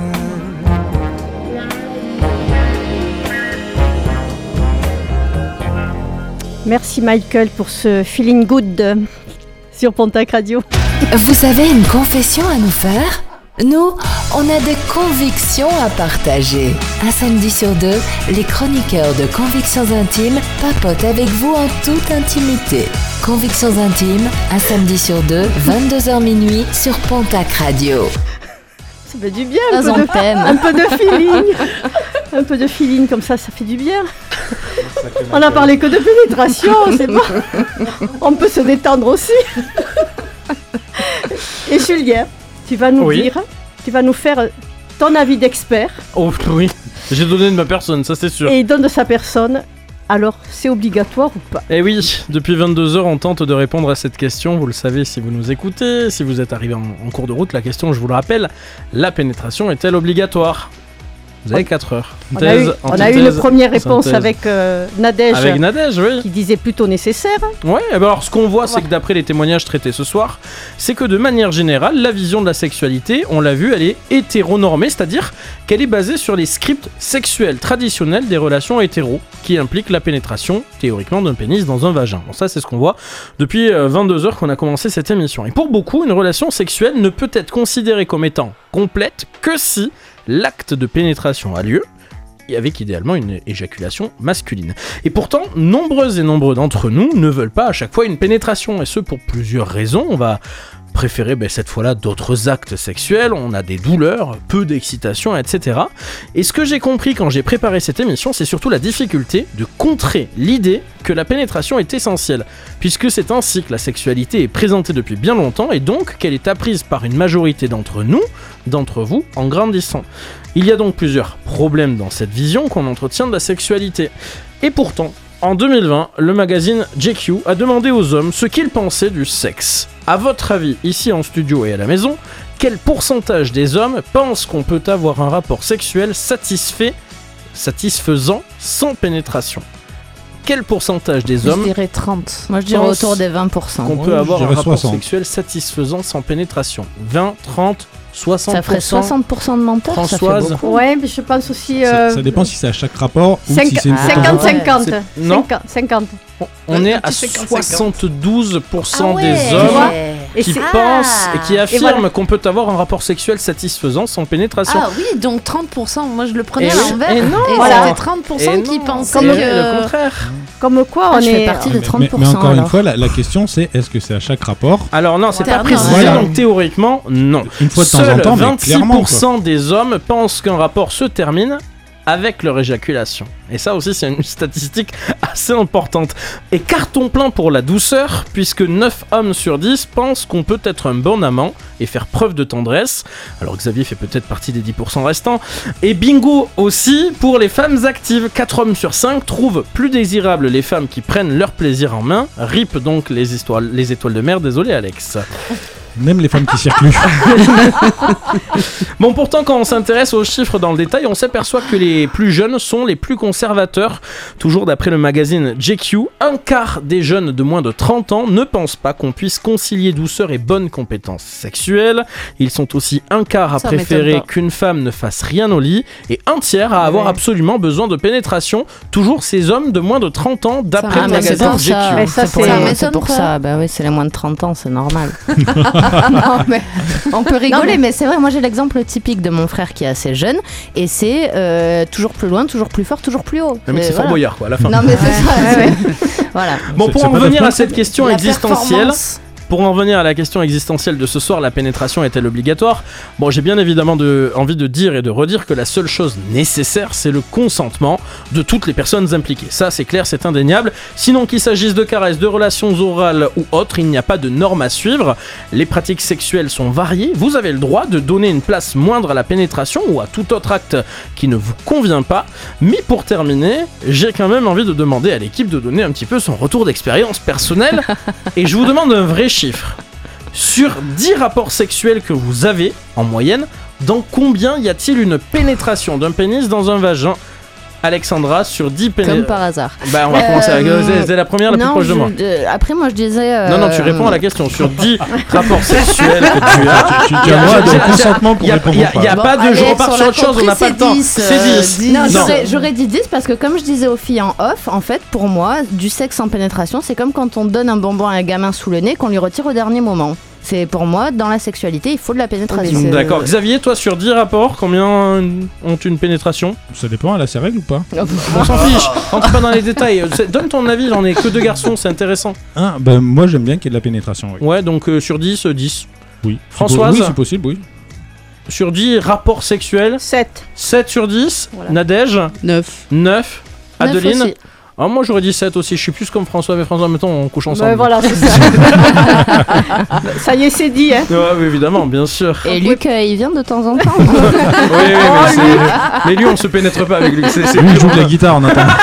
Merci Michael pour ce feeling good sur Pontac Radio. Vous avez une confession à nous faire ? Nous, on a des convictions à partager. Un samedi sur deux, les chroniqueurs de Convictions Intimes papotent avec vous en toute intimité. Convictions Intimes, un samedi sur deux, vingt-deux heures minuit sur Pontac Radio. Ça fait du bien, un, Pas peu en de, thème. un peu de feeling. Un peu de feeling comme ça, ça fait du bien. On n'a parlé que de pénétration, c'est bon. On peut se détendre aussi. Et Julien, tu vas nous Oui. dire, tu vas nous faire ton avis d'expert Oh oui, j'ai donné de ma personne, ça c'est sûr. et il donne de sa personne. Alors, c'est obligatoire ou pas ? Et oui, depuis vingt-deux heures, on tente de répondre à cette question. Vous le savez si vous nous écoutez, si vous êtes arrivé en, en cours de route, la question, je vous le rappelle, la pénétration est-elle obligatoire ? Vous avez quatre heures. On a eu, Thèse, on a eu une antithèse, première réponse synthèse. avec euh, Nadège, Avec Nadège, oui. qui disait plutôt nécessaire. Ouais, et ben alors ce qu'on voit, c'est Ouais. que d'après les témoignages traités ce soir, c'est que de manière générale, la vision de la sexualité, on l'a vu, elle est hétéronormée, c'est-à-dire qu'elle est basée sur les scripts sexuels traditionnels des relations hétéros, qui impliquent la pénétration, théoriquement, d'un pénis dans un vagin. Bon, ça, c'est ce qu'on voit depuis euh, vingt-deux heures qu'on a commencé cette émission. Et pour beaucoup, une relation sexuelle ne peut être considérée comme étant complète que si l'acte de pénétration a lieu, et avec idéalement une éjaculation masculine. Et pourtant, nombreuses et nombreux d'entre nous ne veulent pas à chaque fois une pénétration, et ce pour plusieurs raisons. On va préférer ben, cette fois-là d'autres actes sexuels, on a des douleurs, peu d'excitation, et cetera. Et ce que j'ai compris quand j'ai préparé cette émission, c'est surtout la difficulté de contrer l'idée que la pénétration est essentielle, puisque c'est ainsi que la sexualité est présentée depuis bien longtemps, et donc qu'elle est apprise par une majorité d'entre nous, d'entre vous, en grandissant. Il y a donc plusieurs problèmes dans cette vision qu'on entretient de la sexualité. Et pourtant, en deux mille vingt, le magazine J Q a demandé aux hommes ce qu'ils pensaient du sexe. À votre avis, ici en studio et à la maison, quel pourcentage des hommes pensent qu'on peut avoir un rapport sexuel satisfait, satisfaisant sans pénétration ? Quel pourcentage des Je hommes dirais trente. Moi, je dirais pense autour des vingt pour cent. qu'on Ouais, peut je avoir un dirais rapport soixante. sexuel satisfaisant sans pénétration ? vingt, trente, soixante pour cent. Ça ferait soixante pour cent de menteurs, ça fait Françoise. beaucoup. Ouais, mais je pense aussi. Ça, Euh, ça dépend si c'est à chaque rapport ou cinq- si c'est une fois cinquante, par jour. cinquante cinquante. C'est- non. cinquante. On- On est Un à petit cinquante cinquante. soixante-douze pour cent Ah ouais. des Tu hommes vois Et qui c'est- pensent et qui affirment voilà. qu'on peut avoir un rapport sexuel satisfaisant sans pénétration. Ah oui, donc trente pour cent. Moi, je le prenais Et à oui. l'envers. Et non. Voilà. c'était trente pour cent Et qui non, pensaient c'est que... le contraire. Comme quoi, Ah, on je fais est. partie Mais, des mais- trente pour cent. mais encore une alors. fois, la, la question c'est est-ce que c'est à chaque rapport ? Alors non, c'est Ouais. pas Non, précisé, voilà. donc théoriquement, non. Une fois de temps Seuls en temps, mais vingt-six clairement. pour quoi. cent des hommes pensent qu'un rapport se termine avec leur éjaculation. Et ça aussi, c'est une statistique assez importante. Et carton plein pour la douceur, puisque neuf hommes sur dix pensent qu'on peut être un bon amant et faire preuve de tendresse. Alors Xavier fait peut-être partie des dix pour cent restants. Et bingo aussi pour les femmes actives. quatre hommes sur cinq trouvent plus désirables les femmes qui prennent leur plaisir en main. Rip donc les, histoires, les étoiles de mer, désolé Alex. Même les femmes qui circulent. Bon, pourtant, quand on s'intéresse aux chiffres dans le détail, on s'aperçoit que les plus jeunes sont les plus conservateurs. Toujours d'après le magazine J Q, un quart des jeunes de moins de trente ans ne pensent pas qu'on puisse concilier douceur et bonnes compétences sexuelles. Ils sont aussi un quart à Ça préférer m'étonne pas. qu'une femme ne fasse rien au lit et un tiers à avoir Ouais. absolument besoin de pénétration. Toujours ces hommes de moins de trente ans d'après Ça, le Ah, mais c'est magazine pour J Q. ça, Mais ça, c'est pour, c'est- les- Ça c'est m'étonne pour pas. ça. Bah oui, c'est les moins de trente ans, c'est normal. Non, mais on peut rigoler, non, mais... mais c'est vrai, moi j'ai l'exemple typique de mon frère qui est assez jeune, et c'est euh, toujours plus loin, toujours plus fort, toujours plus haut. Mais c'est voilà. Fort Boyard, quoi, à la fin. Non, mais c'est ça, ouais. Voilà. Bon, pour c'est, en c'est revenir à cette question la existentielle... Pour en revenir à la question existentielle de ce soir, la pénétration est-elle obligatoire ? Bon, j'ai bien évidemment de, envie de dire et de redire que la seule chose nécessaire, c'est le consentement de toutes les personnes impliquées. Ça, c'est clair, c'est indéniable. Sinon, qu'il s'agisse de caresses, de relations orales ou autres, il n'y a pas de normes à suivre. Les pratiques sexuelles sont variées. Vous avez le droit de donner une place moindre à la pénétration ou à tout autre acte qui ne vous convient pas. Mais pour terminer, j'ai quand même envie de demander à l'équipe de donner un petit peu son retour d'expérience personnelle. Et je vous demande un vrai chiffre. Sur dix rapports sexuels que vous avez, en moyenne, dans combien y a-t-il une pénétration d'un pénis dans un vagin ? Alexandra, sur dix pénétrations. Comme par hasard. Bah, on va euh, commencer avec. C'est, c'est la première, la non, plus proche de moi. Je, après, moi, je disais. Euh, non, non, tu réponds à la question. Sur dix rapports sexuels que tu as. Tu, tu, tu as le droit de consentement pour répondre. Il n'y a, a, a bon, pas de. Allez, je repars sur autre chose, on n'a pas le temps. dix, c'est dix. Non, non. J'aurais, j'aurais dit dix parce que, comme je disais aux filles en off, en fait, pour moi, du sexe sans pénétration, c'est comme quand on donne un bonbon à un gamin sous le nez qu'on lui retire au dernier moment. C'est pour moi, dans la sexualité, il faut de la pénétration. Oui, d'accord. Euh... Xavier, toi, sur dix rapports, combien ont une pénétration ? Ça dépend, elle a ses règles ou pas ? On s'en fiche, rentre pas dans les détails. Donne ton avis, j'en ai que deux garçons, c'est intéressant. Ah, ben moi j'aime bien qu'il y ait de la pénétration, oui. Ouais, donc euh, sur dix, dix. Oui. Françoise ? Oui, c'est possible, oui. Sur dix rapports sexuels ? sept. sept sur dix. Voilà. Nadège ? neuf. neuf. Adeline ? Aussi. Ah, moi j'aurais dit sept aussi, je suis plus comme François et François, mettons on couche ensemble. Ouais, voilà, c'est ça. Ça y est, c'est dit, hein. Ouais, évidemment, bien sûr. Et Luc, euh, il vient de temps en temps. Oui, oui, oh, mais, lui. mais lui on se pénètre pas avec lui. C'est, c'est lui il joue de la guitare en attendant.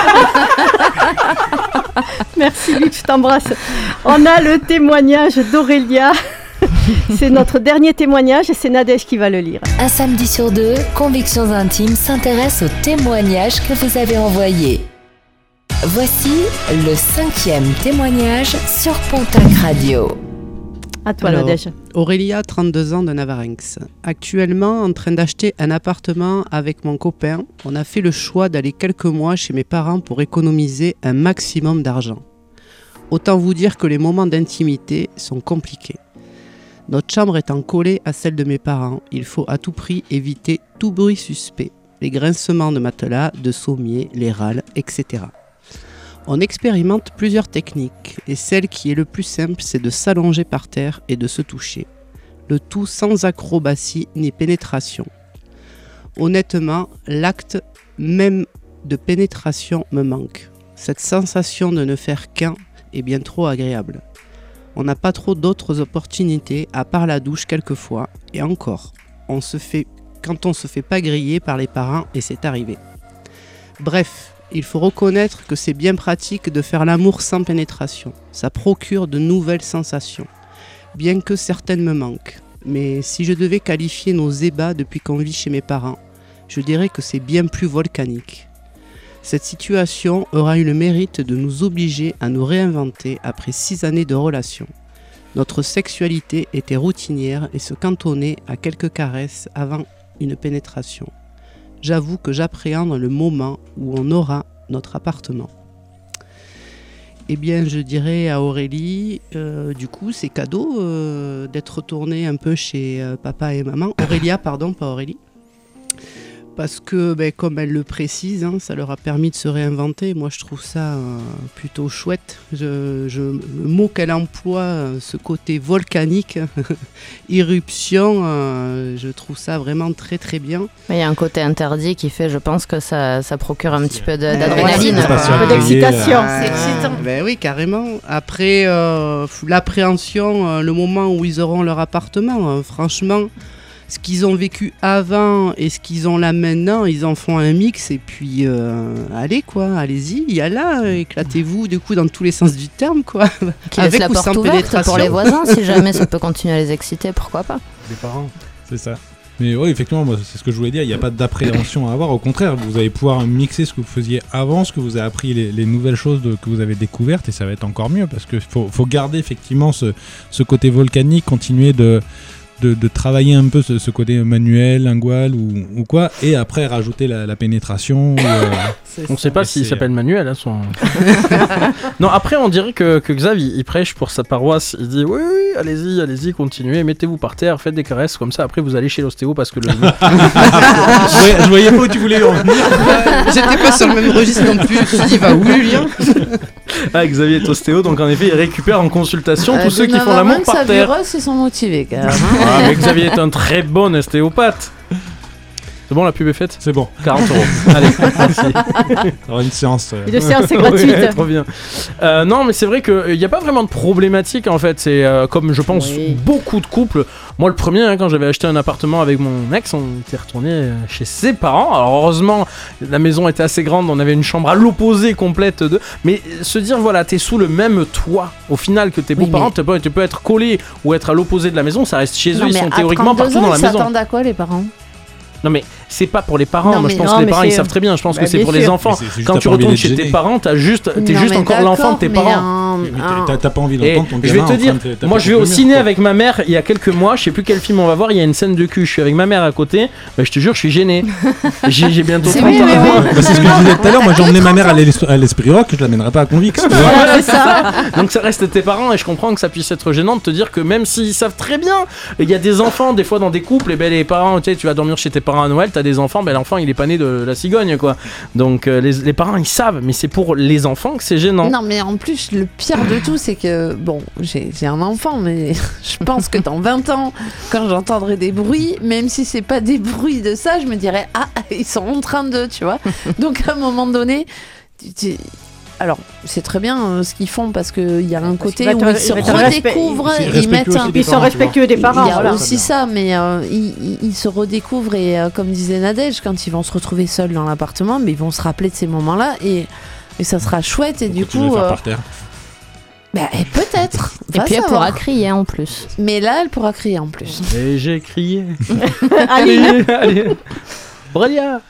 Merci Luc, je t'embrasse. On a le témoignage d'Aurélia. C'est notre dernier témoignage et c'est Nadège qui va le lire. Un samedi sur deux, Convictions Intimes s'intéresse aux témoignages que vous avez envoyés. Voici le cinquième témoignage sur Pontac Radio. À toi, Alors, Nadège. Aurélia, trente-deux ans, de Navarinx. Actuellement en train d'acheter un appartement avec mon copain. On a fait le choix d'aller quelques mois chez mes parents pour économiser un maximum d'argent. Autant vous dire que les moments d'intimité sont compliqués. Notre chambre étant collée à celle de mes parents, il faut à tout prix éviter tout bruit suspect. Les grincements de matelas, de sommiers, les râles, et cetera. On expérimente plusieurs techniques et celle qui est le plus simple, c'est de s'allonger par terre et de se toucher. Le tout sans acrobatie ni pénétration. Honnêtement, l'acte même de pénétration me manque. Cette sensation de ne faire qu'un est bien trop agréable. On n'a pas trop d'autres opportunités à part la douche quelquefois et encore, on se fait, quand on se fait pas griller par les parents et c'est arrivé. Bref. Il faut reconnaître que c'est bien pratique de faire l'amour sans pénétration. Ça procure de nouvelles sensations, bien que certaines me manquent. Mais si je devais qualifier nos ébats depuis qu'on vit chez mes parents, je dirais que c'est bien plus volcanique. Cette situation aura eu le mérite de nous obliger à nous réinventer après six années de relation. Notre sexualité était routinière et se cantonnait à quelques caresses avant une pénétration. J'avoue que j'appréhende le moment où on aura notre appartement. Eh bien, je dirais à Aurélie, euh, du coup, c'est cadeau euh, d'être retournée un peu chez euh, papa et maman. Aurélia, pardon, pas Aurélie. Parce que, ben, comme elle le précise, hein, ça leur a permis de se réinventer. Moi, je trouve ça euh, plutôt chouette. Je, je, le mot qu'elle emploie, euh, ce côté volcanique, irruption, euh, je trouve ça vraiment très très bien. Il y a un côté interdit qui fait, je pense, que ça, ça procure un petit peu de, d'adrénaline. Ouais, un peu d'excitation. Euh, c'est excitant. Ben oui, carrément. Après, euh, l'appréhension, euh, le moment où ils auront leur appartement, euh, franchement... Ce qu'ils ont vécu avant et ce qu'ils ont là maintenant, ils en font un mix et puis euh, allez quoi, allez-y, il y a là, éclatez-vous du coup dans tous les sens du terme quoi. Qui laisse la porte ouverte pour les voisins, si jamais ça peut continuer à les exciter, pourquoi pas. Les parents, c'est ça. Mais oui, effectivement, moi, c'est ce que je voulais dire, il n'y a pas d'appréhension à avoir, au contraire, vous allez pouvoir mixer ce que vous faisiez avant, ce que vous avez appris, les, les nouvelles choses de, que vous avez découvertes et ça va être encore mieux parce qu'il faut, faut garder effectivement ce, ce côté volcanique, continuer de... de, de travailler un peu ce, ce côté manuel, lingual ou, ou quoi, et après rajouter la, la pénétration. Ou, euh, on ne sait pas s'il s'appelle Manuel. Hein, son... non, après, on dirait que, que Xav, il, il prêche pour sa paroisse. Il dit oui, oui, allez-y, allez-y, continuez, mettez-vous par terre, faites des caresses, comme ça, après, vous allez chez l'ostéo parce que le. je, voyais, je voyais pas où tu voulais en venir. J'étais pas sur le même registre non plus. Je me suis dit, va où le lien? Ah, Xavier est ostéo, donc en effet, il récupère en consultation euh, tous ceux qui font l'amour par terre. Virus, ils sont motivés, quand même. Ah, mais Xavier est un très bon ostéopathe. C'est bon, la pub est faite? C'est bon. quarante euros. Allez, merci. Alors une séance. Euh... Une séance, c'est gratuite. Oui, trop bien. Euh, non, mais c'est vrai qu'il n'y a pas vraiment de problématique en fait. C'est euh, comme je pense oui. beaucoup de couples. Moi, le premier, hein, quand j'avais acheté un appartement avec mon ex, on était retourné chez ses parents. Alors heureusement, la maison était assez grande. On avait une chambre à l'opposé complète de. Mais se dire, voilà, t'es sous le même toit. Au final, que tes oui, beaux-parents, mais... tu, peux, tu peux être collé ou être à l'opposé de la maison. Ça reste chez non, eux. Ils sont théoriquement partout ans, dans la maison. Ils s'attendent à quoi, les parents? Non mais c'est pas pour les parents, non, moi je pense non, que les parents c'est... ils savent très bien, je pense bah, que c'est pour sûr. Les enfants. C'est, c'est quand tu retournes chez tes parents, t'as juste, t'es non, juste encore l'enfant de tes parents. Un... T'as, t'as pas envie d'entendre ton gamin. Je vais te dire, moi je vais au ciné avec ma mère il y a quelques mois, je sais plus quel film on va voir, il y a une scène de cul, je suis avec ma mère à côté, bah, je te jure je suis gêné. j'ai, j'ai bientôt trente ans. Bah, c'est ce que je disais tout à l'heure, moi j'ai emmené ma mère à l'Esprit Rock, je l'amènerai pas à Convix. C'est ça. Donc ça reste tes parents et je comprends que ça puisse être gênant de te dire que même s'ils savent très bien, il y a des enfants, des fois dans des couples, et ben les parents, tu sais, tu vas dormir chez tes parents à Noël, t'as des enfants, ben l'enfant il est pas né de la cigogne quoi. Donc euh, les, les parents ils savent, mais c'est pour les enfants que c'est gênant. Non mais en plus le pire de tout c'est que bon j'ai, j'ai un enfant mais je pense que dans vingt ans quand j'entendrai des bruits, même si c'est pas des bruits de ça, je me dirais ah ils sont en train de, tu vois. Donc à un moment donné tu, tu, alors, c'est très bien euh, ce qu'ils font parce qu'il y a un côté où ils se redécouvrent et ils mettent un... Ils sont respectueux des parents. Il y a voilà. aussi ça, mais euh, ils, ils se redécouvrent et euh, comme disait Nadège, quand ils vont se retrouver seuls dans l'appartement, mais ils vont se rappeler de ces moments-là et, et ça sera chouette et Faut du que tu coup... le Euh, par terre. Bah, et peut-être. Et puis elle pourra crier en plus. Mais là, elle pourra crier en plus. Et j'ai crié. Allez, allez. Aurélia.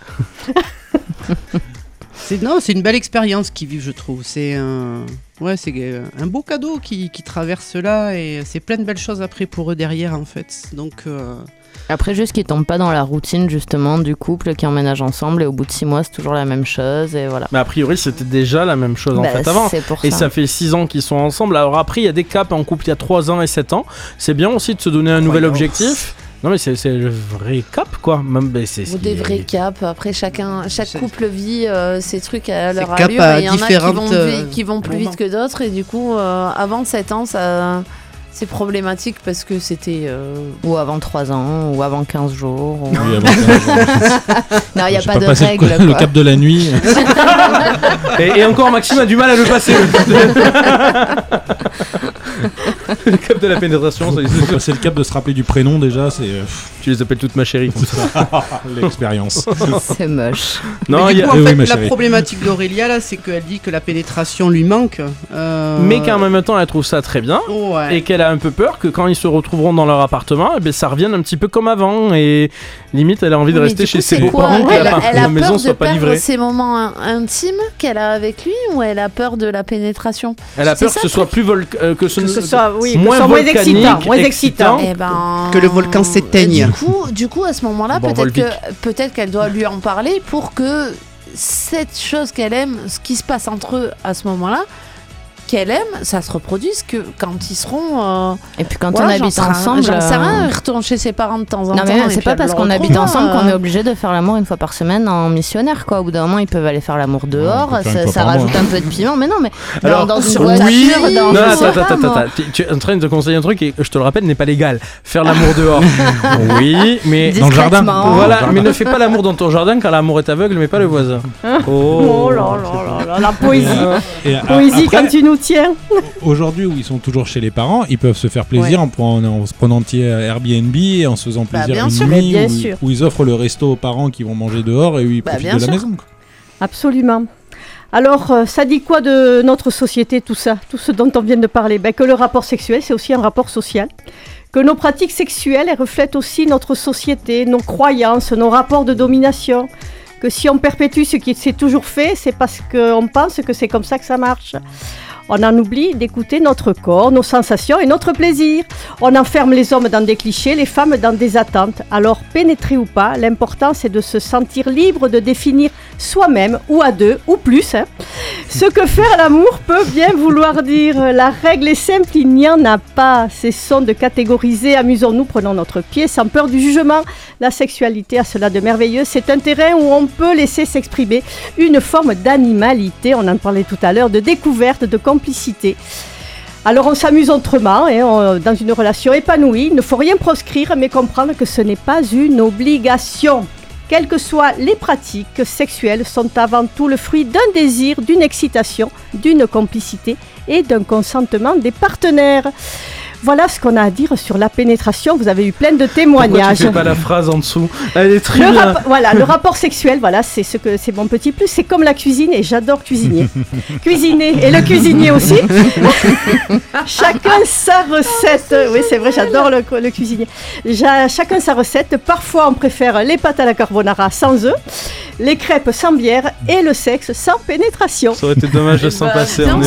C'est, non, c'est une belle expérience qu'ils vivent, je trouve. C'est un, ouais, c'est un beau cadeau qui, qui traverse là et c'est plein de belles choses après pour eux derrière en fait. Donc euh... après juste qu'ils tombent pas dans la routine justement du couple qui emménage ensemble et au bout de six mois c'est toujours la même chose et voilà. Mais a priori c'était déjà la même chose en bah, fait avant. C'est pour et ça. ça fait six ans qu'ils sont ensemble. Alors après il y a des caps en couple il y a trois ans et sept ans. C'est bien aussi de se donner un nouvel objectif. Non mais c'est, c'est le vrai cap quoi. Même, bah, c'est, Ou des vrais caps. Après chacun, chaque couple vit euh, ses trucs à leur c'est allure. Et il y en a qui vont, euh, qui vont plus moments. vite que d'autres. Et du coup, euh, avant sept ans, ça, c'est problématique parce que c'était... Euh... Ou avant trois ans, ou avant quinze jours. Ou... Oui, avant quinze jours. Non, il n'y a J'ai pas, pas de passé règles. Le, le cap de la nuit. et, et encore Maxime a du mal à le passer. Le cap de la pénétration. Faut, faut passer le cap de se rappeler du prénom déjà. C'est, euh, tu les appelles toutes ma chérie. Comme ça. L'expérience. C'est moche. Non, mais du y a... coup, en fait, oui, la problématique d'Aurélia là, c'est qu'elle dit que la pénétration lui manque. Euh... Mais qu'en même temps, elle trouve ça très bien. Ouais. Et qu'elle a un peu peur que quand ils se retrouveront dans leur appartement, eh ben, ça revienne un petit peu comme avant. Et limite, elle a envie de Oui, rester coup, chez ses quoi beaux-parents, que elle, la, elle la a maison peur soit de pas perdre livrée. ces moments in- intimes qu'elle a avec lui ou elle a peur de la pénétration? Elle a C'est peur ça, que ce soit plus vol- euh, que ce, Que ce soit, oui, moins, que ce soit moins volcanique, excitant, moins excitant. Eh ben, Que le volcan s'éteigne. Du coup, du coup, à ce moment-là, Bon, peut-être, Volvic. que, peut-être qu'elle doit lui en parler pour que cette chose qu'elle aime, ce qui se passe entre eux à ce moment-là, qu'elle aime, ça se reproduise que quand ils seront. Euh, Et puis quand voilà, on habite j'en sais ensemble. rien, j'en sais euh, rien, ils retournent chez ses parents de temps en Non temps. mais et c'est puis pas elle parce le qu'on habite retrouvera, ensemble euh. qu'on est obligé de faire l'amour une fois par semaine en missionnaire quoi. Au bout d'un moment ils peuvent aller faire l'amour dehors, on peut faire une ça, fois ça par rajoute mois. un peu de piment. Mais non mais Alors, dans, dans une sur voiture, oui, dans non, je attends, sais attends, pas, attends, moi. attends. Tu, tu es en train de te conseiller un truc qui, je te le rappelle, n'est pas légal. Faire l'amour dehors. Oui, mais Dans le jardin. Discrètement. voilà, mais ne fais pas l'amour dans ton jardin quand l'amour est aveugle, mais pas le voisin. Oh là là là là, la poésie. Et a- Poésie après, quand tu nous tiens. aujourd'hui où ils sont toujours chez les parents, ils peuvent se faire plaisir Ouais. en, prenant, en se prenant petit Airbnb et en se faisant Bah, plaisir bien une sûr. nuit Mais bien où, sûr. où ils offrent le resto aux parents qui vont manger dehors et où ils Bah, profitent bien de la sûr. maison. Quoi. Absolument. Alors, euh, ça dit quoi de notre société, tout ça, tout ce dont on vient de parler? Ben, que le rapport sexuel, c'est aussi un rapport social. Que nos pratiques sexuelles, elles reflètent aussi notre société, nos croyances, nos rapports de domination. Que si on perpétue ce qui s'est toujours fait, c'est parce qu'on pense que c'est comme ça que ça marche. On en oublie d'écouter notre corps, nos sensations et notre plaisir. On enferme les hommes dans des clichés, les femmes dans des attentes. Alors, pénétrer ou pas, l'important c'est de se sentir libre de définir soi-même, ou à deux, ou plus, hein, ce que faire l'amour peut bien vouloir dire. La règle est simple, il n'y en a pas. Cessons de catégoriser, amusons-nous, prenons notre pied sans peur du jugement. La sexualité a cela de merveilleux, c'est un terrain où on peut laisser s'exprimer une forme d'animalité, on en parlait tout à l'heure, de découverte, de complicité. Alors on s'amuse autrement, hein, on, dans une relation épanouie, il ne faut rien proscrire, mais comprendre que ce n'est pas une obligation. Quelles que soient les pratiques sexuelles, sont avant tout le fruit d'un désir, d'une excitation, d'une complicité et d'un consentement des partenaires. Voilà ce qu'on a à dire sur la pénétration. Vous avez eu plein de témoignages. Pourquoi tu fais pas la phrase en dessous ? Elle est très le bien. Rap- voilà, le rapport sexuel, voilà, c'est ce que c'est mon petit plus. C'est comme la cuisine et j'adore cuisiner. Cuisiner et le cuisinier aussi. Chacun sa recette. Oui, c'est vrai, j'adore le, le cuisinier. J'a, chacun sa recette. Parfois, on préfère les pâtes à la carbonara sans œufs, les crêpes sans bière et le sexe sans pénétration. Ça aurait été dommage de s'en bah, passer. On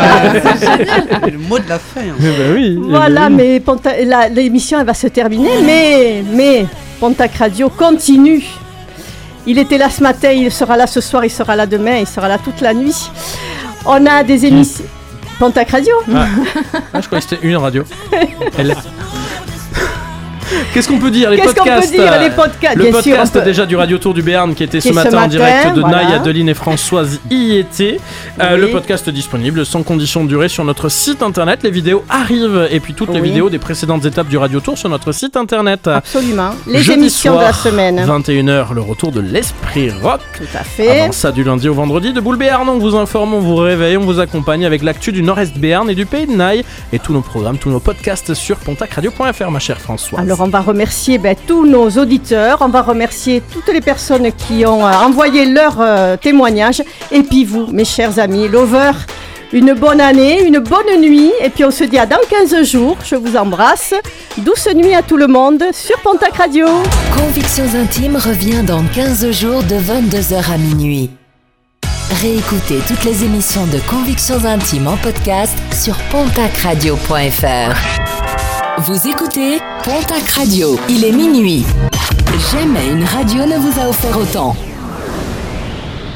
est le mot de la fin. Hein. Eh ben oui. Voilà, mais Ponta- la, l'émission elle va se terminer, mais, mais Pontac Radio continue. Il était là ce matin, il sera là ce soir, il sera là demain, il sera là toute la nuit. On a des émissions. Pontac Radio. Ah. Ah, je croyais que c'était une radio. Elle... Qu'est-ce qu'on peut dire les Qu'est-ce podcasts qu'on peut dire les podcasts Le Bien podcast sûr, peut... déjà du Radio Tour du Béarn qui était qui ce matin, ce matin en direct de voilà. Naï, Adeline et Françoise y étaient. Euh, oui. Le podcast disponible sans condition de durée sur notre site internet. Les vidéos arrivent et puis toutes oui. les vidéos des précédentes étapes du Radio Tour sur notre site internet. Absolument. Les Jeudi émissions soir, de la semaine. vingt et une heures, le retour de l'Esprit Rock. Tout à fait. Avant ça, du lundi au vendredi, de Boule Béarn, on vous informe, on vous réveille, on vous accompagne avec l'actu du Nord-Est Béarn et du Pays de Naï et tous nos programmes, tous nos podcasts sur pontac radio point f r, ma chère Françoise. Alors on va remercier ben, tous nos auditeurs, on va remercier toutes les personnes qui ont euh, envoyé leurs euh, témoignages et puis vous, mes chers amis lovers, une bonne année, une bonne nuit et puis on se dit à dans quinze jours, je vous embrasse, douce nuit à tout le monde sur Pontac Radio. Convictions Intimes revient dans quinze jours de vingt-deux heures à minuit. Réécoutez toutes les émissions de Convictions Intimes en podcast sur pontac radio point f r. Vous écoutez Pontac Radio, il est minuit. Jamais une radio ne vous a offert autant.